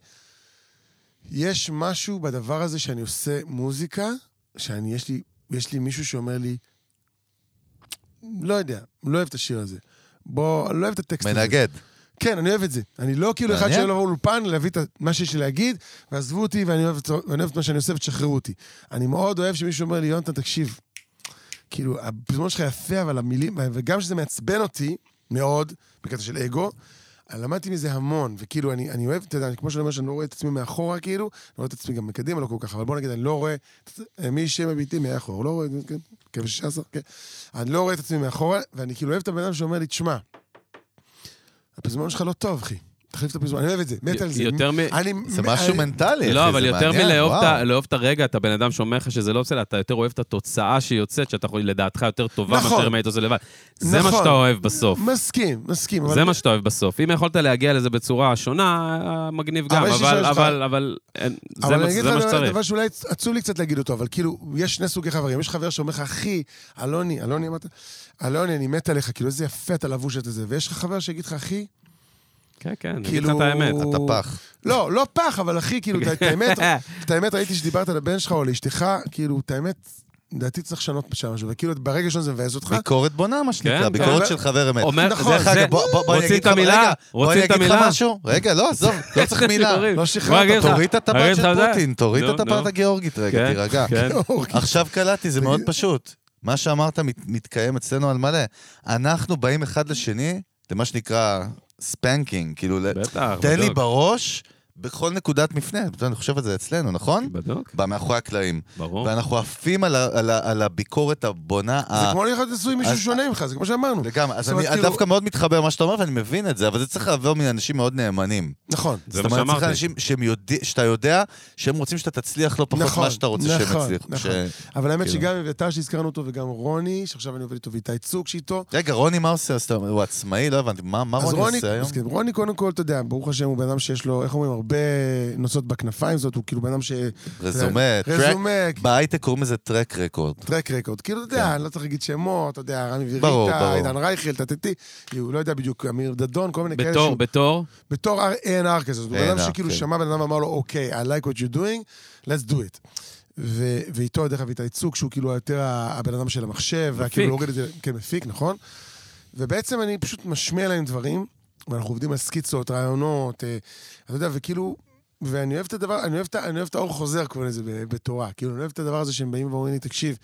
יש משהו בדבר הזה שאני עושה מוזיקה, יש לי מישהו שאומר לי, לא יודע, לא אוהב את השיר הזה, לא אוהב את הטקסט הזה. מנגד. כן, אני אוהב את זה. אני לא כאילו אחד שלא עבור לאולפן, להביא את מה שיש לי להגיד, ועזבו אותי, ואני אוהב את מה שאני עושה, ותשחררו אותי. אני מאוד אוהב שמישהו אומר לי, יונתן, תקשיב, כאילו, הפזמון שלך יפה, אבל המילים, וגם שזה מעצבן אותי מאוד, בקטע של אגו, למדתי מזה המון, וכאילו אני אוהב, אתה יודע, כמו שאני אומר שאני לא רואה את עצמי מאחורה, כאילו, אני רואה את עצמי גם מקדימה, לא כל כך, אבל בוא נגיד, אני לא רואה, מי שמביטי מאחור, לא רואה, כן, כבש 16, כן. אני לא רואה את עצמי מאחורה, ואני כאילו אוהב את הבן אדם שאומר לי, תשמע, הפזמון שלך לא טוב, אחי. תחליף את הפזמון, אני אוהב את זה, מת על זה. זה משהו מנטלי, לא, אבל יותר מלאהוב את הרגע, אתה בן אדם שאומר לך שזה לא עושה, אתה יותר אוהב את התוצאה שיוצאת, שאתה יכול לדעתך יותר טובה מאשר אם היית עושה לבד. זה מה שאתה אוהב בסוף. מסכים. זה מה שאתה אוהב בסוף. אם יכולת להגיע לזה בצורה שונה, מגניב גם, אבל זה מה שצריך. דבר שאולי עצוב לי קצת להגיד אותו, אבל כאילו, יש שני סוגי חברים. יש חבר שאומר לך, אחי, אלוני, אני מת עליך, כאילו, איזה יפה אתה לבוש את זה. ויש לך חבר שיגיד לך, אחי, כן, נגיד לך את האמת. אתה פח. לא פח, אבל אחי, כאילו, את האמת ראיתי שדיברת על הבן שלך או לאשתך, כאילו, את האמת, לדעתי צריך לשנות שם משהו, וכאילו, ברגע שלנו זה מבאס אותך. ביקורת בונה, מה שנקרא, ביקורת של חבר אמת. נכון, רוצים את המילה? בוא אני אגיד לך משהו? רגע, לא, עזוב, לא צריך מילה. לא שחררת. תוריד את הטבעת של פוטין, תוריד את הטבעת הגיאורגית רגע, תירגע. עכשיו קלטתי, זה מאוד פשוט. מה שאמרת מתקיים אצלנו על מלא. אנחנו באים אחד לשני, למה שנקרא ספנקינג, כאילו, תן לי בראש בכל נקודת מפנה. אני חושב על זה אצלנו, נכון? בדוק. מאחורי הקלעים. ברור. ואנחנו עפים על הביקורת הבונה. זה כמו ללכת לסוי מישהו שונה ממך, זה כמו שאמרנו. לגמרי, אז אני דווקא מאוד מתחבר מה שאתה אומר, ואני מבין את זה, אבל זה צריך לעבור מאנשים מאוד נאמנים. נכון. זה מה שאמרתי. זאת אומרת, צריך אנשים שאתה יודע שהם רוצים שאתה תצליח לא פחות מה שאתה רוצה שהם יצליחו. אבל האמת שגם אביתר שהזכרנו אותו, וגם רוני, שעכשיו אני עובד איתו, ואיתי צוק שאיתו. רגע, רוני מה עושה? הוא עצמאי, לא הבנתי. מה רוני עושה היום? רוני, קודם כל, אתה יודע, ברוך השם, הוא בן אדם שיש לו, איך אומרים, הרבה נוצות בכנפיים, זאת הוא כאילו בן אדם ש... רזומה, בהייטק קוראים לזה טרק רקורד. טרק רקורד, כאילו, אתה יודע, אני לא צריך להגיד שמות, אתה יודע, רמי ויריטה, עידן רייכל, תתתי, הוא לא יודע בדיוק, אמיר דדון, כל מיני כאלה. בתור A&R כזה, זאת בן אדם שכאילו שמע בן אדם ואמר לו, אוקיי, I like what you're doing, let's do it. ואיתו, דרך אביתי צוק, שהוא כאילו יותר הבן אדם של המחשב, וכאילו הוריד את זה, כן, מפיק, נכון? ובעצם אני פשוט משמיע להם דברים, ואנחנו עובדים על סקיצות, רעיונות, אתה יודע, וכאילו, ואני אוהב את הדבר, אני אוהב את האור חוזר, קוראים לזה בתורה, כאילו, אני אוהב את הדבר הזה שהם באים ואומרים לי, תקשיב,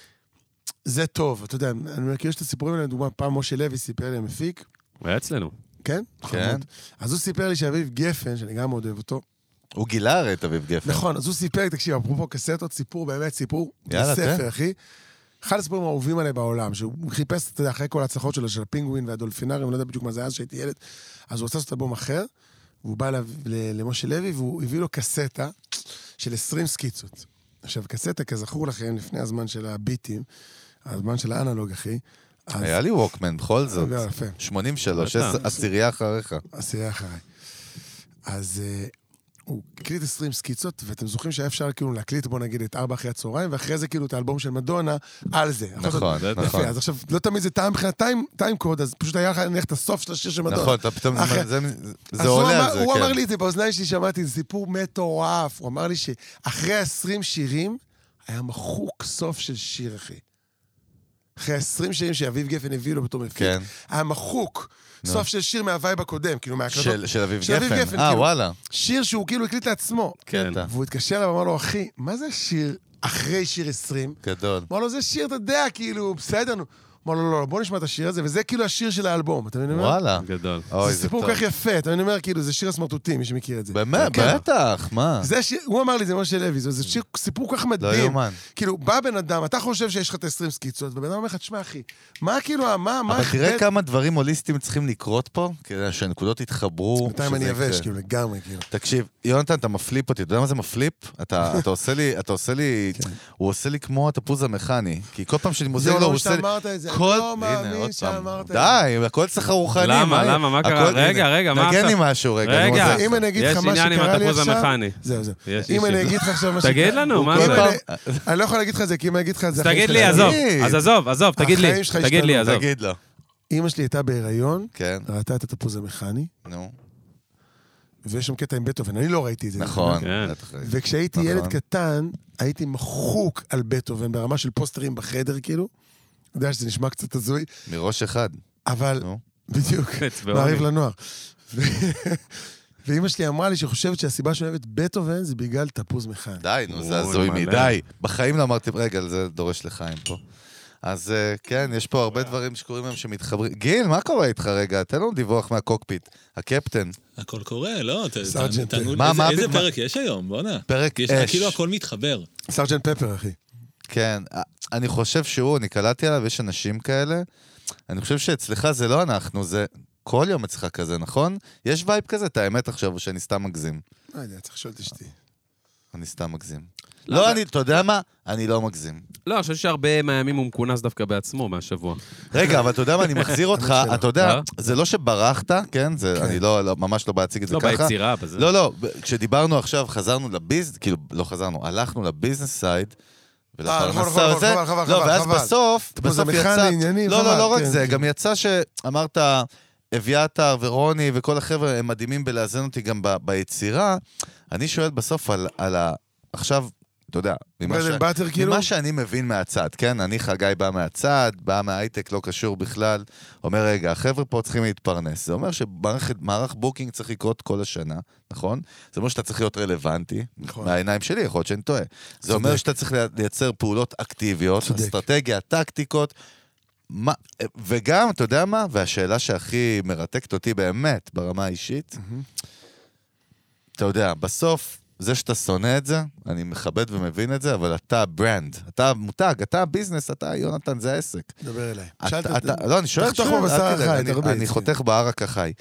זה טוב, אתה יודע, אני מכיר את הסיפורים האלה, לדוגמה, פעם משה לוי סיפר לי, המפיק. הוא היה אצלנו. כן? כן. אז הוא סיפר לי שאביב גפן, שאני גם מאוד אוהב אותו. הוא גילה הרי את אביב גפן. נכון, אז הוא סיפר לי, תקשיב, אפרופו קסטות, סיפור, באמת סיפור, ספר, אחי. אחד הסיפורים האהובים עליי בעולם, שהוא חיפש, אתה יודע, אחרי כל ההצלחות שלו, של הפינגווין והדולפינרים, לא יודע בדיוק מה זה אז, שהייתי ילד, אז הוא עושה לעשות אלבום אחר, והוא בא למשה לוי, והוא הביא לו קסטה של 20 סקיצות. עכשיו, קסטה, כזכור לכם, לפני הזמן של הביטים, הזמן של האנלוג, אחי. היה לי ווקמן, בכל זאת. 83, עשירייה אחריך. עשירייה אחריי. אז הוא הקליט 20 סקיצות, ואתם זוכרים שהיה אפשר כאילו להקליט, בוא נגיד, את 4 אחרי הצהריים, ואחרי זה כאילו את האלבום של מדונה על זה. נכון, נכון. אז עכשיו, לא תמיד זה טיים קוד, אז פשוט היה לך נלך את הסוף של השיר של מדונה. נכון, אתה פתאום, זה עולה על זה, כן. הוא אמר לי את זה, באוזניים שלי שמעתי, זה סיפור מטורף. הוא אמר לי שאחרי 20 שירים, היה מחוק סוף של שיר, אחי. אחרי 20 שירים שאביב גפן הביא לו בתור מפיק, היה מחוק. סוף של שיר מהווייב הקודם, כאילו מהקלטות. של אביב גפן. וואלה. שיר שהוא כאילו הקליט לעצמו. כן. והוא התקשר אליו ואמר לו, אחי, מה זה שיר אחרי שיר 20? גדול. אמר לו, זה שיר, אתה יודע, כאילו, בסדר, אמר לו, לא, בוא נשמע את השיר הזה, וזה כאילו השיר של האלבום, אתה מבין? וואלה. גדול. זה סיפור כך יפה, אתה אומר, כאילו, זה שיר הסמרטוטים, מי שמכיר את זה. באמת, בטח, מה? הוא אמר לי, זה משה לוי, זה סיפור כך מדהים. לא יומן. כאילו, בא בן אדם, אתה חושב שיש לך את 20 סקיצות, ובן אדם אומר לך, תשמע, אחי, מה כאילו, מה... אבל תראה כמה דברים הוליסטיים צריכים לקרות פה, כדי שהנקודות יתחברו. בינתיים אני אבש, כאילו, לגמרי, כאילו. תקשיב, יונתן, אתה מפליפ אותי, אתה יודע מה זה מפליפ? אתה עושה לי, הוא עושה לי כמו התפוז המכני, כי כל פעם שאני מוזג לו, הוא עושה לי... די, הכל צחר רוחני. למה? מה קרה? רגע, מה עכשיו? נגן לי משהו, רגע. אם אני אגיד לך מה שקרה לי עכשיו... זהו. אם אני אגיד לך עכשיו מה שקרה... תגיד לנו, מה זה? אני לא יכול להגיד לך את זה, כי אם אני אגיד לך את זה... תגיד לי, עזוב, תגיד לי, עזוב. תגיד לו. אמא שלי הייתה בהיריון, כן. ראתה את התפוז המכני. נו. ויש שם קטע עם בטהובן, אני לא ראיתי את זה. נכון. וכשהייתי ילד קטן, הייתי מחוק על בטהובן, ברמה של פוסטרים בחדר, כאילו. אתה יודע שזה נשמע קצת הזוי. מראש אחד. אבל, בדיוק, מעריב לנוער. ואמא שלי אמרה לי שחושבת שהסיבה שאני אוהבת בטהובן זה בגלל תפוז מכני. די, נו, זה הזוי מדי. בחיים לא אמרתי, רגע, זה דורש לחיים פה. אז כן, יש פה הרבה דברים שקורים היום שמתחברים. גיל, מה קורה איתך רגע? תן לנו דיווח מהקוקפיט. הקפטן. הכל קורה, לא? סרג'נט. איזה פרק יש היום? בוא נע. פרק אש. כאילו הכל מתחבר. סרג'נט פפר, אחי. כן, אני חושב אני קלטתי עליו, יש אנשים כאלה. אני חושב שאצלך זה לא אנחנו, זה כל יום אצלך כזה, נכון? יש וייב כזה, את האמת עכשיו, שאני סתם מגזים. לא יודע, צריך לשאול את אשתי. אני סתם מגזים. לא, אתה יודע מה? אני לא מגזים. לא, אני חושב שהרבה מהימים הוא מכונס דווקא בעצמו מהשבוע. רגע, אבל אתה יודע מה, אני מחזיר אותך, אתה יודע, זה לא שברחת, כן? אני ממש לא בהציג את זה ככה. לא, ביצירה, בזה. לא, כשדיברנו עכשיו, חזרנו לביזנס, כאילו, לא חזרנו, הלכנו לביזנס סייד, ולפרנסה הזה, לא, ואז בסוף יצא, לא רק זה, גם יצא שאמרת, אביתר ורוני וכל החבר'ה הם מדהימים בלאזן אותי גם ביצירה, אני שואל בסוף על עכשיו, אתה יודע, ממה שאני מבין מהצד, כן? אני חגי בא מהצד, בא מההייטק, לא קשור בכלל, אומר, רגע, החבר'ה פה צריכים להתפרנס, זה אומר שמערך בוקינג צריך לקרות כל השנה, נכון? זה אומר שאתה צריך להיות רלוונטי, מהעיניים שלי, יכול להיות שאני טועה. זה אומר שאתה צריך לייצר פעולות אקטיביות, אסטרטגיה, טקטיקות, וגם, אתה יודע מה? והשאלה שהכי מרתקת אותי באמת, ברמה האישית, אתה יודע, בסוף, זה שאתה שונא את זה, אני מכבד ומבין את זה, אבל אתה ברנד, אתה מותג, אתה ביזנס, אתה יונתן, זה העסק. דבר אליי. לא, אני שואל, אני חותך בערק החי.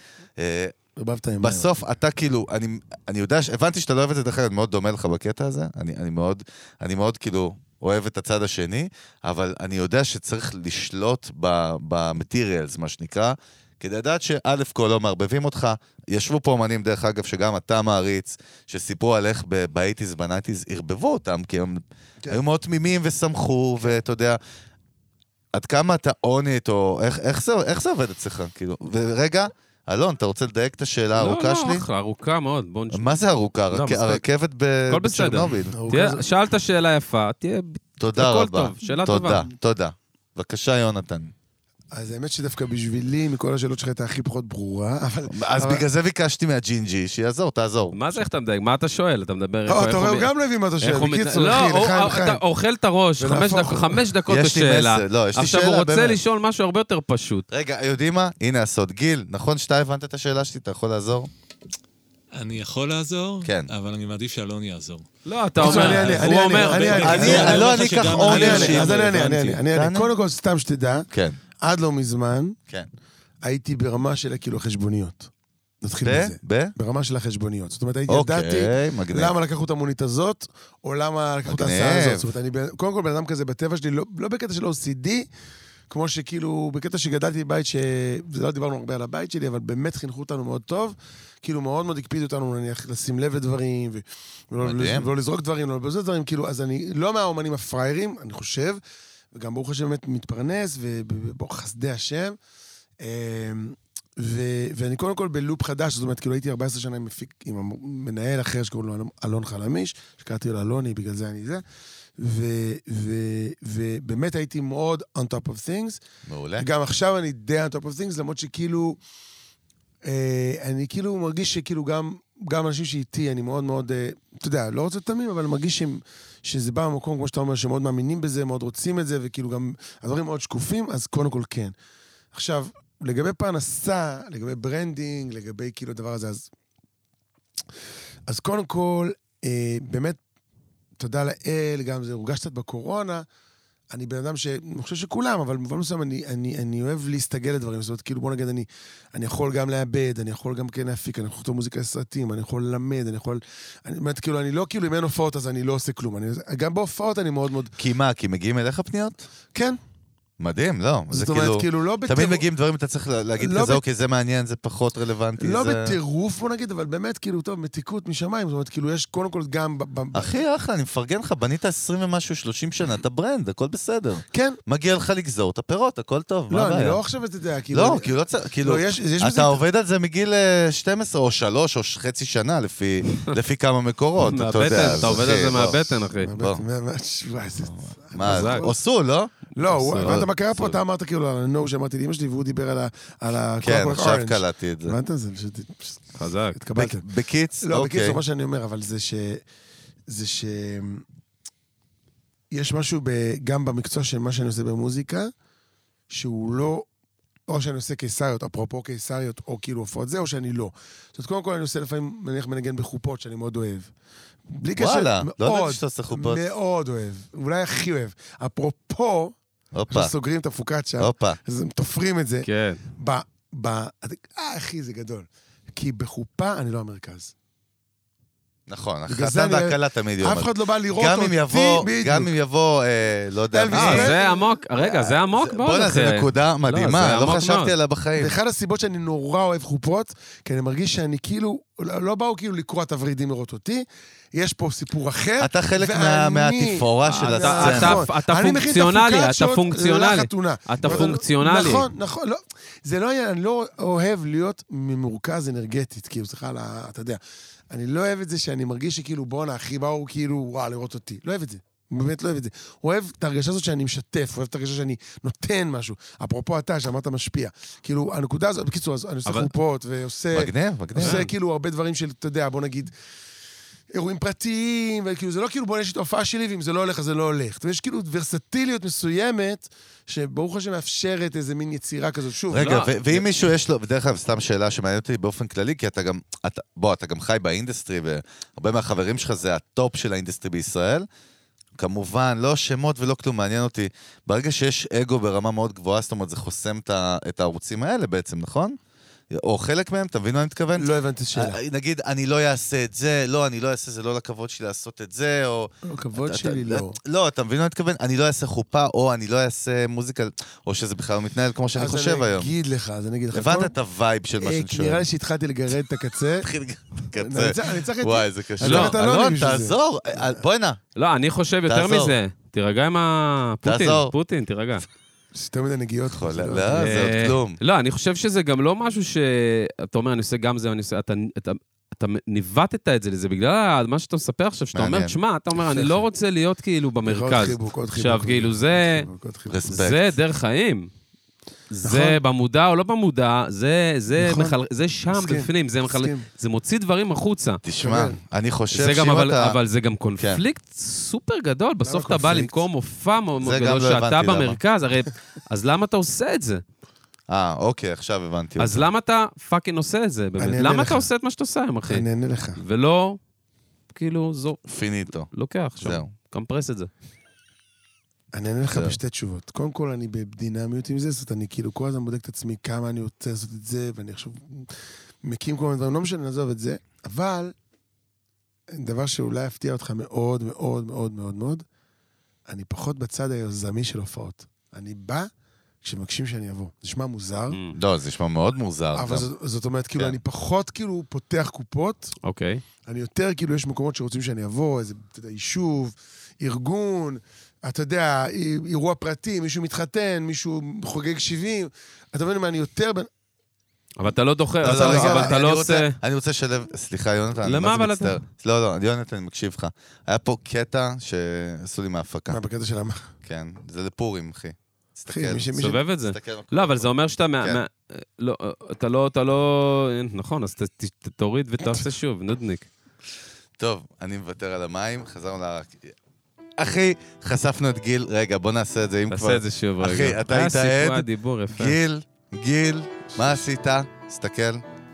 בסוף אתה כאילו, אני יודע, הבנתי שאתה לא אוהב את זה דרך כלל, מאוד דומה לך בקטע הזה, אני מאוד כאילו אוהב את הצד השני, אבל אני יודע שצריך לשלוט במטריאלס, מה שנקרא, כדי לדעת שא' כל לא מערבבים אותך, ישבו פה אומנים דרך אגב שגם אתה מעריץ, שסיפרו על איך ב-80s, ב-90s, הרבבו אותם, כי הם היו מאוד תמימים ושמחו, ואתה יודע, עד כמה אתה אונית, או איך זה עובד אצלך, כאילו, ורגע, אלון, אתה רוצה לדייק את השאלה הארוכה שלי? לא, ארוכה מאוד, בוא נשמע. מה זה ארוכה? הרכבת בצ'רנוביל. שאלת שאלה יפה, תהיה... תודה רבה. שאלה טובה. תודה. בבקשה, יונתן. אז האמת שדווקא בשבילי, מכל השאלות שלך הייתה הכי פחות ברורה, אבל... אז בגלל זה ביקשתי מהג'ינג'י, שיעזור, תעזור. מה זה איך אתה מדייק? מה אתה שואל? אתה מדבר... לא, אתה רואה, גם לא הבין מה אתה שואל. בקיצור, אחי, לחיים. אתה אוכל את הראש, 5 דקות בשאלה. עכשיו הוא רוצה לשאול משהו הרבה יותר פשוט. רגע, יודעים מה? הנה הסוד. גיל, נכון שאתה הבנת את השאלה שלי? אתה יכול לעזור? אני יכול לעזור, כן. אבל אני מעדיף שאלון יעזור. לא, אתה אומר, הוא אומר... אני אקח עוני אישי. אז אני קודם כל, סתם שתדע, עד לא מזמן, כן. הייתי ברמה של כאילו החשבוניות. נתחיל בזה. ברמה של החשבוניות. זאת אומרת, הייתי ידעתי למה לקחו את המונית הזאת, או למה לקחו את ההסעה הזאת. זאת אומרת, קודם כל בן אדם כזה בטבע שלי, לא בקטע של OCD, כמו שכאילו, בקטע שגדלתי בבית זה לא דיברנו הרבה על הבית שלי, אבל באמת חינכו אותנו מאוד טוב, כאילו מאוד מאוד הקפידו אותנו, נניח, לשים לב לדברים, ולא לזרוק דברים, לא לבזוז דברים, כאילו, אז אני לא מהאומנים הפריירים, אני חושב, וגם ברוך השם באמת מתפרנס, וברוך חסדי השם, ואני קודם כל בלופ חדש, זאת אומרת, כאילו הייתי 14 שנה עם מנהל אחר שקוראים לו אלון חלמיש, שקראתי לו אלוני, בגלל זה אני זה, ובאמת הייתי מאוד on top of things. מעולה. גם עכשיו אני די on top of things, למרות שכאילו, אני כאילו מרגיש שכאילו גם אנשים שאיתי, אני מאוד מאוד, אתה יודע, לא רוצה תמים, אבל אני מרגיש שזה בא במקום, כמו שאתה אומר, שמאוד מאמינים בזה, מאוד רוצים את זה, וכאילו גם הדברים מאוד שקופים, אז קודם כל כן. עכשיו, לגבי פרנסה, לגבי ברנדינג, לגבי כאילו הדבר הזה, אז קודם כל, באמת, תודה לאל, גם זה הורגש קצת בקורונה, אני בן אדם אני חושב שכולם, אבל במובן מסוים אני אוהב להסתגל לדברים, זאת אומרת, כאילו בוא נגיד, אני יכול גם לאבד, אני יכול גם כן להפיק, אני יכול לכתוב מוזיקה לסרטים, אני יכול ללמד, אני באמת, כאילו, אני לא, כאילו, אם אין הופעות, אז אני לא עושה כלום. גם בהופעות אני מאוד מאוד... כי מה? כי מגיעים אליך פניות? כן. מדהים, לא. זאת אומרת, כאילו, לא תמיד מגיעים דברים, אתה צריך להגיד כזה, אוקיי, זה מעניין, זה פחות רלוונטי. לא בטירוף, בוא נגיד, אבל באמת, כאילו, טוב, מתיקות משמיים, זאת אומרת, כאילו, יש קודם כל גם... אחי, אחלה, אני מפרגן לך, בנית 20 ומשהו, 30 שנה, אתה ברנד, הכל בסדר. כן. מגיע לך לגזור את הפירות, הכל טוב, לא, אני לא עכשיו את זה, כאילו... לא, כאילו, אתה עובד על זה מגיל 12 או 3 או חצי שנה, לפי כמה מקורות, אתה יודע. אתה עובד על זה מהבטן, אחי. מה, עשו, לא? לא, הבנת מה קרה פה? אתה אמרת כאילו על הנאו שאמרתי לאמא שלי, והוא דיבר על כן, עכשיו קלטתי את זה. הבנת? זה חזק. התקבלתם. בקיץ, לא, בקיץ, מה שאני אומר, אבל זה ש... יש משהו גם במקצוע של מה שאני עושה במוזיקה, שהוא לא, או שאני עושה קיסריות, אפרופו קיסריות, או כאילו הופעות זה, או שאני לא. זאת אומרת, קודם כל אני עושה לפעמים מנגן בחופות, שאני מאוד אוהב. בלי קשר, וואלה, לא יודעת שאתה עושה חופות. מאוד אוהב, אולי הכי אוהב. אפרופו, שסוגרים את הפוקאצ'ה, אז הם תופרים את זה. כן. אחי, זה גדול. כי בחופה אני לא המרכז. נכון, החתן והקלה תמיד יום. אף אחד לא בא לראות אותי, גם אם יבוא, לא יודע. זה עמוק, רגע, זה עמוק מאוד. בוא'נה, זה נקודה מדהימה, לא חשבתי עליה בחיים. ואחד הסיבות שאני נורא אוהב חופות, כי אני מרגיש שאני כאילו, לא באו כאילו לקרוא את הוורידים לראות אותי, יש פה סיפור אחר. אתה חלק מהתפאורה של הסצנה. אתה פונקציונלי, אתה פונקציונלי. אתה פונקציונלי. נכון, נכון, לא. זה לא היה, אני לא אוהב להיות ממורכז אנרגטית, כאילו, סליחה, אתה יודע. אני לא אוהב את זה שאני מרגיש שכאילו, בואנה, אחי באו כאילו, וואו, לראות אותי. לא אוהב את זה. באמת לא אוהב את זה. אוהב את הרגשה הזאת שאני משתף, אוהב את הרגשה שאני נותן משהו. אפרופו אתה, שאמרת משפיע. כאילו, הנקודה הזאת, בקיצור, אני עושה חופות ועושה... מגניב. עושה כאילו הרבה דברים של, אתה יודע, בוא נגיד, אירועים פרטיים, וכאילו, זה לא כאילו, בוא יש את ההופעה שלי, ואם זה לא הולך, אז זה לא הולך. ויש כאילו ורסטיליות מסוימת, שברוך השם מאפשרת איזה מין יצירה כזאת. שוב, רגע, ואם מישהו יש לו, בדרך כלל סתם שאלה שמעניינת אותי באופן כללי, כי אתה גם, אתה גם חי באינדסטרי, והרבה מהחברים שלך זה הטופ של האינדסטרי בישראל, כמובן, לא שמות ולא כלום, מעניין אותי. ברגע שיש אגו ברמה מאוד גבוהה, זאת אומרת, זה חוסם את הערוצים האלה בעצם, נכון? או חלק מהם, אתה מבין מה אני מתכוון? לא הבנתי שאלה. נגיד, אני לא אעשה את זה, לא, אני לא אעשה, זה לא לכבוד שלי לעשות את זה, או... לא, לכבוד שלי לא. לא, אתה מבין מה אני מתכוון? אני לא אעשה חופה, או אני לא אעשה מוזיקה, או שזה בכלל לא מתנהל כמו שאני חושב היום. אז אני אגיד לך. הבנת את הווייב של מה שאני שואל. נראה לי שהתחלתי לגרד את הקצה. אני צריך את... וואי, זה קשה. לא, אלון, תעזור. בואי נע. לא, אני חושב יותר מזה. תירגע עם הפוטין, תירגע. יותר מדי נגיעות. לא, זה עוד כלום. לא, אני חושב שזה גם לא משהו שאתה אומר, אני עושה גם זה, אתה ניווטת את זה לזה, בגלל מה שאתה מספר עכשיו, שאתה אומר, תשמע, אתה אומר, אני לא רוצה להיות כאילו במרכז. עכשיו, כאילו, זה דרך חיים. זה במודע או לא במודע, זה שם בפנים, זה מוציא דברים החוצה. תשמע, אני חושב שאם אתה... אבל זה גם קונפליקט סופר גדול, בסוף אתה בא למכור מופע מאוד גדול שאתה במרכז, הרי, אז למה אתה עושה את זה? אוקיי, עכשיו הבנתי. אז למה אתה פאקינג עושה את זה? למה אתה עושה את מה שאתה עושה היום, אחי? אני אענה לך. ולא, כאילו, זו... פיניטו. לוקח שם, קמפרס את זה. אני אענה לך בשתי תשובות. קודם כל, אני בדינמיות עם זה, זאת אומרת, אני כאילו כל הזמן בודק את עצמי כמה אני רוצה לעשות את זה, ואני עכשיו מקים כל מיני דברים, לא משנה, נעזוב את זה, אבל דבר שאולי יפתיע אותך מאוד, מאוד, מאוד, מאוד, מאוד, אני פחות בצד היזמי של הופעות. אני בא כשמקשים שאני אבוא. זה נשמע מוזר. לא, זה נשמע מאוד מוזר. אבל זאת אומרת, כאילו, אני פחות כאילו פותח קופות. אוקיי. אני יותר, כאילו, יש מקומות שרוצים שאני אבוא, איזה, אתה יודע, יישוב, ארגון, אתה יודע, אירוע פרטי, מישהו מתחתן, מישהו חוגג 70, אתה מבין מה, אני יותר... אבל אתה לא דוחה, אבל אתה לא עושה... אני רוצה לשלב, סליחה, יונתן, למה אבל אתה... לא, יונתן, אני מקשיב לך. היה פה קטע שעשו לי מההפקה. מה, בקטע של המה? כן, זה לפורים, אחי. סובב את זה. לא, אבל זה אומר שאתה... לא, אתה לא... נכון, אז תוריד ותעשה שוב, נודניק. טוב, אני מוותר על המים, חזרנו אחי, חשפנו את גיל, רגע, בוא נעשה את זה, אם כבר... תעשה את זה שוב, רגע. אחי, אתה היית עד, גיל, מה עשית? סתכל.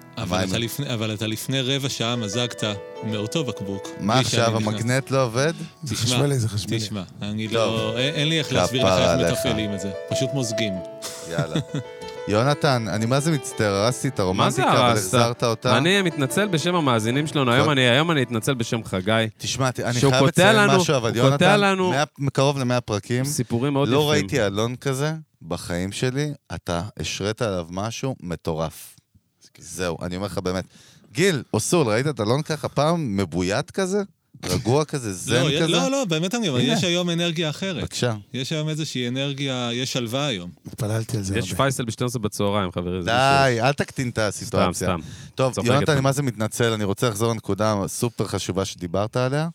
אבל אתה לפני רבע שעה מזגת מאותו בקבוק. מה עכשיו, המגנט לא עובד? תשמע, אני לא... אין לי איך להסביר לך איך מתפעלים את זה. פשוט מוזגים. יאללה. יונתן, אני מה זה מצטער, הרסתי את הרומנטיקה, אבל החזרת אותה. אני מתנצל בשם המאזינים שלנו, היום אני אתנצל בשם חגי. תשמע, אני חייב לציין משהו, אבל יונתן, קרוב ל100 פרקים, סיפורים מאוד יפים. לא ראיתי אלון כזה בחיים שלי, אתה השרית עליו משהו מטורף. זהו, אני אומר לך באמת. גיל, אוסול, ראית את אלון ככה פעם מבוית כזה? רגוע כזה, זן כזה? לא, באמת אני אומר, יש היום אנרגיה אחרת. בבקשה. יש היום איזושהי אנרגיה, יש שלווה היום. התפללתי על זה הרבה. יש פייסל ב-12 בצהריים, חברים. די, אל תקטין את הסיטואציה. סתם. טוב, יונתן, אני מה זה מתנצל, אני רוצה לחזור לנקודה סופר חשובה שדיברת עליה.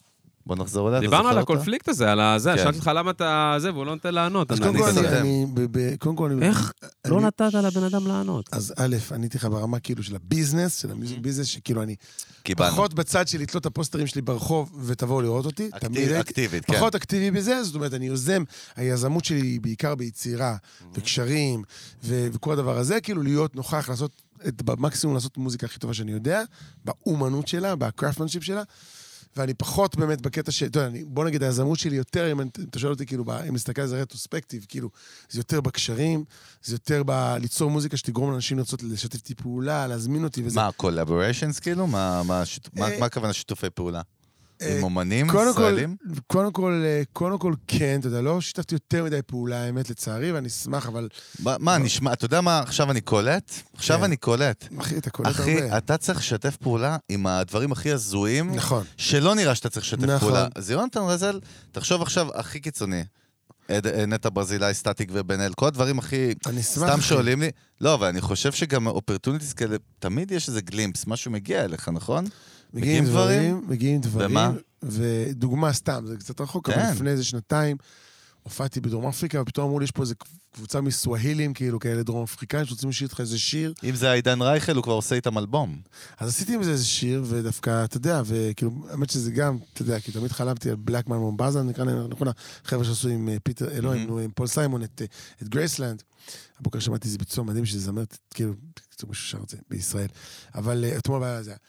בוא נחזור אליה. דיברנו על הקונפליקט הזה, על זה, שאלתי לך למה אתה זה, והוא לא נותן לענות. אז קודם כל אני... איך? לא נתת לבן אדם לענות. אז א', עניתי לך ברמה כאילו של הביזנס, של המיוזיק ביזנס, שכאילו אני פחות בצד של לתלות את הפוסטרים שלי ברחוב ותבואו לראות אותי. אקטיבית, כן. פחות אקטיבי בזה, זאת אומרת, אני יוזם, היזמות שלי בעיקר ביצירה וקשרים וכל הדבר הזה, כאילו להיות נוכח, לעשות במקסימום לעשות מוזיקה הכי טובה שאני יודע, באומנות שלה, בקראפטמנשיפ שלה, ואני פחות באמת בקטע בוא נגיד, היזמות שלי יותר, אם אתה שואל אותי, כאילו, אם נסתכל על זה רטרוספקטיב, כאילו, זה יותר בקשרים, זה יותר ליצור מוזיקה שתגרום לאנשים לרצות לשתף איתי פעולה, להזמין אותי וזה. מה, קולאבוריישנס כאילו? מה הכוונה שיתופי פעולה? עם אומנים ישראלים? קודם כל כן, אתה יודע, לא שיתפתי יותר מדי פעולה, האמת, לצערי, ואני אשמח, אבל... מה, נשמע, אתה יודע מה, עכשיו אני קולט? אחי, אתה קולט הרבה. אחי, אתה צריך לשתף פעולה עם הדברים הכי הזויים, נכון. שלא נראה שאתה צריך לשתף פעולה. אז יונתן רזל, תחשוב עכשיו הכי קיצוני. נטע ברזילאי, סטטיק ובן אל, כל הדברים הכי... סתם שואלים לי. לא, אבל אני חושב שגם אופרטוניטיס כאלה, תמיד יש איזה גלימפס, משהו מגיע אליך, נכון? מגיעים דברים, ומה? ודוגמה סתם, זה קצת רחוק, אבל לפני איזה שנתיים, הופעתי בדרום אפריקה, ופתאום אמרו לי, יש פה איזו קבוצה מסווהילים, כאילו, כאלה דרום אפריקאים, שרוצים לשיר איתך איזה שיר. אם זה עידן רייכל, הוא כבר עושה איתם אלבום. אז עשיתי עם זה איזה שיר, ודווקא, אתה יודע, וכאילו, האמת שזה גם, אתה יודע, כי תמיד חלמתי על בלקמן מומבאזה, נקרא נכונה, חבר'ה שעשו עם פיטר אלוהים, עם פול סיימון, את גרייסלנד. הבוקר שמעתי איזה ביצוע מדהים, שזה זמרת, כאילו, מישהו שר את זה בישראל. אבל אתמול היה זה.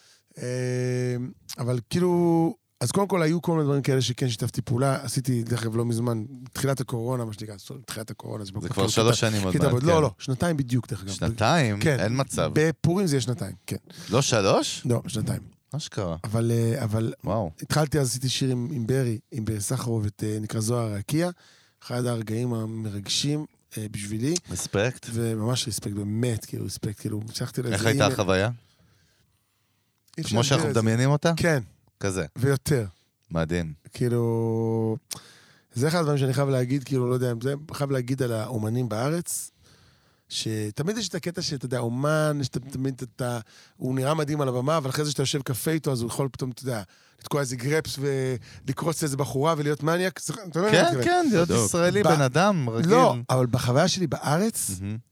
אבל כאילו, אז קודם כל היו כל מיני דברים כאלה שכן שיתפתי פעולה, עשיתי דרך אגב לא מזמן, תחילת הקורונה, מה שנקרא, תחילת הקורונה. זה כבר 3 שנים עוד מעט, כן. לא, שנתיים בדיוק דרך אגב. שנתיים? אין מצב. בפורים זה יהיה שנתיים, כן. לא 3? לא, שנתיים. מה שקרה? אבל התחלתי אז, עשיתי שיר עם ברי, עם סחרוב, נקרא זוהר הרקיע, אחד הרגעים המרגשים בשבילי. רספקט. וממש רספקט, באמת, כאילו, רספקט, כאילו, המשכתי לזה. איך הייתה החוויה? כמו שאנחנו מדמיינים אותה? כן. כזה. ויותר. מדהים. כאילו, זה אחד הדברים שאני חייב להגיד, כאילו, לא יודע, זה חייב להגיד על האומנים בארץ, שתמיד יש את הקטע שאתה יודע, אומן, תמיד הוא נראה מדהים על הבמה, אבל אחרי זה שאתה יושב קפה איתו, אז הוא יכול פתאום, אתה יודע, לתקוע איזה גרפס ולקרוץ איזה בחורה ולהיות מניאק. כן, כן, להיות ישראלי, בן אדם, רגיל. לא, אבל בחוויה שלי בארץ,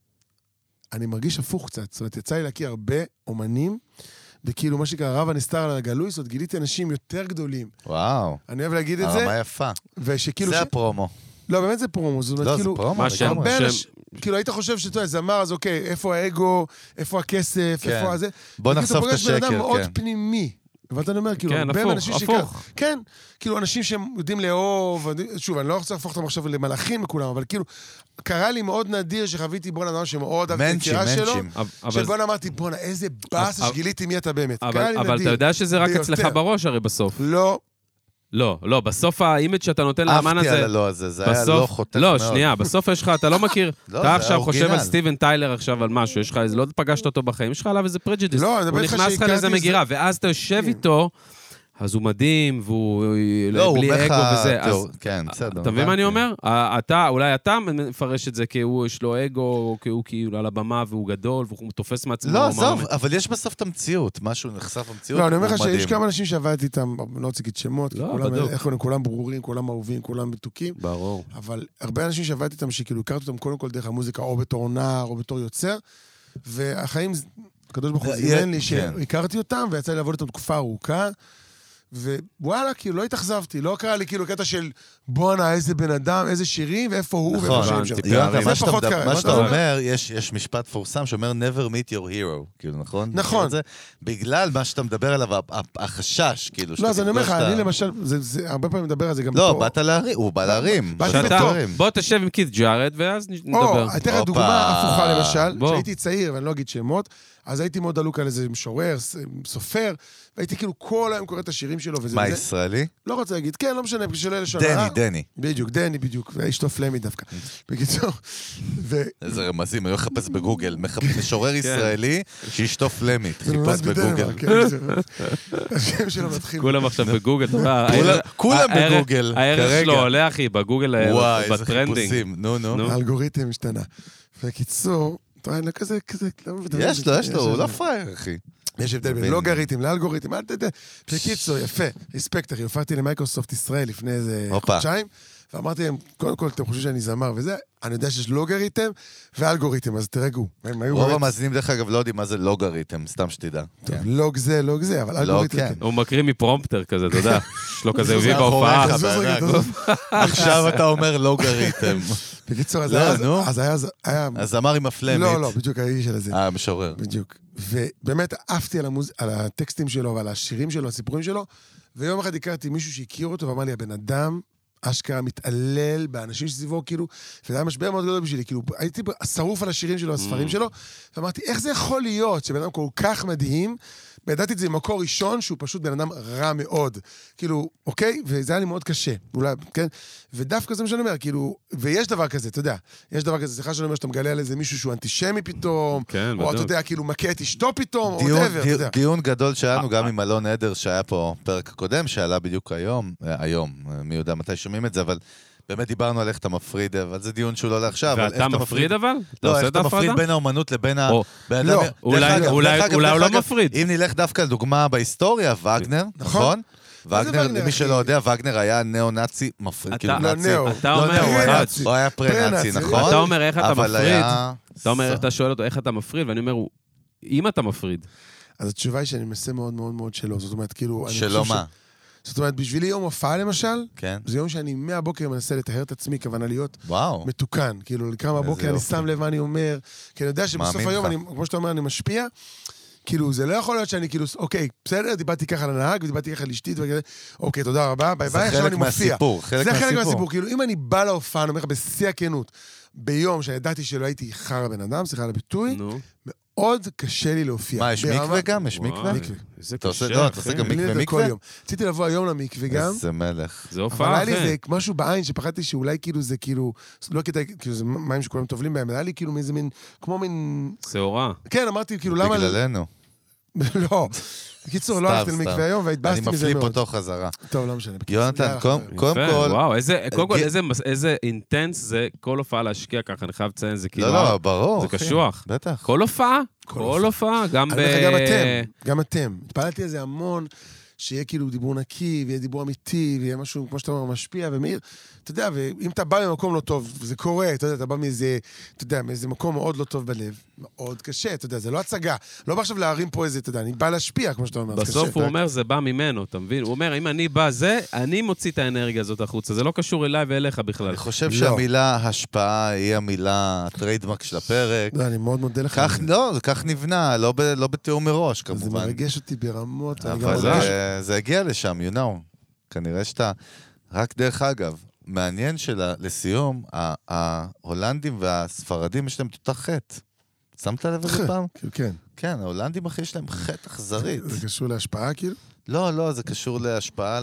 אני מרגיש הפוך קצת. זאת אומרת, יצא לי להכיר הרבה אומנים, וכאילו, מה שקרה, רב הנסתר על הגלוי, זאת גיליתי אנשים יותר גדולים. וואו. אני אוהב להגיד את זה. הרמה יפה. ושכאילו... זה הפרומו. לא, באמת זה פרומו. זאת אומרת, לא, כאילו... זה פרומו. כאילו, היית חושב שאתה יודע, זמר, אז אוקיי, איפה האגו, איפה הכסף, איפה הזה. בוא נחשוף את השקר, כן. בן אדם מאוד פנימי. ואתה אומר, כאילו, כן, הפוך. כן, כאילו, אנשים שהם יודעים לאהוב, שוב, אני לא רוצה להפוך אותם עכשיו למלאכים מכולם, אבל כאילו, קרה לי מאוד נדיר שחוויתי בון אדם שמאוד אהבתי את הקריאה שלו, שבון אמרתי, בונה, איזה באס שגיליתי מי אתה באמת. אבל אתה יודע שזה רק אצלך בראש הרי בסוף. לא. לא, בסוף האימג' שאתה נותן לאמן הזה... אהבתי על הלא הזה, זה היה לא חותך מאוד. לא, שנייה, בסוף יש לך, אתה לא מכיר, אתה עכשיו חושב על סטיבן טיילר עכשיו על משהו, יש לך, לא פגשת אותו בחיים, יש לך עליו איזה פרג'דיס, הוא נכנס לך לאיזה מגירה, ואז אתה יושב איתו, אז הוא מדהים, והוא בלי אגו וזה. כן, בסדר. אתה מבין מה אני אומר? אולי אתה מפרש את זה כי יש לו אגו, כי הוא כאילו על הבמה והוא גדול, והוא תופס מעצמו. לא, עזוב, אבל יש בסוף את המציאות, משהו נחשף המציאות. לא, אני אומר לך שיש כמה אנשים שעבדתי איתם, לא רוצה להגיד שמות, כולם ברורים, כולם אהובים, כולם מתוקים. ברור. אבל הרבה אנשים שעבדתי איתם, שכאילו הכרתי אותם קודם כל דרך המוזיקה, או בתור נער, או בתור יוצר, והחיים, הקדוש ברוך הוא זימן לי שהכרתי אותם, ויצא לי לעבוד איתם תקופה ארוכה. ווואלה, כאילו, לא התאכזבתי, לא קרה לי כאילו קטע של בואנה, איזה בן אדם, איזה שירים, ואיפה הוא, ואיפה שהם שם. מה שאתה אומר, יש משפט פורסם שאומר, never meet your hero, כאילו, נכון? נכון. בגלל מה שאתה מדבר עליו, החשש, כאילו. לא, אז אני אומר לך, אני למשל, הרבה פעמים מדבר על זה גם... לא, באת להרים, הוא בא להרים. בוא תשב עם קית' ג'ארד, ואז נדבר. אתן לך דוגמה הפוכה למשל, כשהייתי צעיר, ואני לא אגיד שמות, אז הייתי מאוד דלוק על איזה משורר, סופר, והייתי כאילו כל היום קורא את השירים שלו. מה, ישראלי? לא רוצה להגיד, כן, לא משנה, בשביל אלה שונה. דני. בדיוק, דני בדיוק, ואשתו פלמי דווקא. בקיצור. איזה רמזים, אני הולך לחפש בגוגל, משורר ישראלי שאשתו פלמי, חיפש בגוגל. השם שלו מתחיל. כולם עכשיו בגוגל, כולם בגוגל. הערך שלו עולה, אחי, בגוגל בטרנדינג. וואי, איזה חיפושים, נו. האלגוריתם השתנה. בקיצור, יש לו, הוא לא פרייר, אחי. יש הבדל בין לוגריתם לאלגוריתם, בקיצור, יפה, ריספקט, אחי, הופעתי למייקרוסופט ישראל לפני איזה חודשיים, ואמרתי להם, קודם כל, אתם חושבים שאני זמר וזה, אני יודע שיש לוגריתם ואלגוריתם, אז תרגעו. רוב המאזינים דרך אגב לא יודעים מה זה לוגריתם, סתם שתדע. לוג זה, אבל אלגוריתם כן. הוא מקריא מפרומפטר כזה, אתה יודע, יש לו כזה הביא בהופעה. עכשיו אתה אומר לוגריתם. בקיצור, אז אמר עם הפלמית. לא, בדיוק האיש של זה. משורר. בדיוק. ובאמת עפתי על הטקסטים שלו ועל השירים שלו, הסיפורים שלו, ויום אחד הכרתי מישהו שהכיר אותו ואמר לי, הבן אדם אשכרה מתעלל באנשים שסביבו, כאילו, וזה היה משבר מאוד גדול בשבילי, כאילו, הייתי שרוף על השירים שלו, הספרים שלו, ואמרתי, איך זה יכול להיות שבן אדם כל כך מדהים, וידעתי את זה במקור ראשון, שהוא פשוט בן אדם רע מאוד, כאילו, אוקיי? וזה היה לי מאוד קשה, אולי, כן? ודווקא זה מה שאני אומר, כאילו, ויש דבר כזה, אתה יודע, יש דבר כזה, סליחה שאני אומר שאתה מגלה על איזה מישהו שהוא אנטישמי פתאום, כן, או אתה יודע, כאילו, מכה את אשתו פתאום, או whatever, אתה יודע. דיון גדול שלנו, גם עם אלון עדר, שהיה פה פרק קודם, שעלה בדיוק היום, מי יודע מתי שומעים את זה, אבל באמת דיברנו על איך אתה מפריד, אבל זה דיון שהוא לא לעכשיו. ואתה מפריד אבל? לא, איך אתה מפריד בין האומנות לבין ה... לא, אולי הוא לא מפריד. אם נלך דווקא לדוגמה בהיסטוריה, וגנר, נכון? וגנר, למי שלא יודע, וגנר היה נאו-נאצי מפריד. אתה אומר, הוא היה פרה-נאצי, נכון? אתה אומר איך אתה מפריד, אתה אומר, אתה שואל אותו איך אתה מפריד, ואני אומר, אם אתה מפריד. אז התשובה היא שאני מנסה מאוד מאוד מאוד שלא, זאת אומרת, כאילו... שלא מה? זאת אומרת, בשבילי יום הופעה למשל, כן. זה יום שאני מהבוקר מנסה לטהר את עצמי, כוונה להיות מתוקן. כאילו, לקרוא מהבוקר אני שם לב מה אני אומר, כי אני יודע שבסוף היום, כמו שאתה אומר, אני משפיע, כאילו, זה לא יכול להיות שאני כאילו, אוקיי, בסדר, דיברתי ככה לנהג, ודיברתי ככה לאשתית, וכזה, אוקיי, תודה רבה, ביי ביי, עכשיו אני מופיע. זה חלק מהסיפור, כאילו, אם אני בא להופעה, אני אומר לך בשיא הכנות, ביום שידעתי שלא הייתי חרא בן אדם, סליחה על הביטוי, מאוד קשה לי להופיע. מה, יש מקווה גם? יש מקווה? זה קשה, לא, אתה עושה גם מקווה? רציתי לבוא היום למקווה גם. איזה מלך. זה הופעה אחרי. אבל היה לי משהו בעין שפחדתי שאולי כאילו זה כאילו, לא כדאי, כאילו זה מים שכולם טובלים בהם, היה לי כאילו מאיזה מין, כמו מין... שעורה. כן, אמרתי כאילו למה... בגללנו. לא. בקיצור, לא הלכתי למקווה היום והתבאסתי מזה מאוד. אני מפליפ אותו חזרה. טוב, לא משנה. יונתן, קודם כל... וואו, קודם כל איזה אינטנס זה כל הופעה להשקיע ככה, אני חייב לציין, זה כאילו... לא, ברור. זה קשוח. בטח. כל הופעה? כל הופעה, גם ב... גם אתם. התפעלתי על זה המון, שיהיה כאילו דיבור נקי, ויהיה דיבור אמיתי, ויהיה משהו, כמו שאתה אומר, משפיע ומאיר. אתה יודע, ואם אתה בא ממקום לא טוב, וזה קורה, אתה יודע, אתה בא מאיזה, אתה יודע, מאיזה מקום מאוד לא טוב בלב, מאוד קשה, אתה יודע, זה לא הצגה. לא בא עכשיו להרים פה איזה, אתה יודע, אני בא להשפיע, כמו שאתה אומר. בסוף הוא אומר, זה בא ממנו, אתה מבין? הוא אומר, אם אני בא זה, אני מוציא את האנרגיה הזאת החוצה, זה לא קשור אליי ואליך בכלל. אני חושב שהמילה השפעה היא המילה הטריידמרק של הפרק. לא, אני מאוד מודה לך. כך נבנה, לא בתיאום מראש, כמובן. זה מרגש אותי ברמות. אבל זה הגיע לשם, you know. כנראה שאתה, רק דרך אגב, מעניין שלסיום, ההולנדים והספרדים יש להם תותח חטא. שמת לב איזה פעם? כן. כן, ההולנדים אחי יש להם חטא אכזרית. זה קשור להשפעה כאילו? לא, זה קשור להשפעה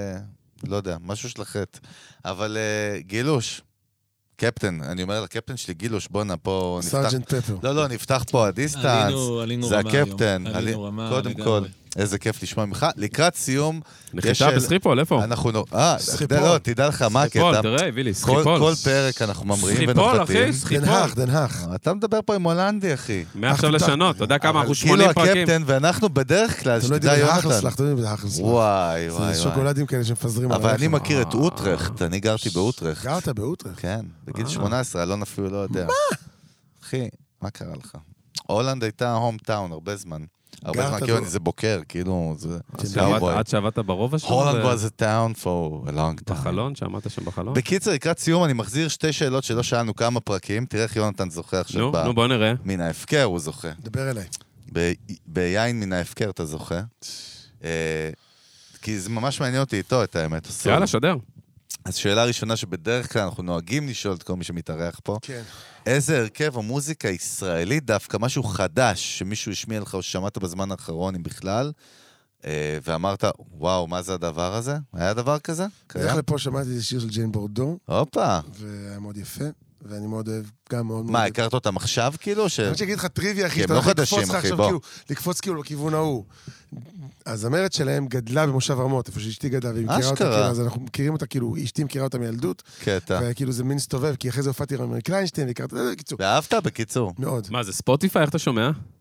לא יודע, משהו של החטא. אבל גילוש, קפטן, אני אומר לקפטן שלי, גילוש, בוא'נה, פה נפתח... סרג'נט פפר. לא, נפתח פה הדיסטנס. זה הקפטן. עלינו רמה. קודם כל. איזה כיף לשמוע ממך. לקראת סיום... נחיתה בסחיפול, איפה? לא, תדע לך מה הקטע. סחיפול, תראה, הביא לי, סחיפול. כל פרק אנחנו ממריאים ונוחתים. סחיפול, אחי, סחיפול. דנהך. אתה מדבר פה עם הולנדי, אחי. מעכשיו לשנות, אתה יודע כמה אנחנו 80 פרקים. כאילו הקפטן, ואנחנו בדרך כלל, שתדע יונתן. וואי. זה שוקולדים כאלה שמפזרים. אבל אני מכיר את אוטרחט, אני גרתי באוטרחט. גרת באוטרחט? כן, בגיל 18, אלון אפילו לא יודע. מה? אחי, מה קרה לך? הולנד הייתה הום טאון הרבה זמן. הרבה זמן, כאילו זה בוקר, כאילו זה... עד שעבדת ברובע שם? הולנד was a town for a long time. בחלון? שעמדת שם בחלון? בקיצר, לקראת סיום אני מחזיר שתי שאלות שלא שאלנו כמה פרקים, תראה איך יונתן זוכה עכשיו. נו, בוא נראה. מן ההפקר הוא זוכה. דבר אליי. ביין מן ההפקר אתה זוכה. כי זה ממש מעניין אותי איתו את האמת. יאללה, שדר. אז שאלה ראשונה שבדרך כלל אנחנו נוהגים לשאול את כל מי שמתארח פה. כן. איזה הרכב או מוזיקה ישראלית דווקא, משהו חדש שמישהו השמיע לך או ששמעת בזמן האחרון, אם בכלל, ואמרת, וואו, מה זה הדבר הזה? היה דבר כזה? איך לפה שמעתי איזה שיר של ג'יין בורדו. הופה. והיה מאוד יפה, ואני מאוד אוהב, גם מאוד מאוד... מה, הכרת אותם עכשיו כאילו? אני רוצה להגיד לך טריוויה, אחי, שאתה הולך לקפוץ לך עכשיו כאילו, לקפוץ כאילו לכיוון ההוא. הזמרת שלהם גדלה במושב רמות, איפה שאשתי גדלה, והיא מכירה אותה, אז אנחנו מכירים אותה, כאילו, אשתי מכירה אותה מילדות, וכאילו זה מין סתובב, כי אחרי זה הופעתי עם אמיר קליינשטיין, והכרת, קיצור. ואהבת בקיצור. מאוד. מה, זה ספוטיפיי? איך אתה שומע?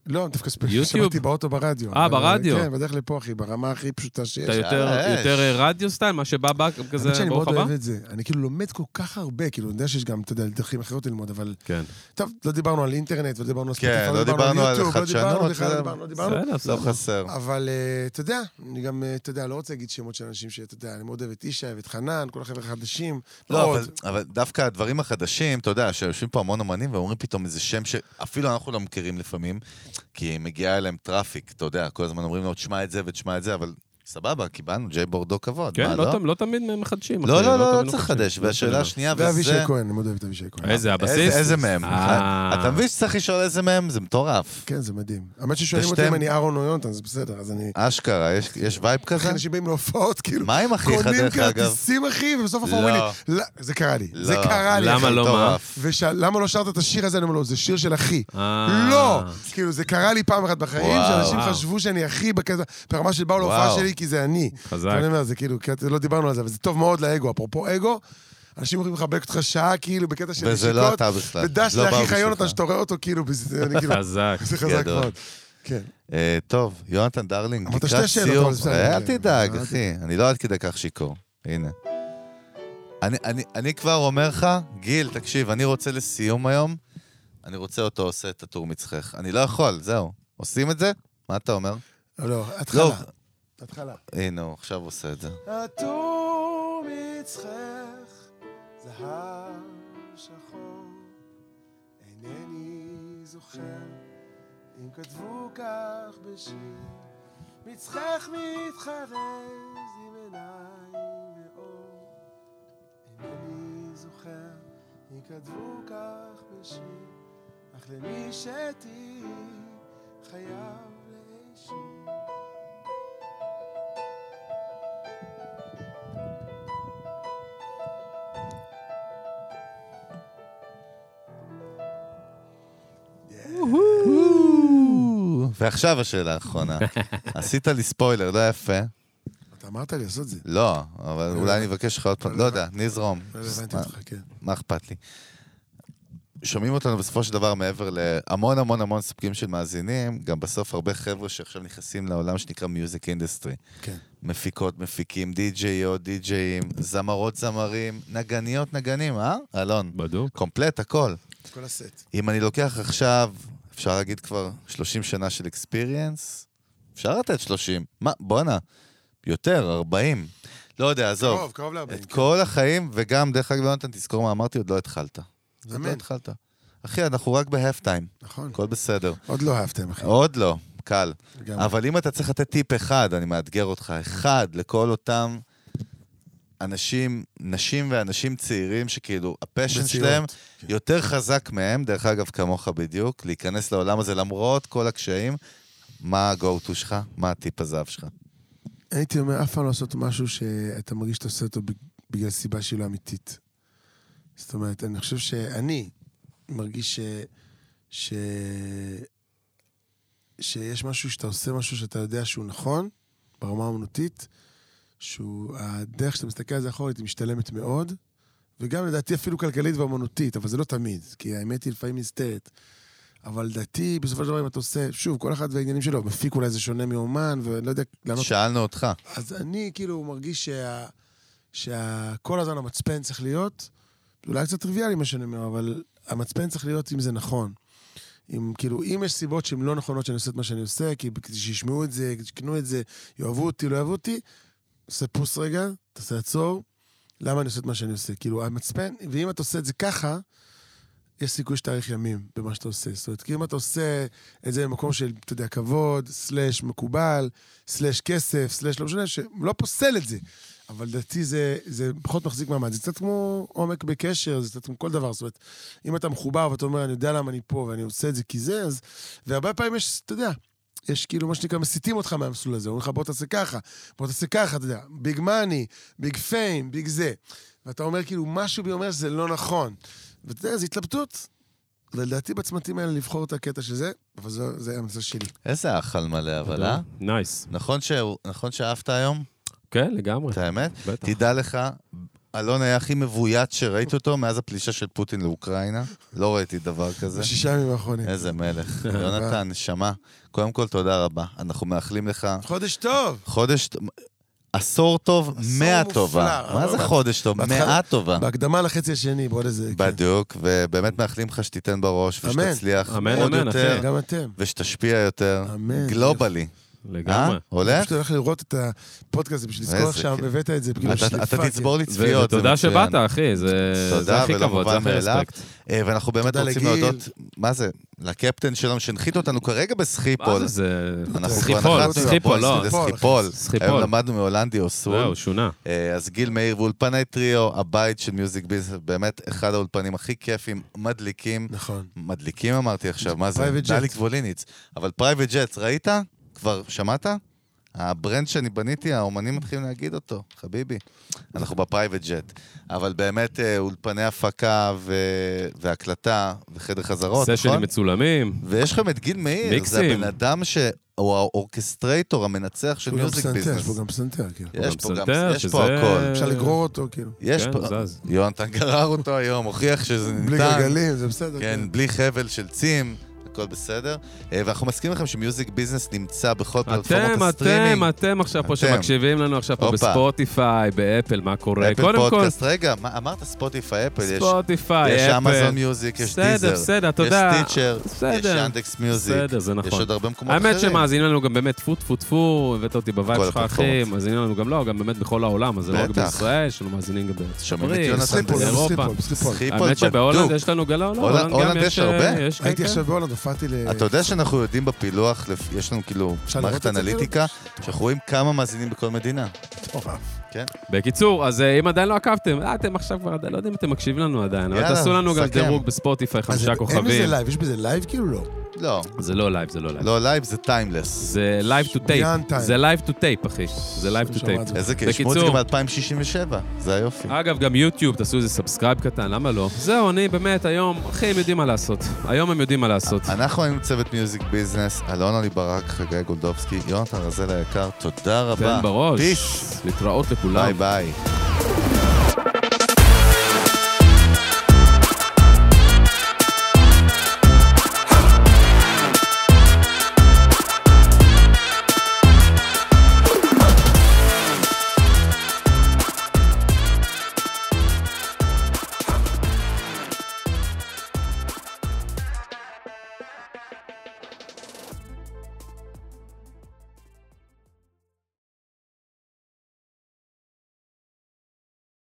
לא, דווקא שמעתי באוטו ברדיו. ברדיו. כן, בדרך לפה, אחי, ברמה הכי פשוטה שיש. אתה יותר רדיו סטייל, מה שבא כזה שאני ברוך מאוד הבא? אוהב את זה. אני כאילו לומד כל כך הרבה, כאילו, אני יודע שיש גם, אתה יודע, דרכים אחרות ללמוד, אבל... כן. טוב, לא דיברנו על אינטרנט, לא דיברנו על ספוטיפיי, לא דיברנו על חדשנות, לא דיברנו. לא חסר. אבל, אתה יודע, אני גם, אתה יודע, לא רוצה להגיד שמות של אנשים שאתה יודע, אני מאוד אוהב את אישה ואת חנן, כל החבר'ה החדשים. לא, אבל דווקא הדברים החדשים, אתה יודע, שיושבים פה המון אומנים ואומרים פתאום איזה שם שאפילו אנחנו לא מכירים לפעמים, כי מגיעה אליהם טראפיק, אתה יודע, כל הזמן אומרים לו, תשמע את זה ותשמע את זה, אבל סבבה, קיבלנו ג'יי בורדו כבוד. כן, לא תמיד מחדשים. לא צריך לחדש. והשאלה השנייה, וזה... ואבישי כהן, אני מאוד אוהב את אבישי כהן. איזה הבסיס? איזה מהם? אתה מבין שצריך לשאול איזה מהם? זה מטורף. כן, זה מדהים. האמת ששואלים אותי אם אני אהרון או יונתן, זה בסדר, אז אני... אשכרה, יש וייב כזה? אנשים באים להופעות, כאילו... מה עם אחיך, דרך אגב? קונים כרטיסים, אחי, ובסוף אף אומרים לי, זה קרה לי, זה קרה לי. למה לא מה? למה לא שרת את השיר הזה? אני אומר לו, זה שיר של אחי. לא! כאילו, זה קרה לי פעם אחת בחיים, שאנשים חשבו שאני אחי ברמה של באו להופעה שלי, כי זה אני. אני אומר, זה כאילו, לא דיברנו על זה, אבל זה טוב מאוד לאגו. אפרופו אגו, אנשים יכולים לחבק אותך שעה, כאילו, בקטע של וזה לא אתה בכלל. ודש לאחיך יונתן, שאתה רואה אותו, כאילו, חזק. זה חזק מאוד. כן. טוב, יונתן דרלינג, אמרת שתי שאלות. אל תדאג, אחי, אני לא עד כדי כך שיקור. הנה. אני כבר אומר לך, גיל, תקשיב, אני רוצה לסיום היום, אני רוצה אותו עושה את הטור מצחך. אני לא יכול, זהו. עושים את זה? מה אתה אומר? לא, התחלה. הנה, הוא עכשיו עושה את זה. הטור מצחך, זהב שחור, אינני זוכר, אם כתבו כך בשיר, מצחך מתחרז עם עיניים ואור, אינני זוכר, אם כתבו כך בשיר, אך למי שתהי חייב להישיר. ועכשיו השאלה האחרונה. עשית לי ספוילר, לא יפה. אתה אמרת לי לעשות זה. לא, אבל אולי אני אבקש לך עוד פעם. לא יודע, נזרום. לא הבנתי אותך, כן. מה אכפת לי? שומעים אותנו בסופו של דבר מעבר להמון המון המון ספקים של מאזינים, גם בסוף הרבה חבר'ה שעכשיו נכנסים לעולם שנקרא מיוזיק אינדסטרי. כן. מפיקות, מפיקים, די-ג'יות, די-ג'יים, זמרות, זמרים, נגניות, נגנים, אלון? בדוק. קומפלט, הכל. כל הסט. אם אני לוקח עכשיו, אפשר להגיד כבר 30 שנה של אקספיריאנס, אפשר לתת 30. מה, בואנה, יותר, 40. לא יודע, עזוב. קרוב ל-40. את כל החיים, וגם דרך אגב, יונתן, תזכור מה אמרתי, עוד לא התחלת. אמן. לא התחלת. אחי, אנחנו רק בהפטיים. נכון. הכל בסדר. עוד לא אהבתם, אחי. עוד לא, קל. גם. אבל אם אתה צריך לתת טיפ אחד, אני מאתגר אותך, אחד לכל אותם אנשים, נשים ואנשים צעירים שכאילו, הפשן שלהם יותר חזק מהם, דרך אגב, כמוך בדיוק, להיכנס לעולם הזה למרות כל הקשיים. מה ה-go-to שלך? מה הטיפ הזהב שלך? הייתי אומר, אף פעם לא לעשות משהו שאתה מרגיש שאתה עושה אותו בגלל סיבה שהיא לא אמיתית. זאת אומרת, אני חושב שאני מרגיש שיש משהו שאתה עושה משהו שאתה יודע שהוא נכון, ברמה האמנותית, שהדרך שאתה מסתכל על זה אחורית היא משתלמת מאוד, וגם לדעתי אפילו כלכלית ואמנותית, אבל זה לא תמיד, כי האמת היא לפעמים מסתרת. אבל לדעתי, בסופו של דבר, אם אתה עושה, שוב, כל אחד והעניינים שלו, מפיק אולי זה שונה מאומן, ולא יודע... שאלנו אותך. אז אני כאילו מרגיש שכל הזמן המצפן צריך להיות, אולי קצת טריוויאלי מה שאני אומר, אבל המצפן צריך להיות אם זה נכון. כאילו, אם יש סיבות שהן לא נכונות שאני עושה את מה שאני עושה, כי שישמעו את זה, שקנו את זה, יאהבו אותי, לא יאהבו אותי, עושה פוס רגע, תעשה עצור, למה אני עושה את מה שאני עושה? כאילו, המצפן, ואם אתה עושה את זה ככה, יש סיכוי שתאריך ימים במה שאתה עושה. זאת אומרת, כי אם אתה עושה את זה במקום של, אתה יודע, כבוד, סלש מקובל, סלש כסף, סלש לא משנה, שלא פוסל את זה. אבל לדעתי זה פחות מחזיק מעמד. זה קצת כמו עומק בקשר, זה קצת כמו כל דבר. זאת אומרת, אם אתה מחובר ואתה אומר, אני יודע למה אני פה ואני עושה את זה כי זה, אז... והרבה פעמים יש, אתה יודע, יש כאילו מה שנקרא, מסיתים אותך מהמסלול הזה. אומרים לך, בוא תעשה ככה, בוא תעשה ככה, אתה יודע, ביג מאני, ביג פיים, ביג זה. ואתה אומר, כאילו, משהו בי אומר שזה לא נכון. ואתה יודע, זו התלבטות. ולדעתי בצמתים האלה לבחור את הקטע של זה, אבל זה המצע שלי. איזה אכל מלא, אבל, אה? נייס. נכון שאהבת היום? כן, לגמרי. את האמת? תדע לך, אלון היה הכי מבוית שראיתי אותו מאז הפלישה של פוטין לאוקראינה. לא ראיתי דבר כזה. 6 ימים האחרונים. איזה מלך. יונתן, נשמה, קודם כל תודה רבה. אנחנו מאחלים לך... חודש טוב. עשור טוב, 100 טובה. מה זה חודש טוב? 100 טובה. בהקדמה לחצי השני, בעוד איזה... בדיוק, ובאמת מאחלים לך שתיתן בראש, ושתצליח עוד יותר, גם אתם. ושתשפיע יותר, גלובלי. לגמרי. הולך? פשוט הולך לראות את הפודקאסט בשביל לזכור עכשיו, הבאת את זה. אתה תצבור לי צפיות. ותודה שבאת, אחי, זה הכי כבוד, זה הכי רספקט. ואנחנו באמת רוצים להודות, מה זה? לקפטן שלנו שהנחית אותנו כרגע בסחיפול. מה זה? סחיפול, לא. סחיפול. היום למדנו מהולנדי או סול. זהו, שונה. אז גיל מאיר ואולפני טריו, הבית של מיוזיק ביזנס, באמת אחד האולפנים הכי כיפים, מדליקים. נכון. מדליקים אמרתי עכשיו, מה זה? דליק ווליניץ. אבל פרייבט ג'טס, ראית? כבר שמעת? הברנד שאני בניתי, האומנים מתחילים להגיד אותו, חביבי. אנחנו בפרייבט ג'ט. אבל באמת אולפני הפקה והקלטה וחדר חזרות, נכון? סשנים מצולמים. ויש לכם את גיל מאיר, מיקסים. זה הבן אדם הוא האורקסטרייטור, המנצח של מיוזיק ביזנס. יש פה גם פסנתר, כאילו. יש פה הכל. אפשר לגרור אותו, כאילו. יש פה, יונתן גרר אותו היום, הוכיח שזה ניתן. בלי גלגלים, זה בסדר. כן, בלי חבל של צים. הכל בסדר, ואנחנו מסכימים לכם שמיוזיק ביזנס נמצא בכל פלטפורמות הסטרימינג. אתם עכשיו פה שמקשיבים לנו עכשיו פה בספוטיפיי, באפל, מה קורה? אפל פודקאסט, רגע, אמרת ספוטיפיי, אפל, ספוטיפיי, יש אמזון מיוזיק, יש דיזר, בסדר, אתה יודע. יש סטיצ'ר, יש ינדקס מיוזיק, בסדר, זה נכון. יש עוד הרבה מקומות אחרים. האמת שמאזינים לנו גם באמת טפו, הבאת אותי בווייב שלך אחי, מאזינים לנו גם לא, גם באמת בכל העולם, אז זה לא רק בישראל, יש לנו מאזינים גם באירופה. האמת שבהולנד יש לנו אתה יודע שאנחנו יודעים בפילוח, יש לנו כאילו מערכת אנליטיקה, שאנחנו רואים כמה מאזינים בכל מדינה. כן. בקיצור, אז אם עדיין לא עקבתם, אתם עכשיו כבר עדיין, לא יודע אם אתם מקשיבים לנו עדיין, אבל תעשו לנו גם דירוג בספוטיפיי, 5 כוכבים. אין בזה לייב, יש בזה לייב כאילו לא? לא. זה לא לייב, זה לא לייב. לא לייב, זה טיימלס. זה לייב טו טייפ. זה לייב טו טייפ, אחי. זה לייב טו טייפ. איזה יש מוזיקה מ-2067, זה היופי. אגב, גם יוטיוב, תעשו איזה סאבסקרייב קטן, למה לא? זהו, אני באמת היום, אחי, הם יודעים מה לעשות. היום הם יודעים מה לעשות. אנחנו היינו צוות מיוזיק ביזנס, אלון עלי ברק, חגי גולדובסקי, יונתן רזל היקר, תודה רבה. תן בראש. להתראות לכולם. ביי ביי.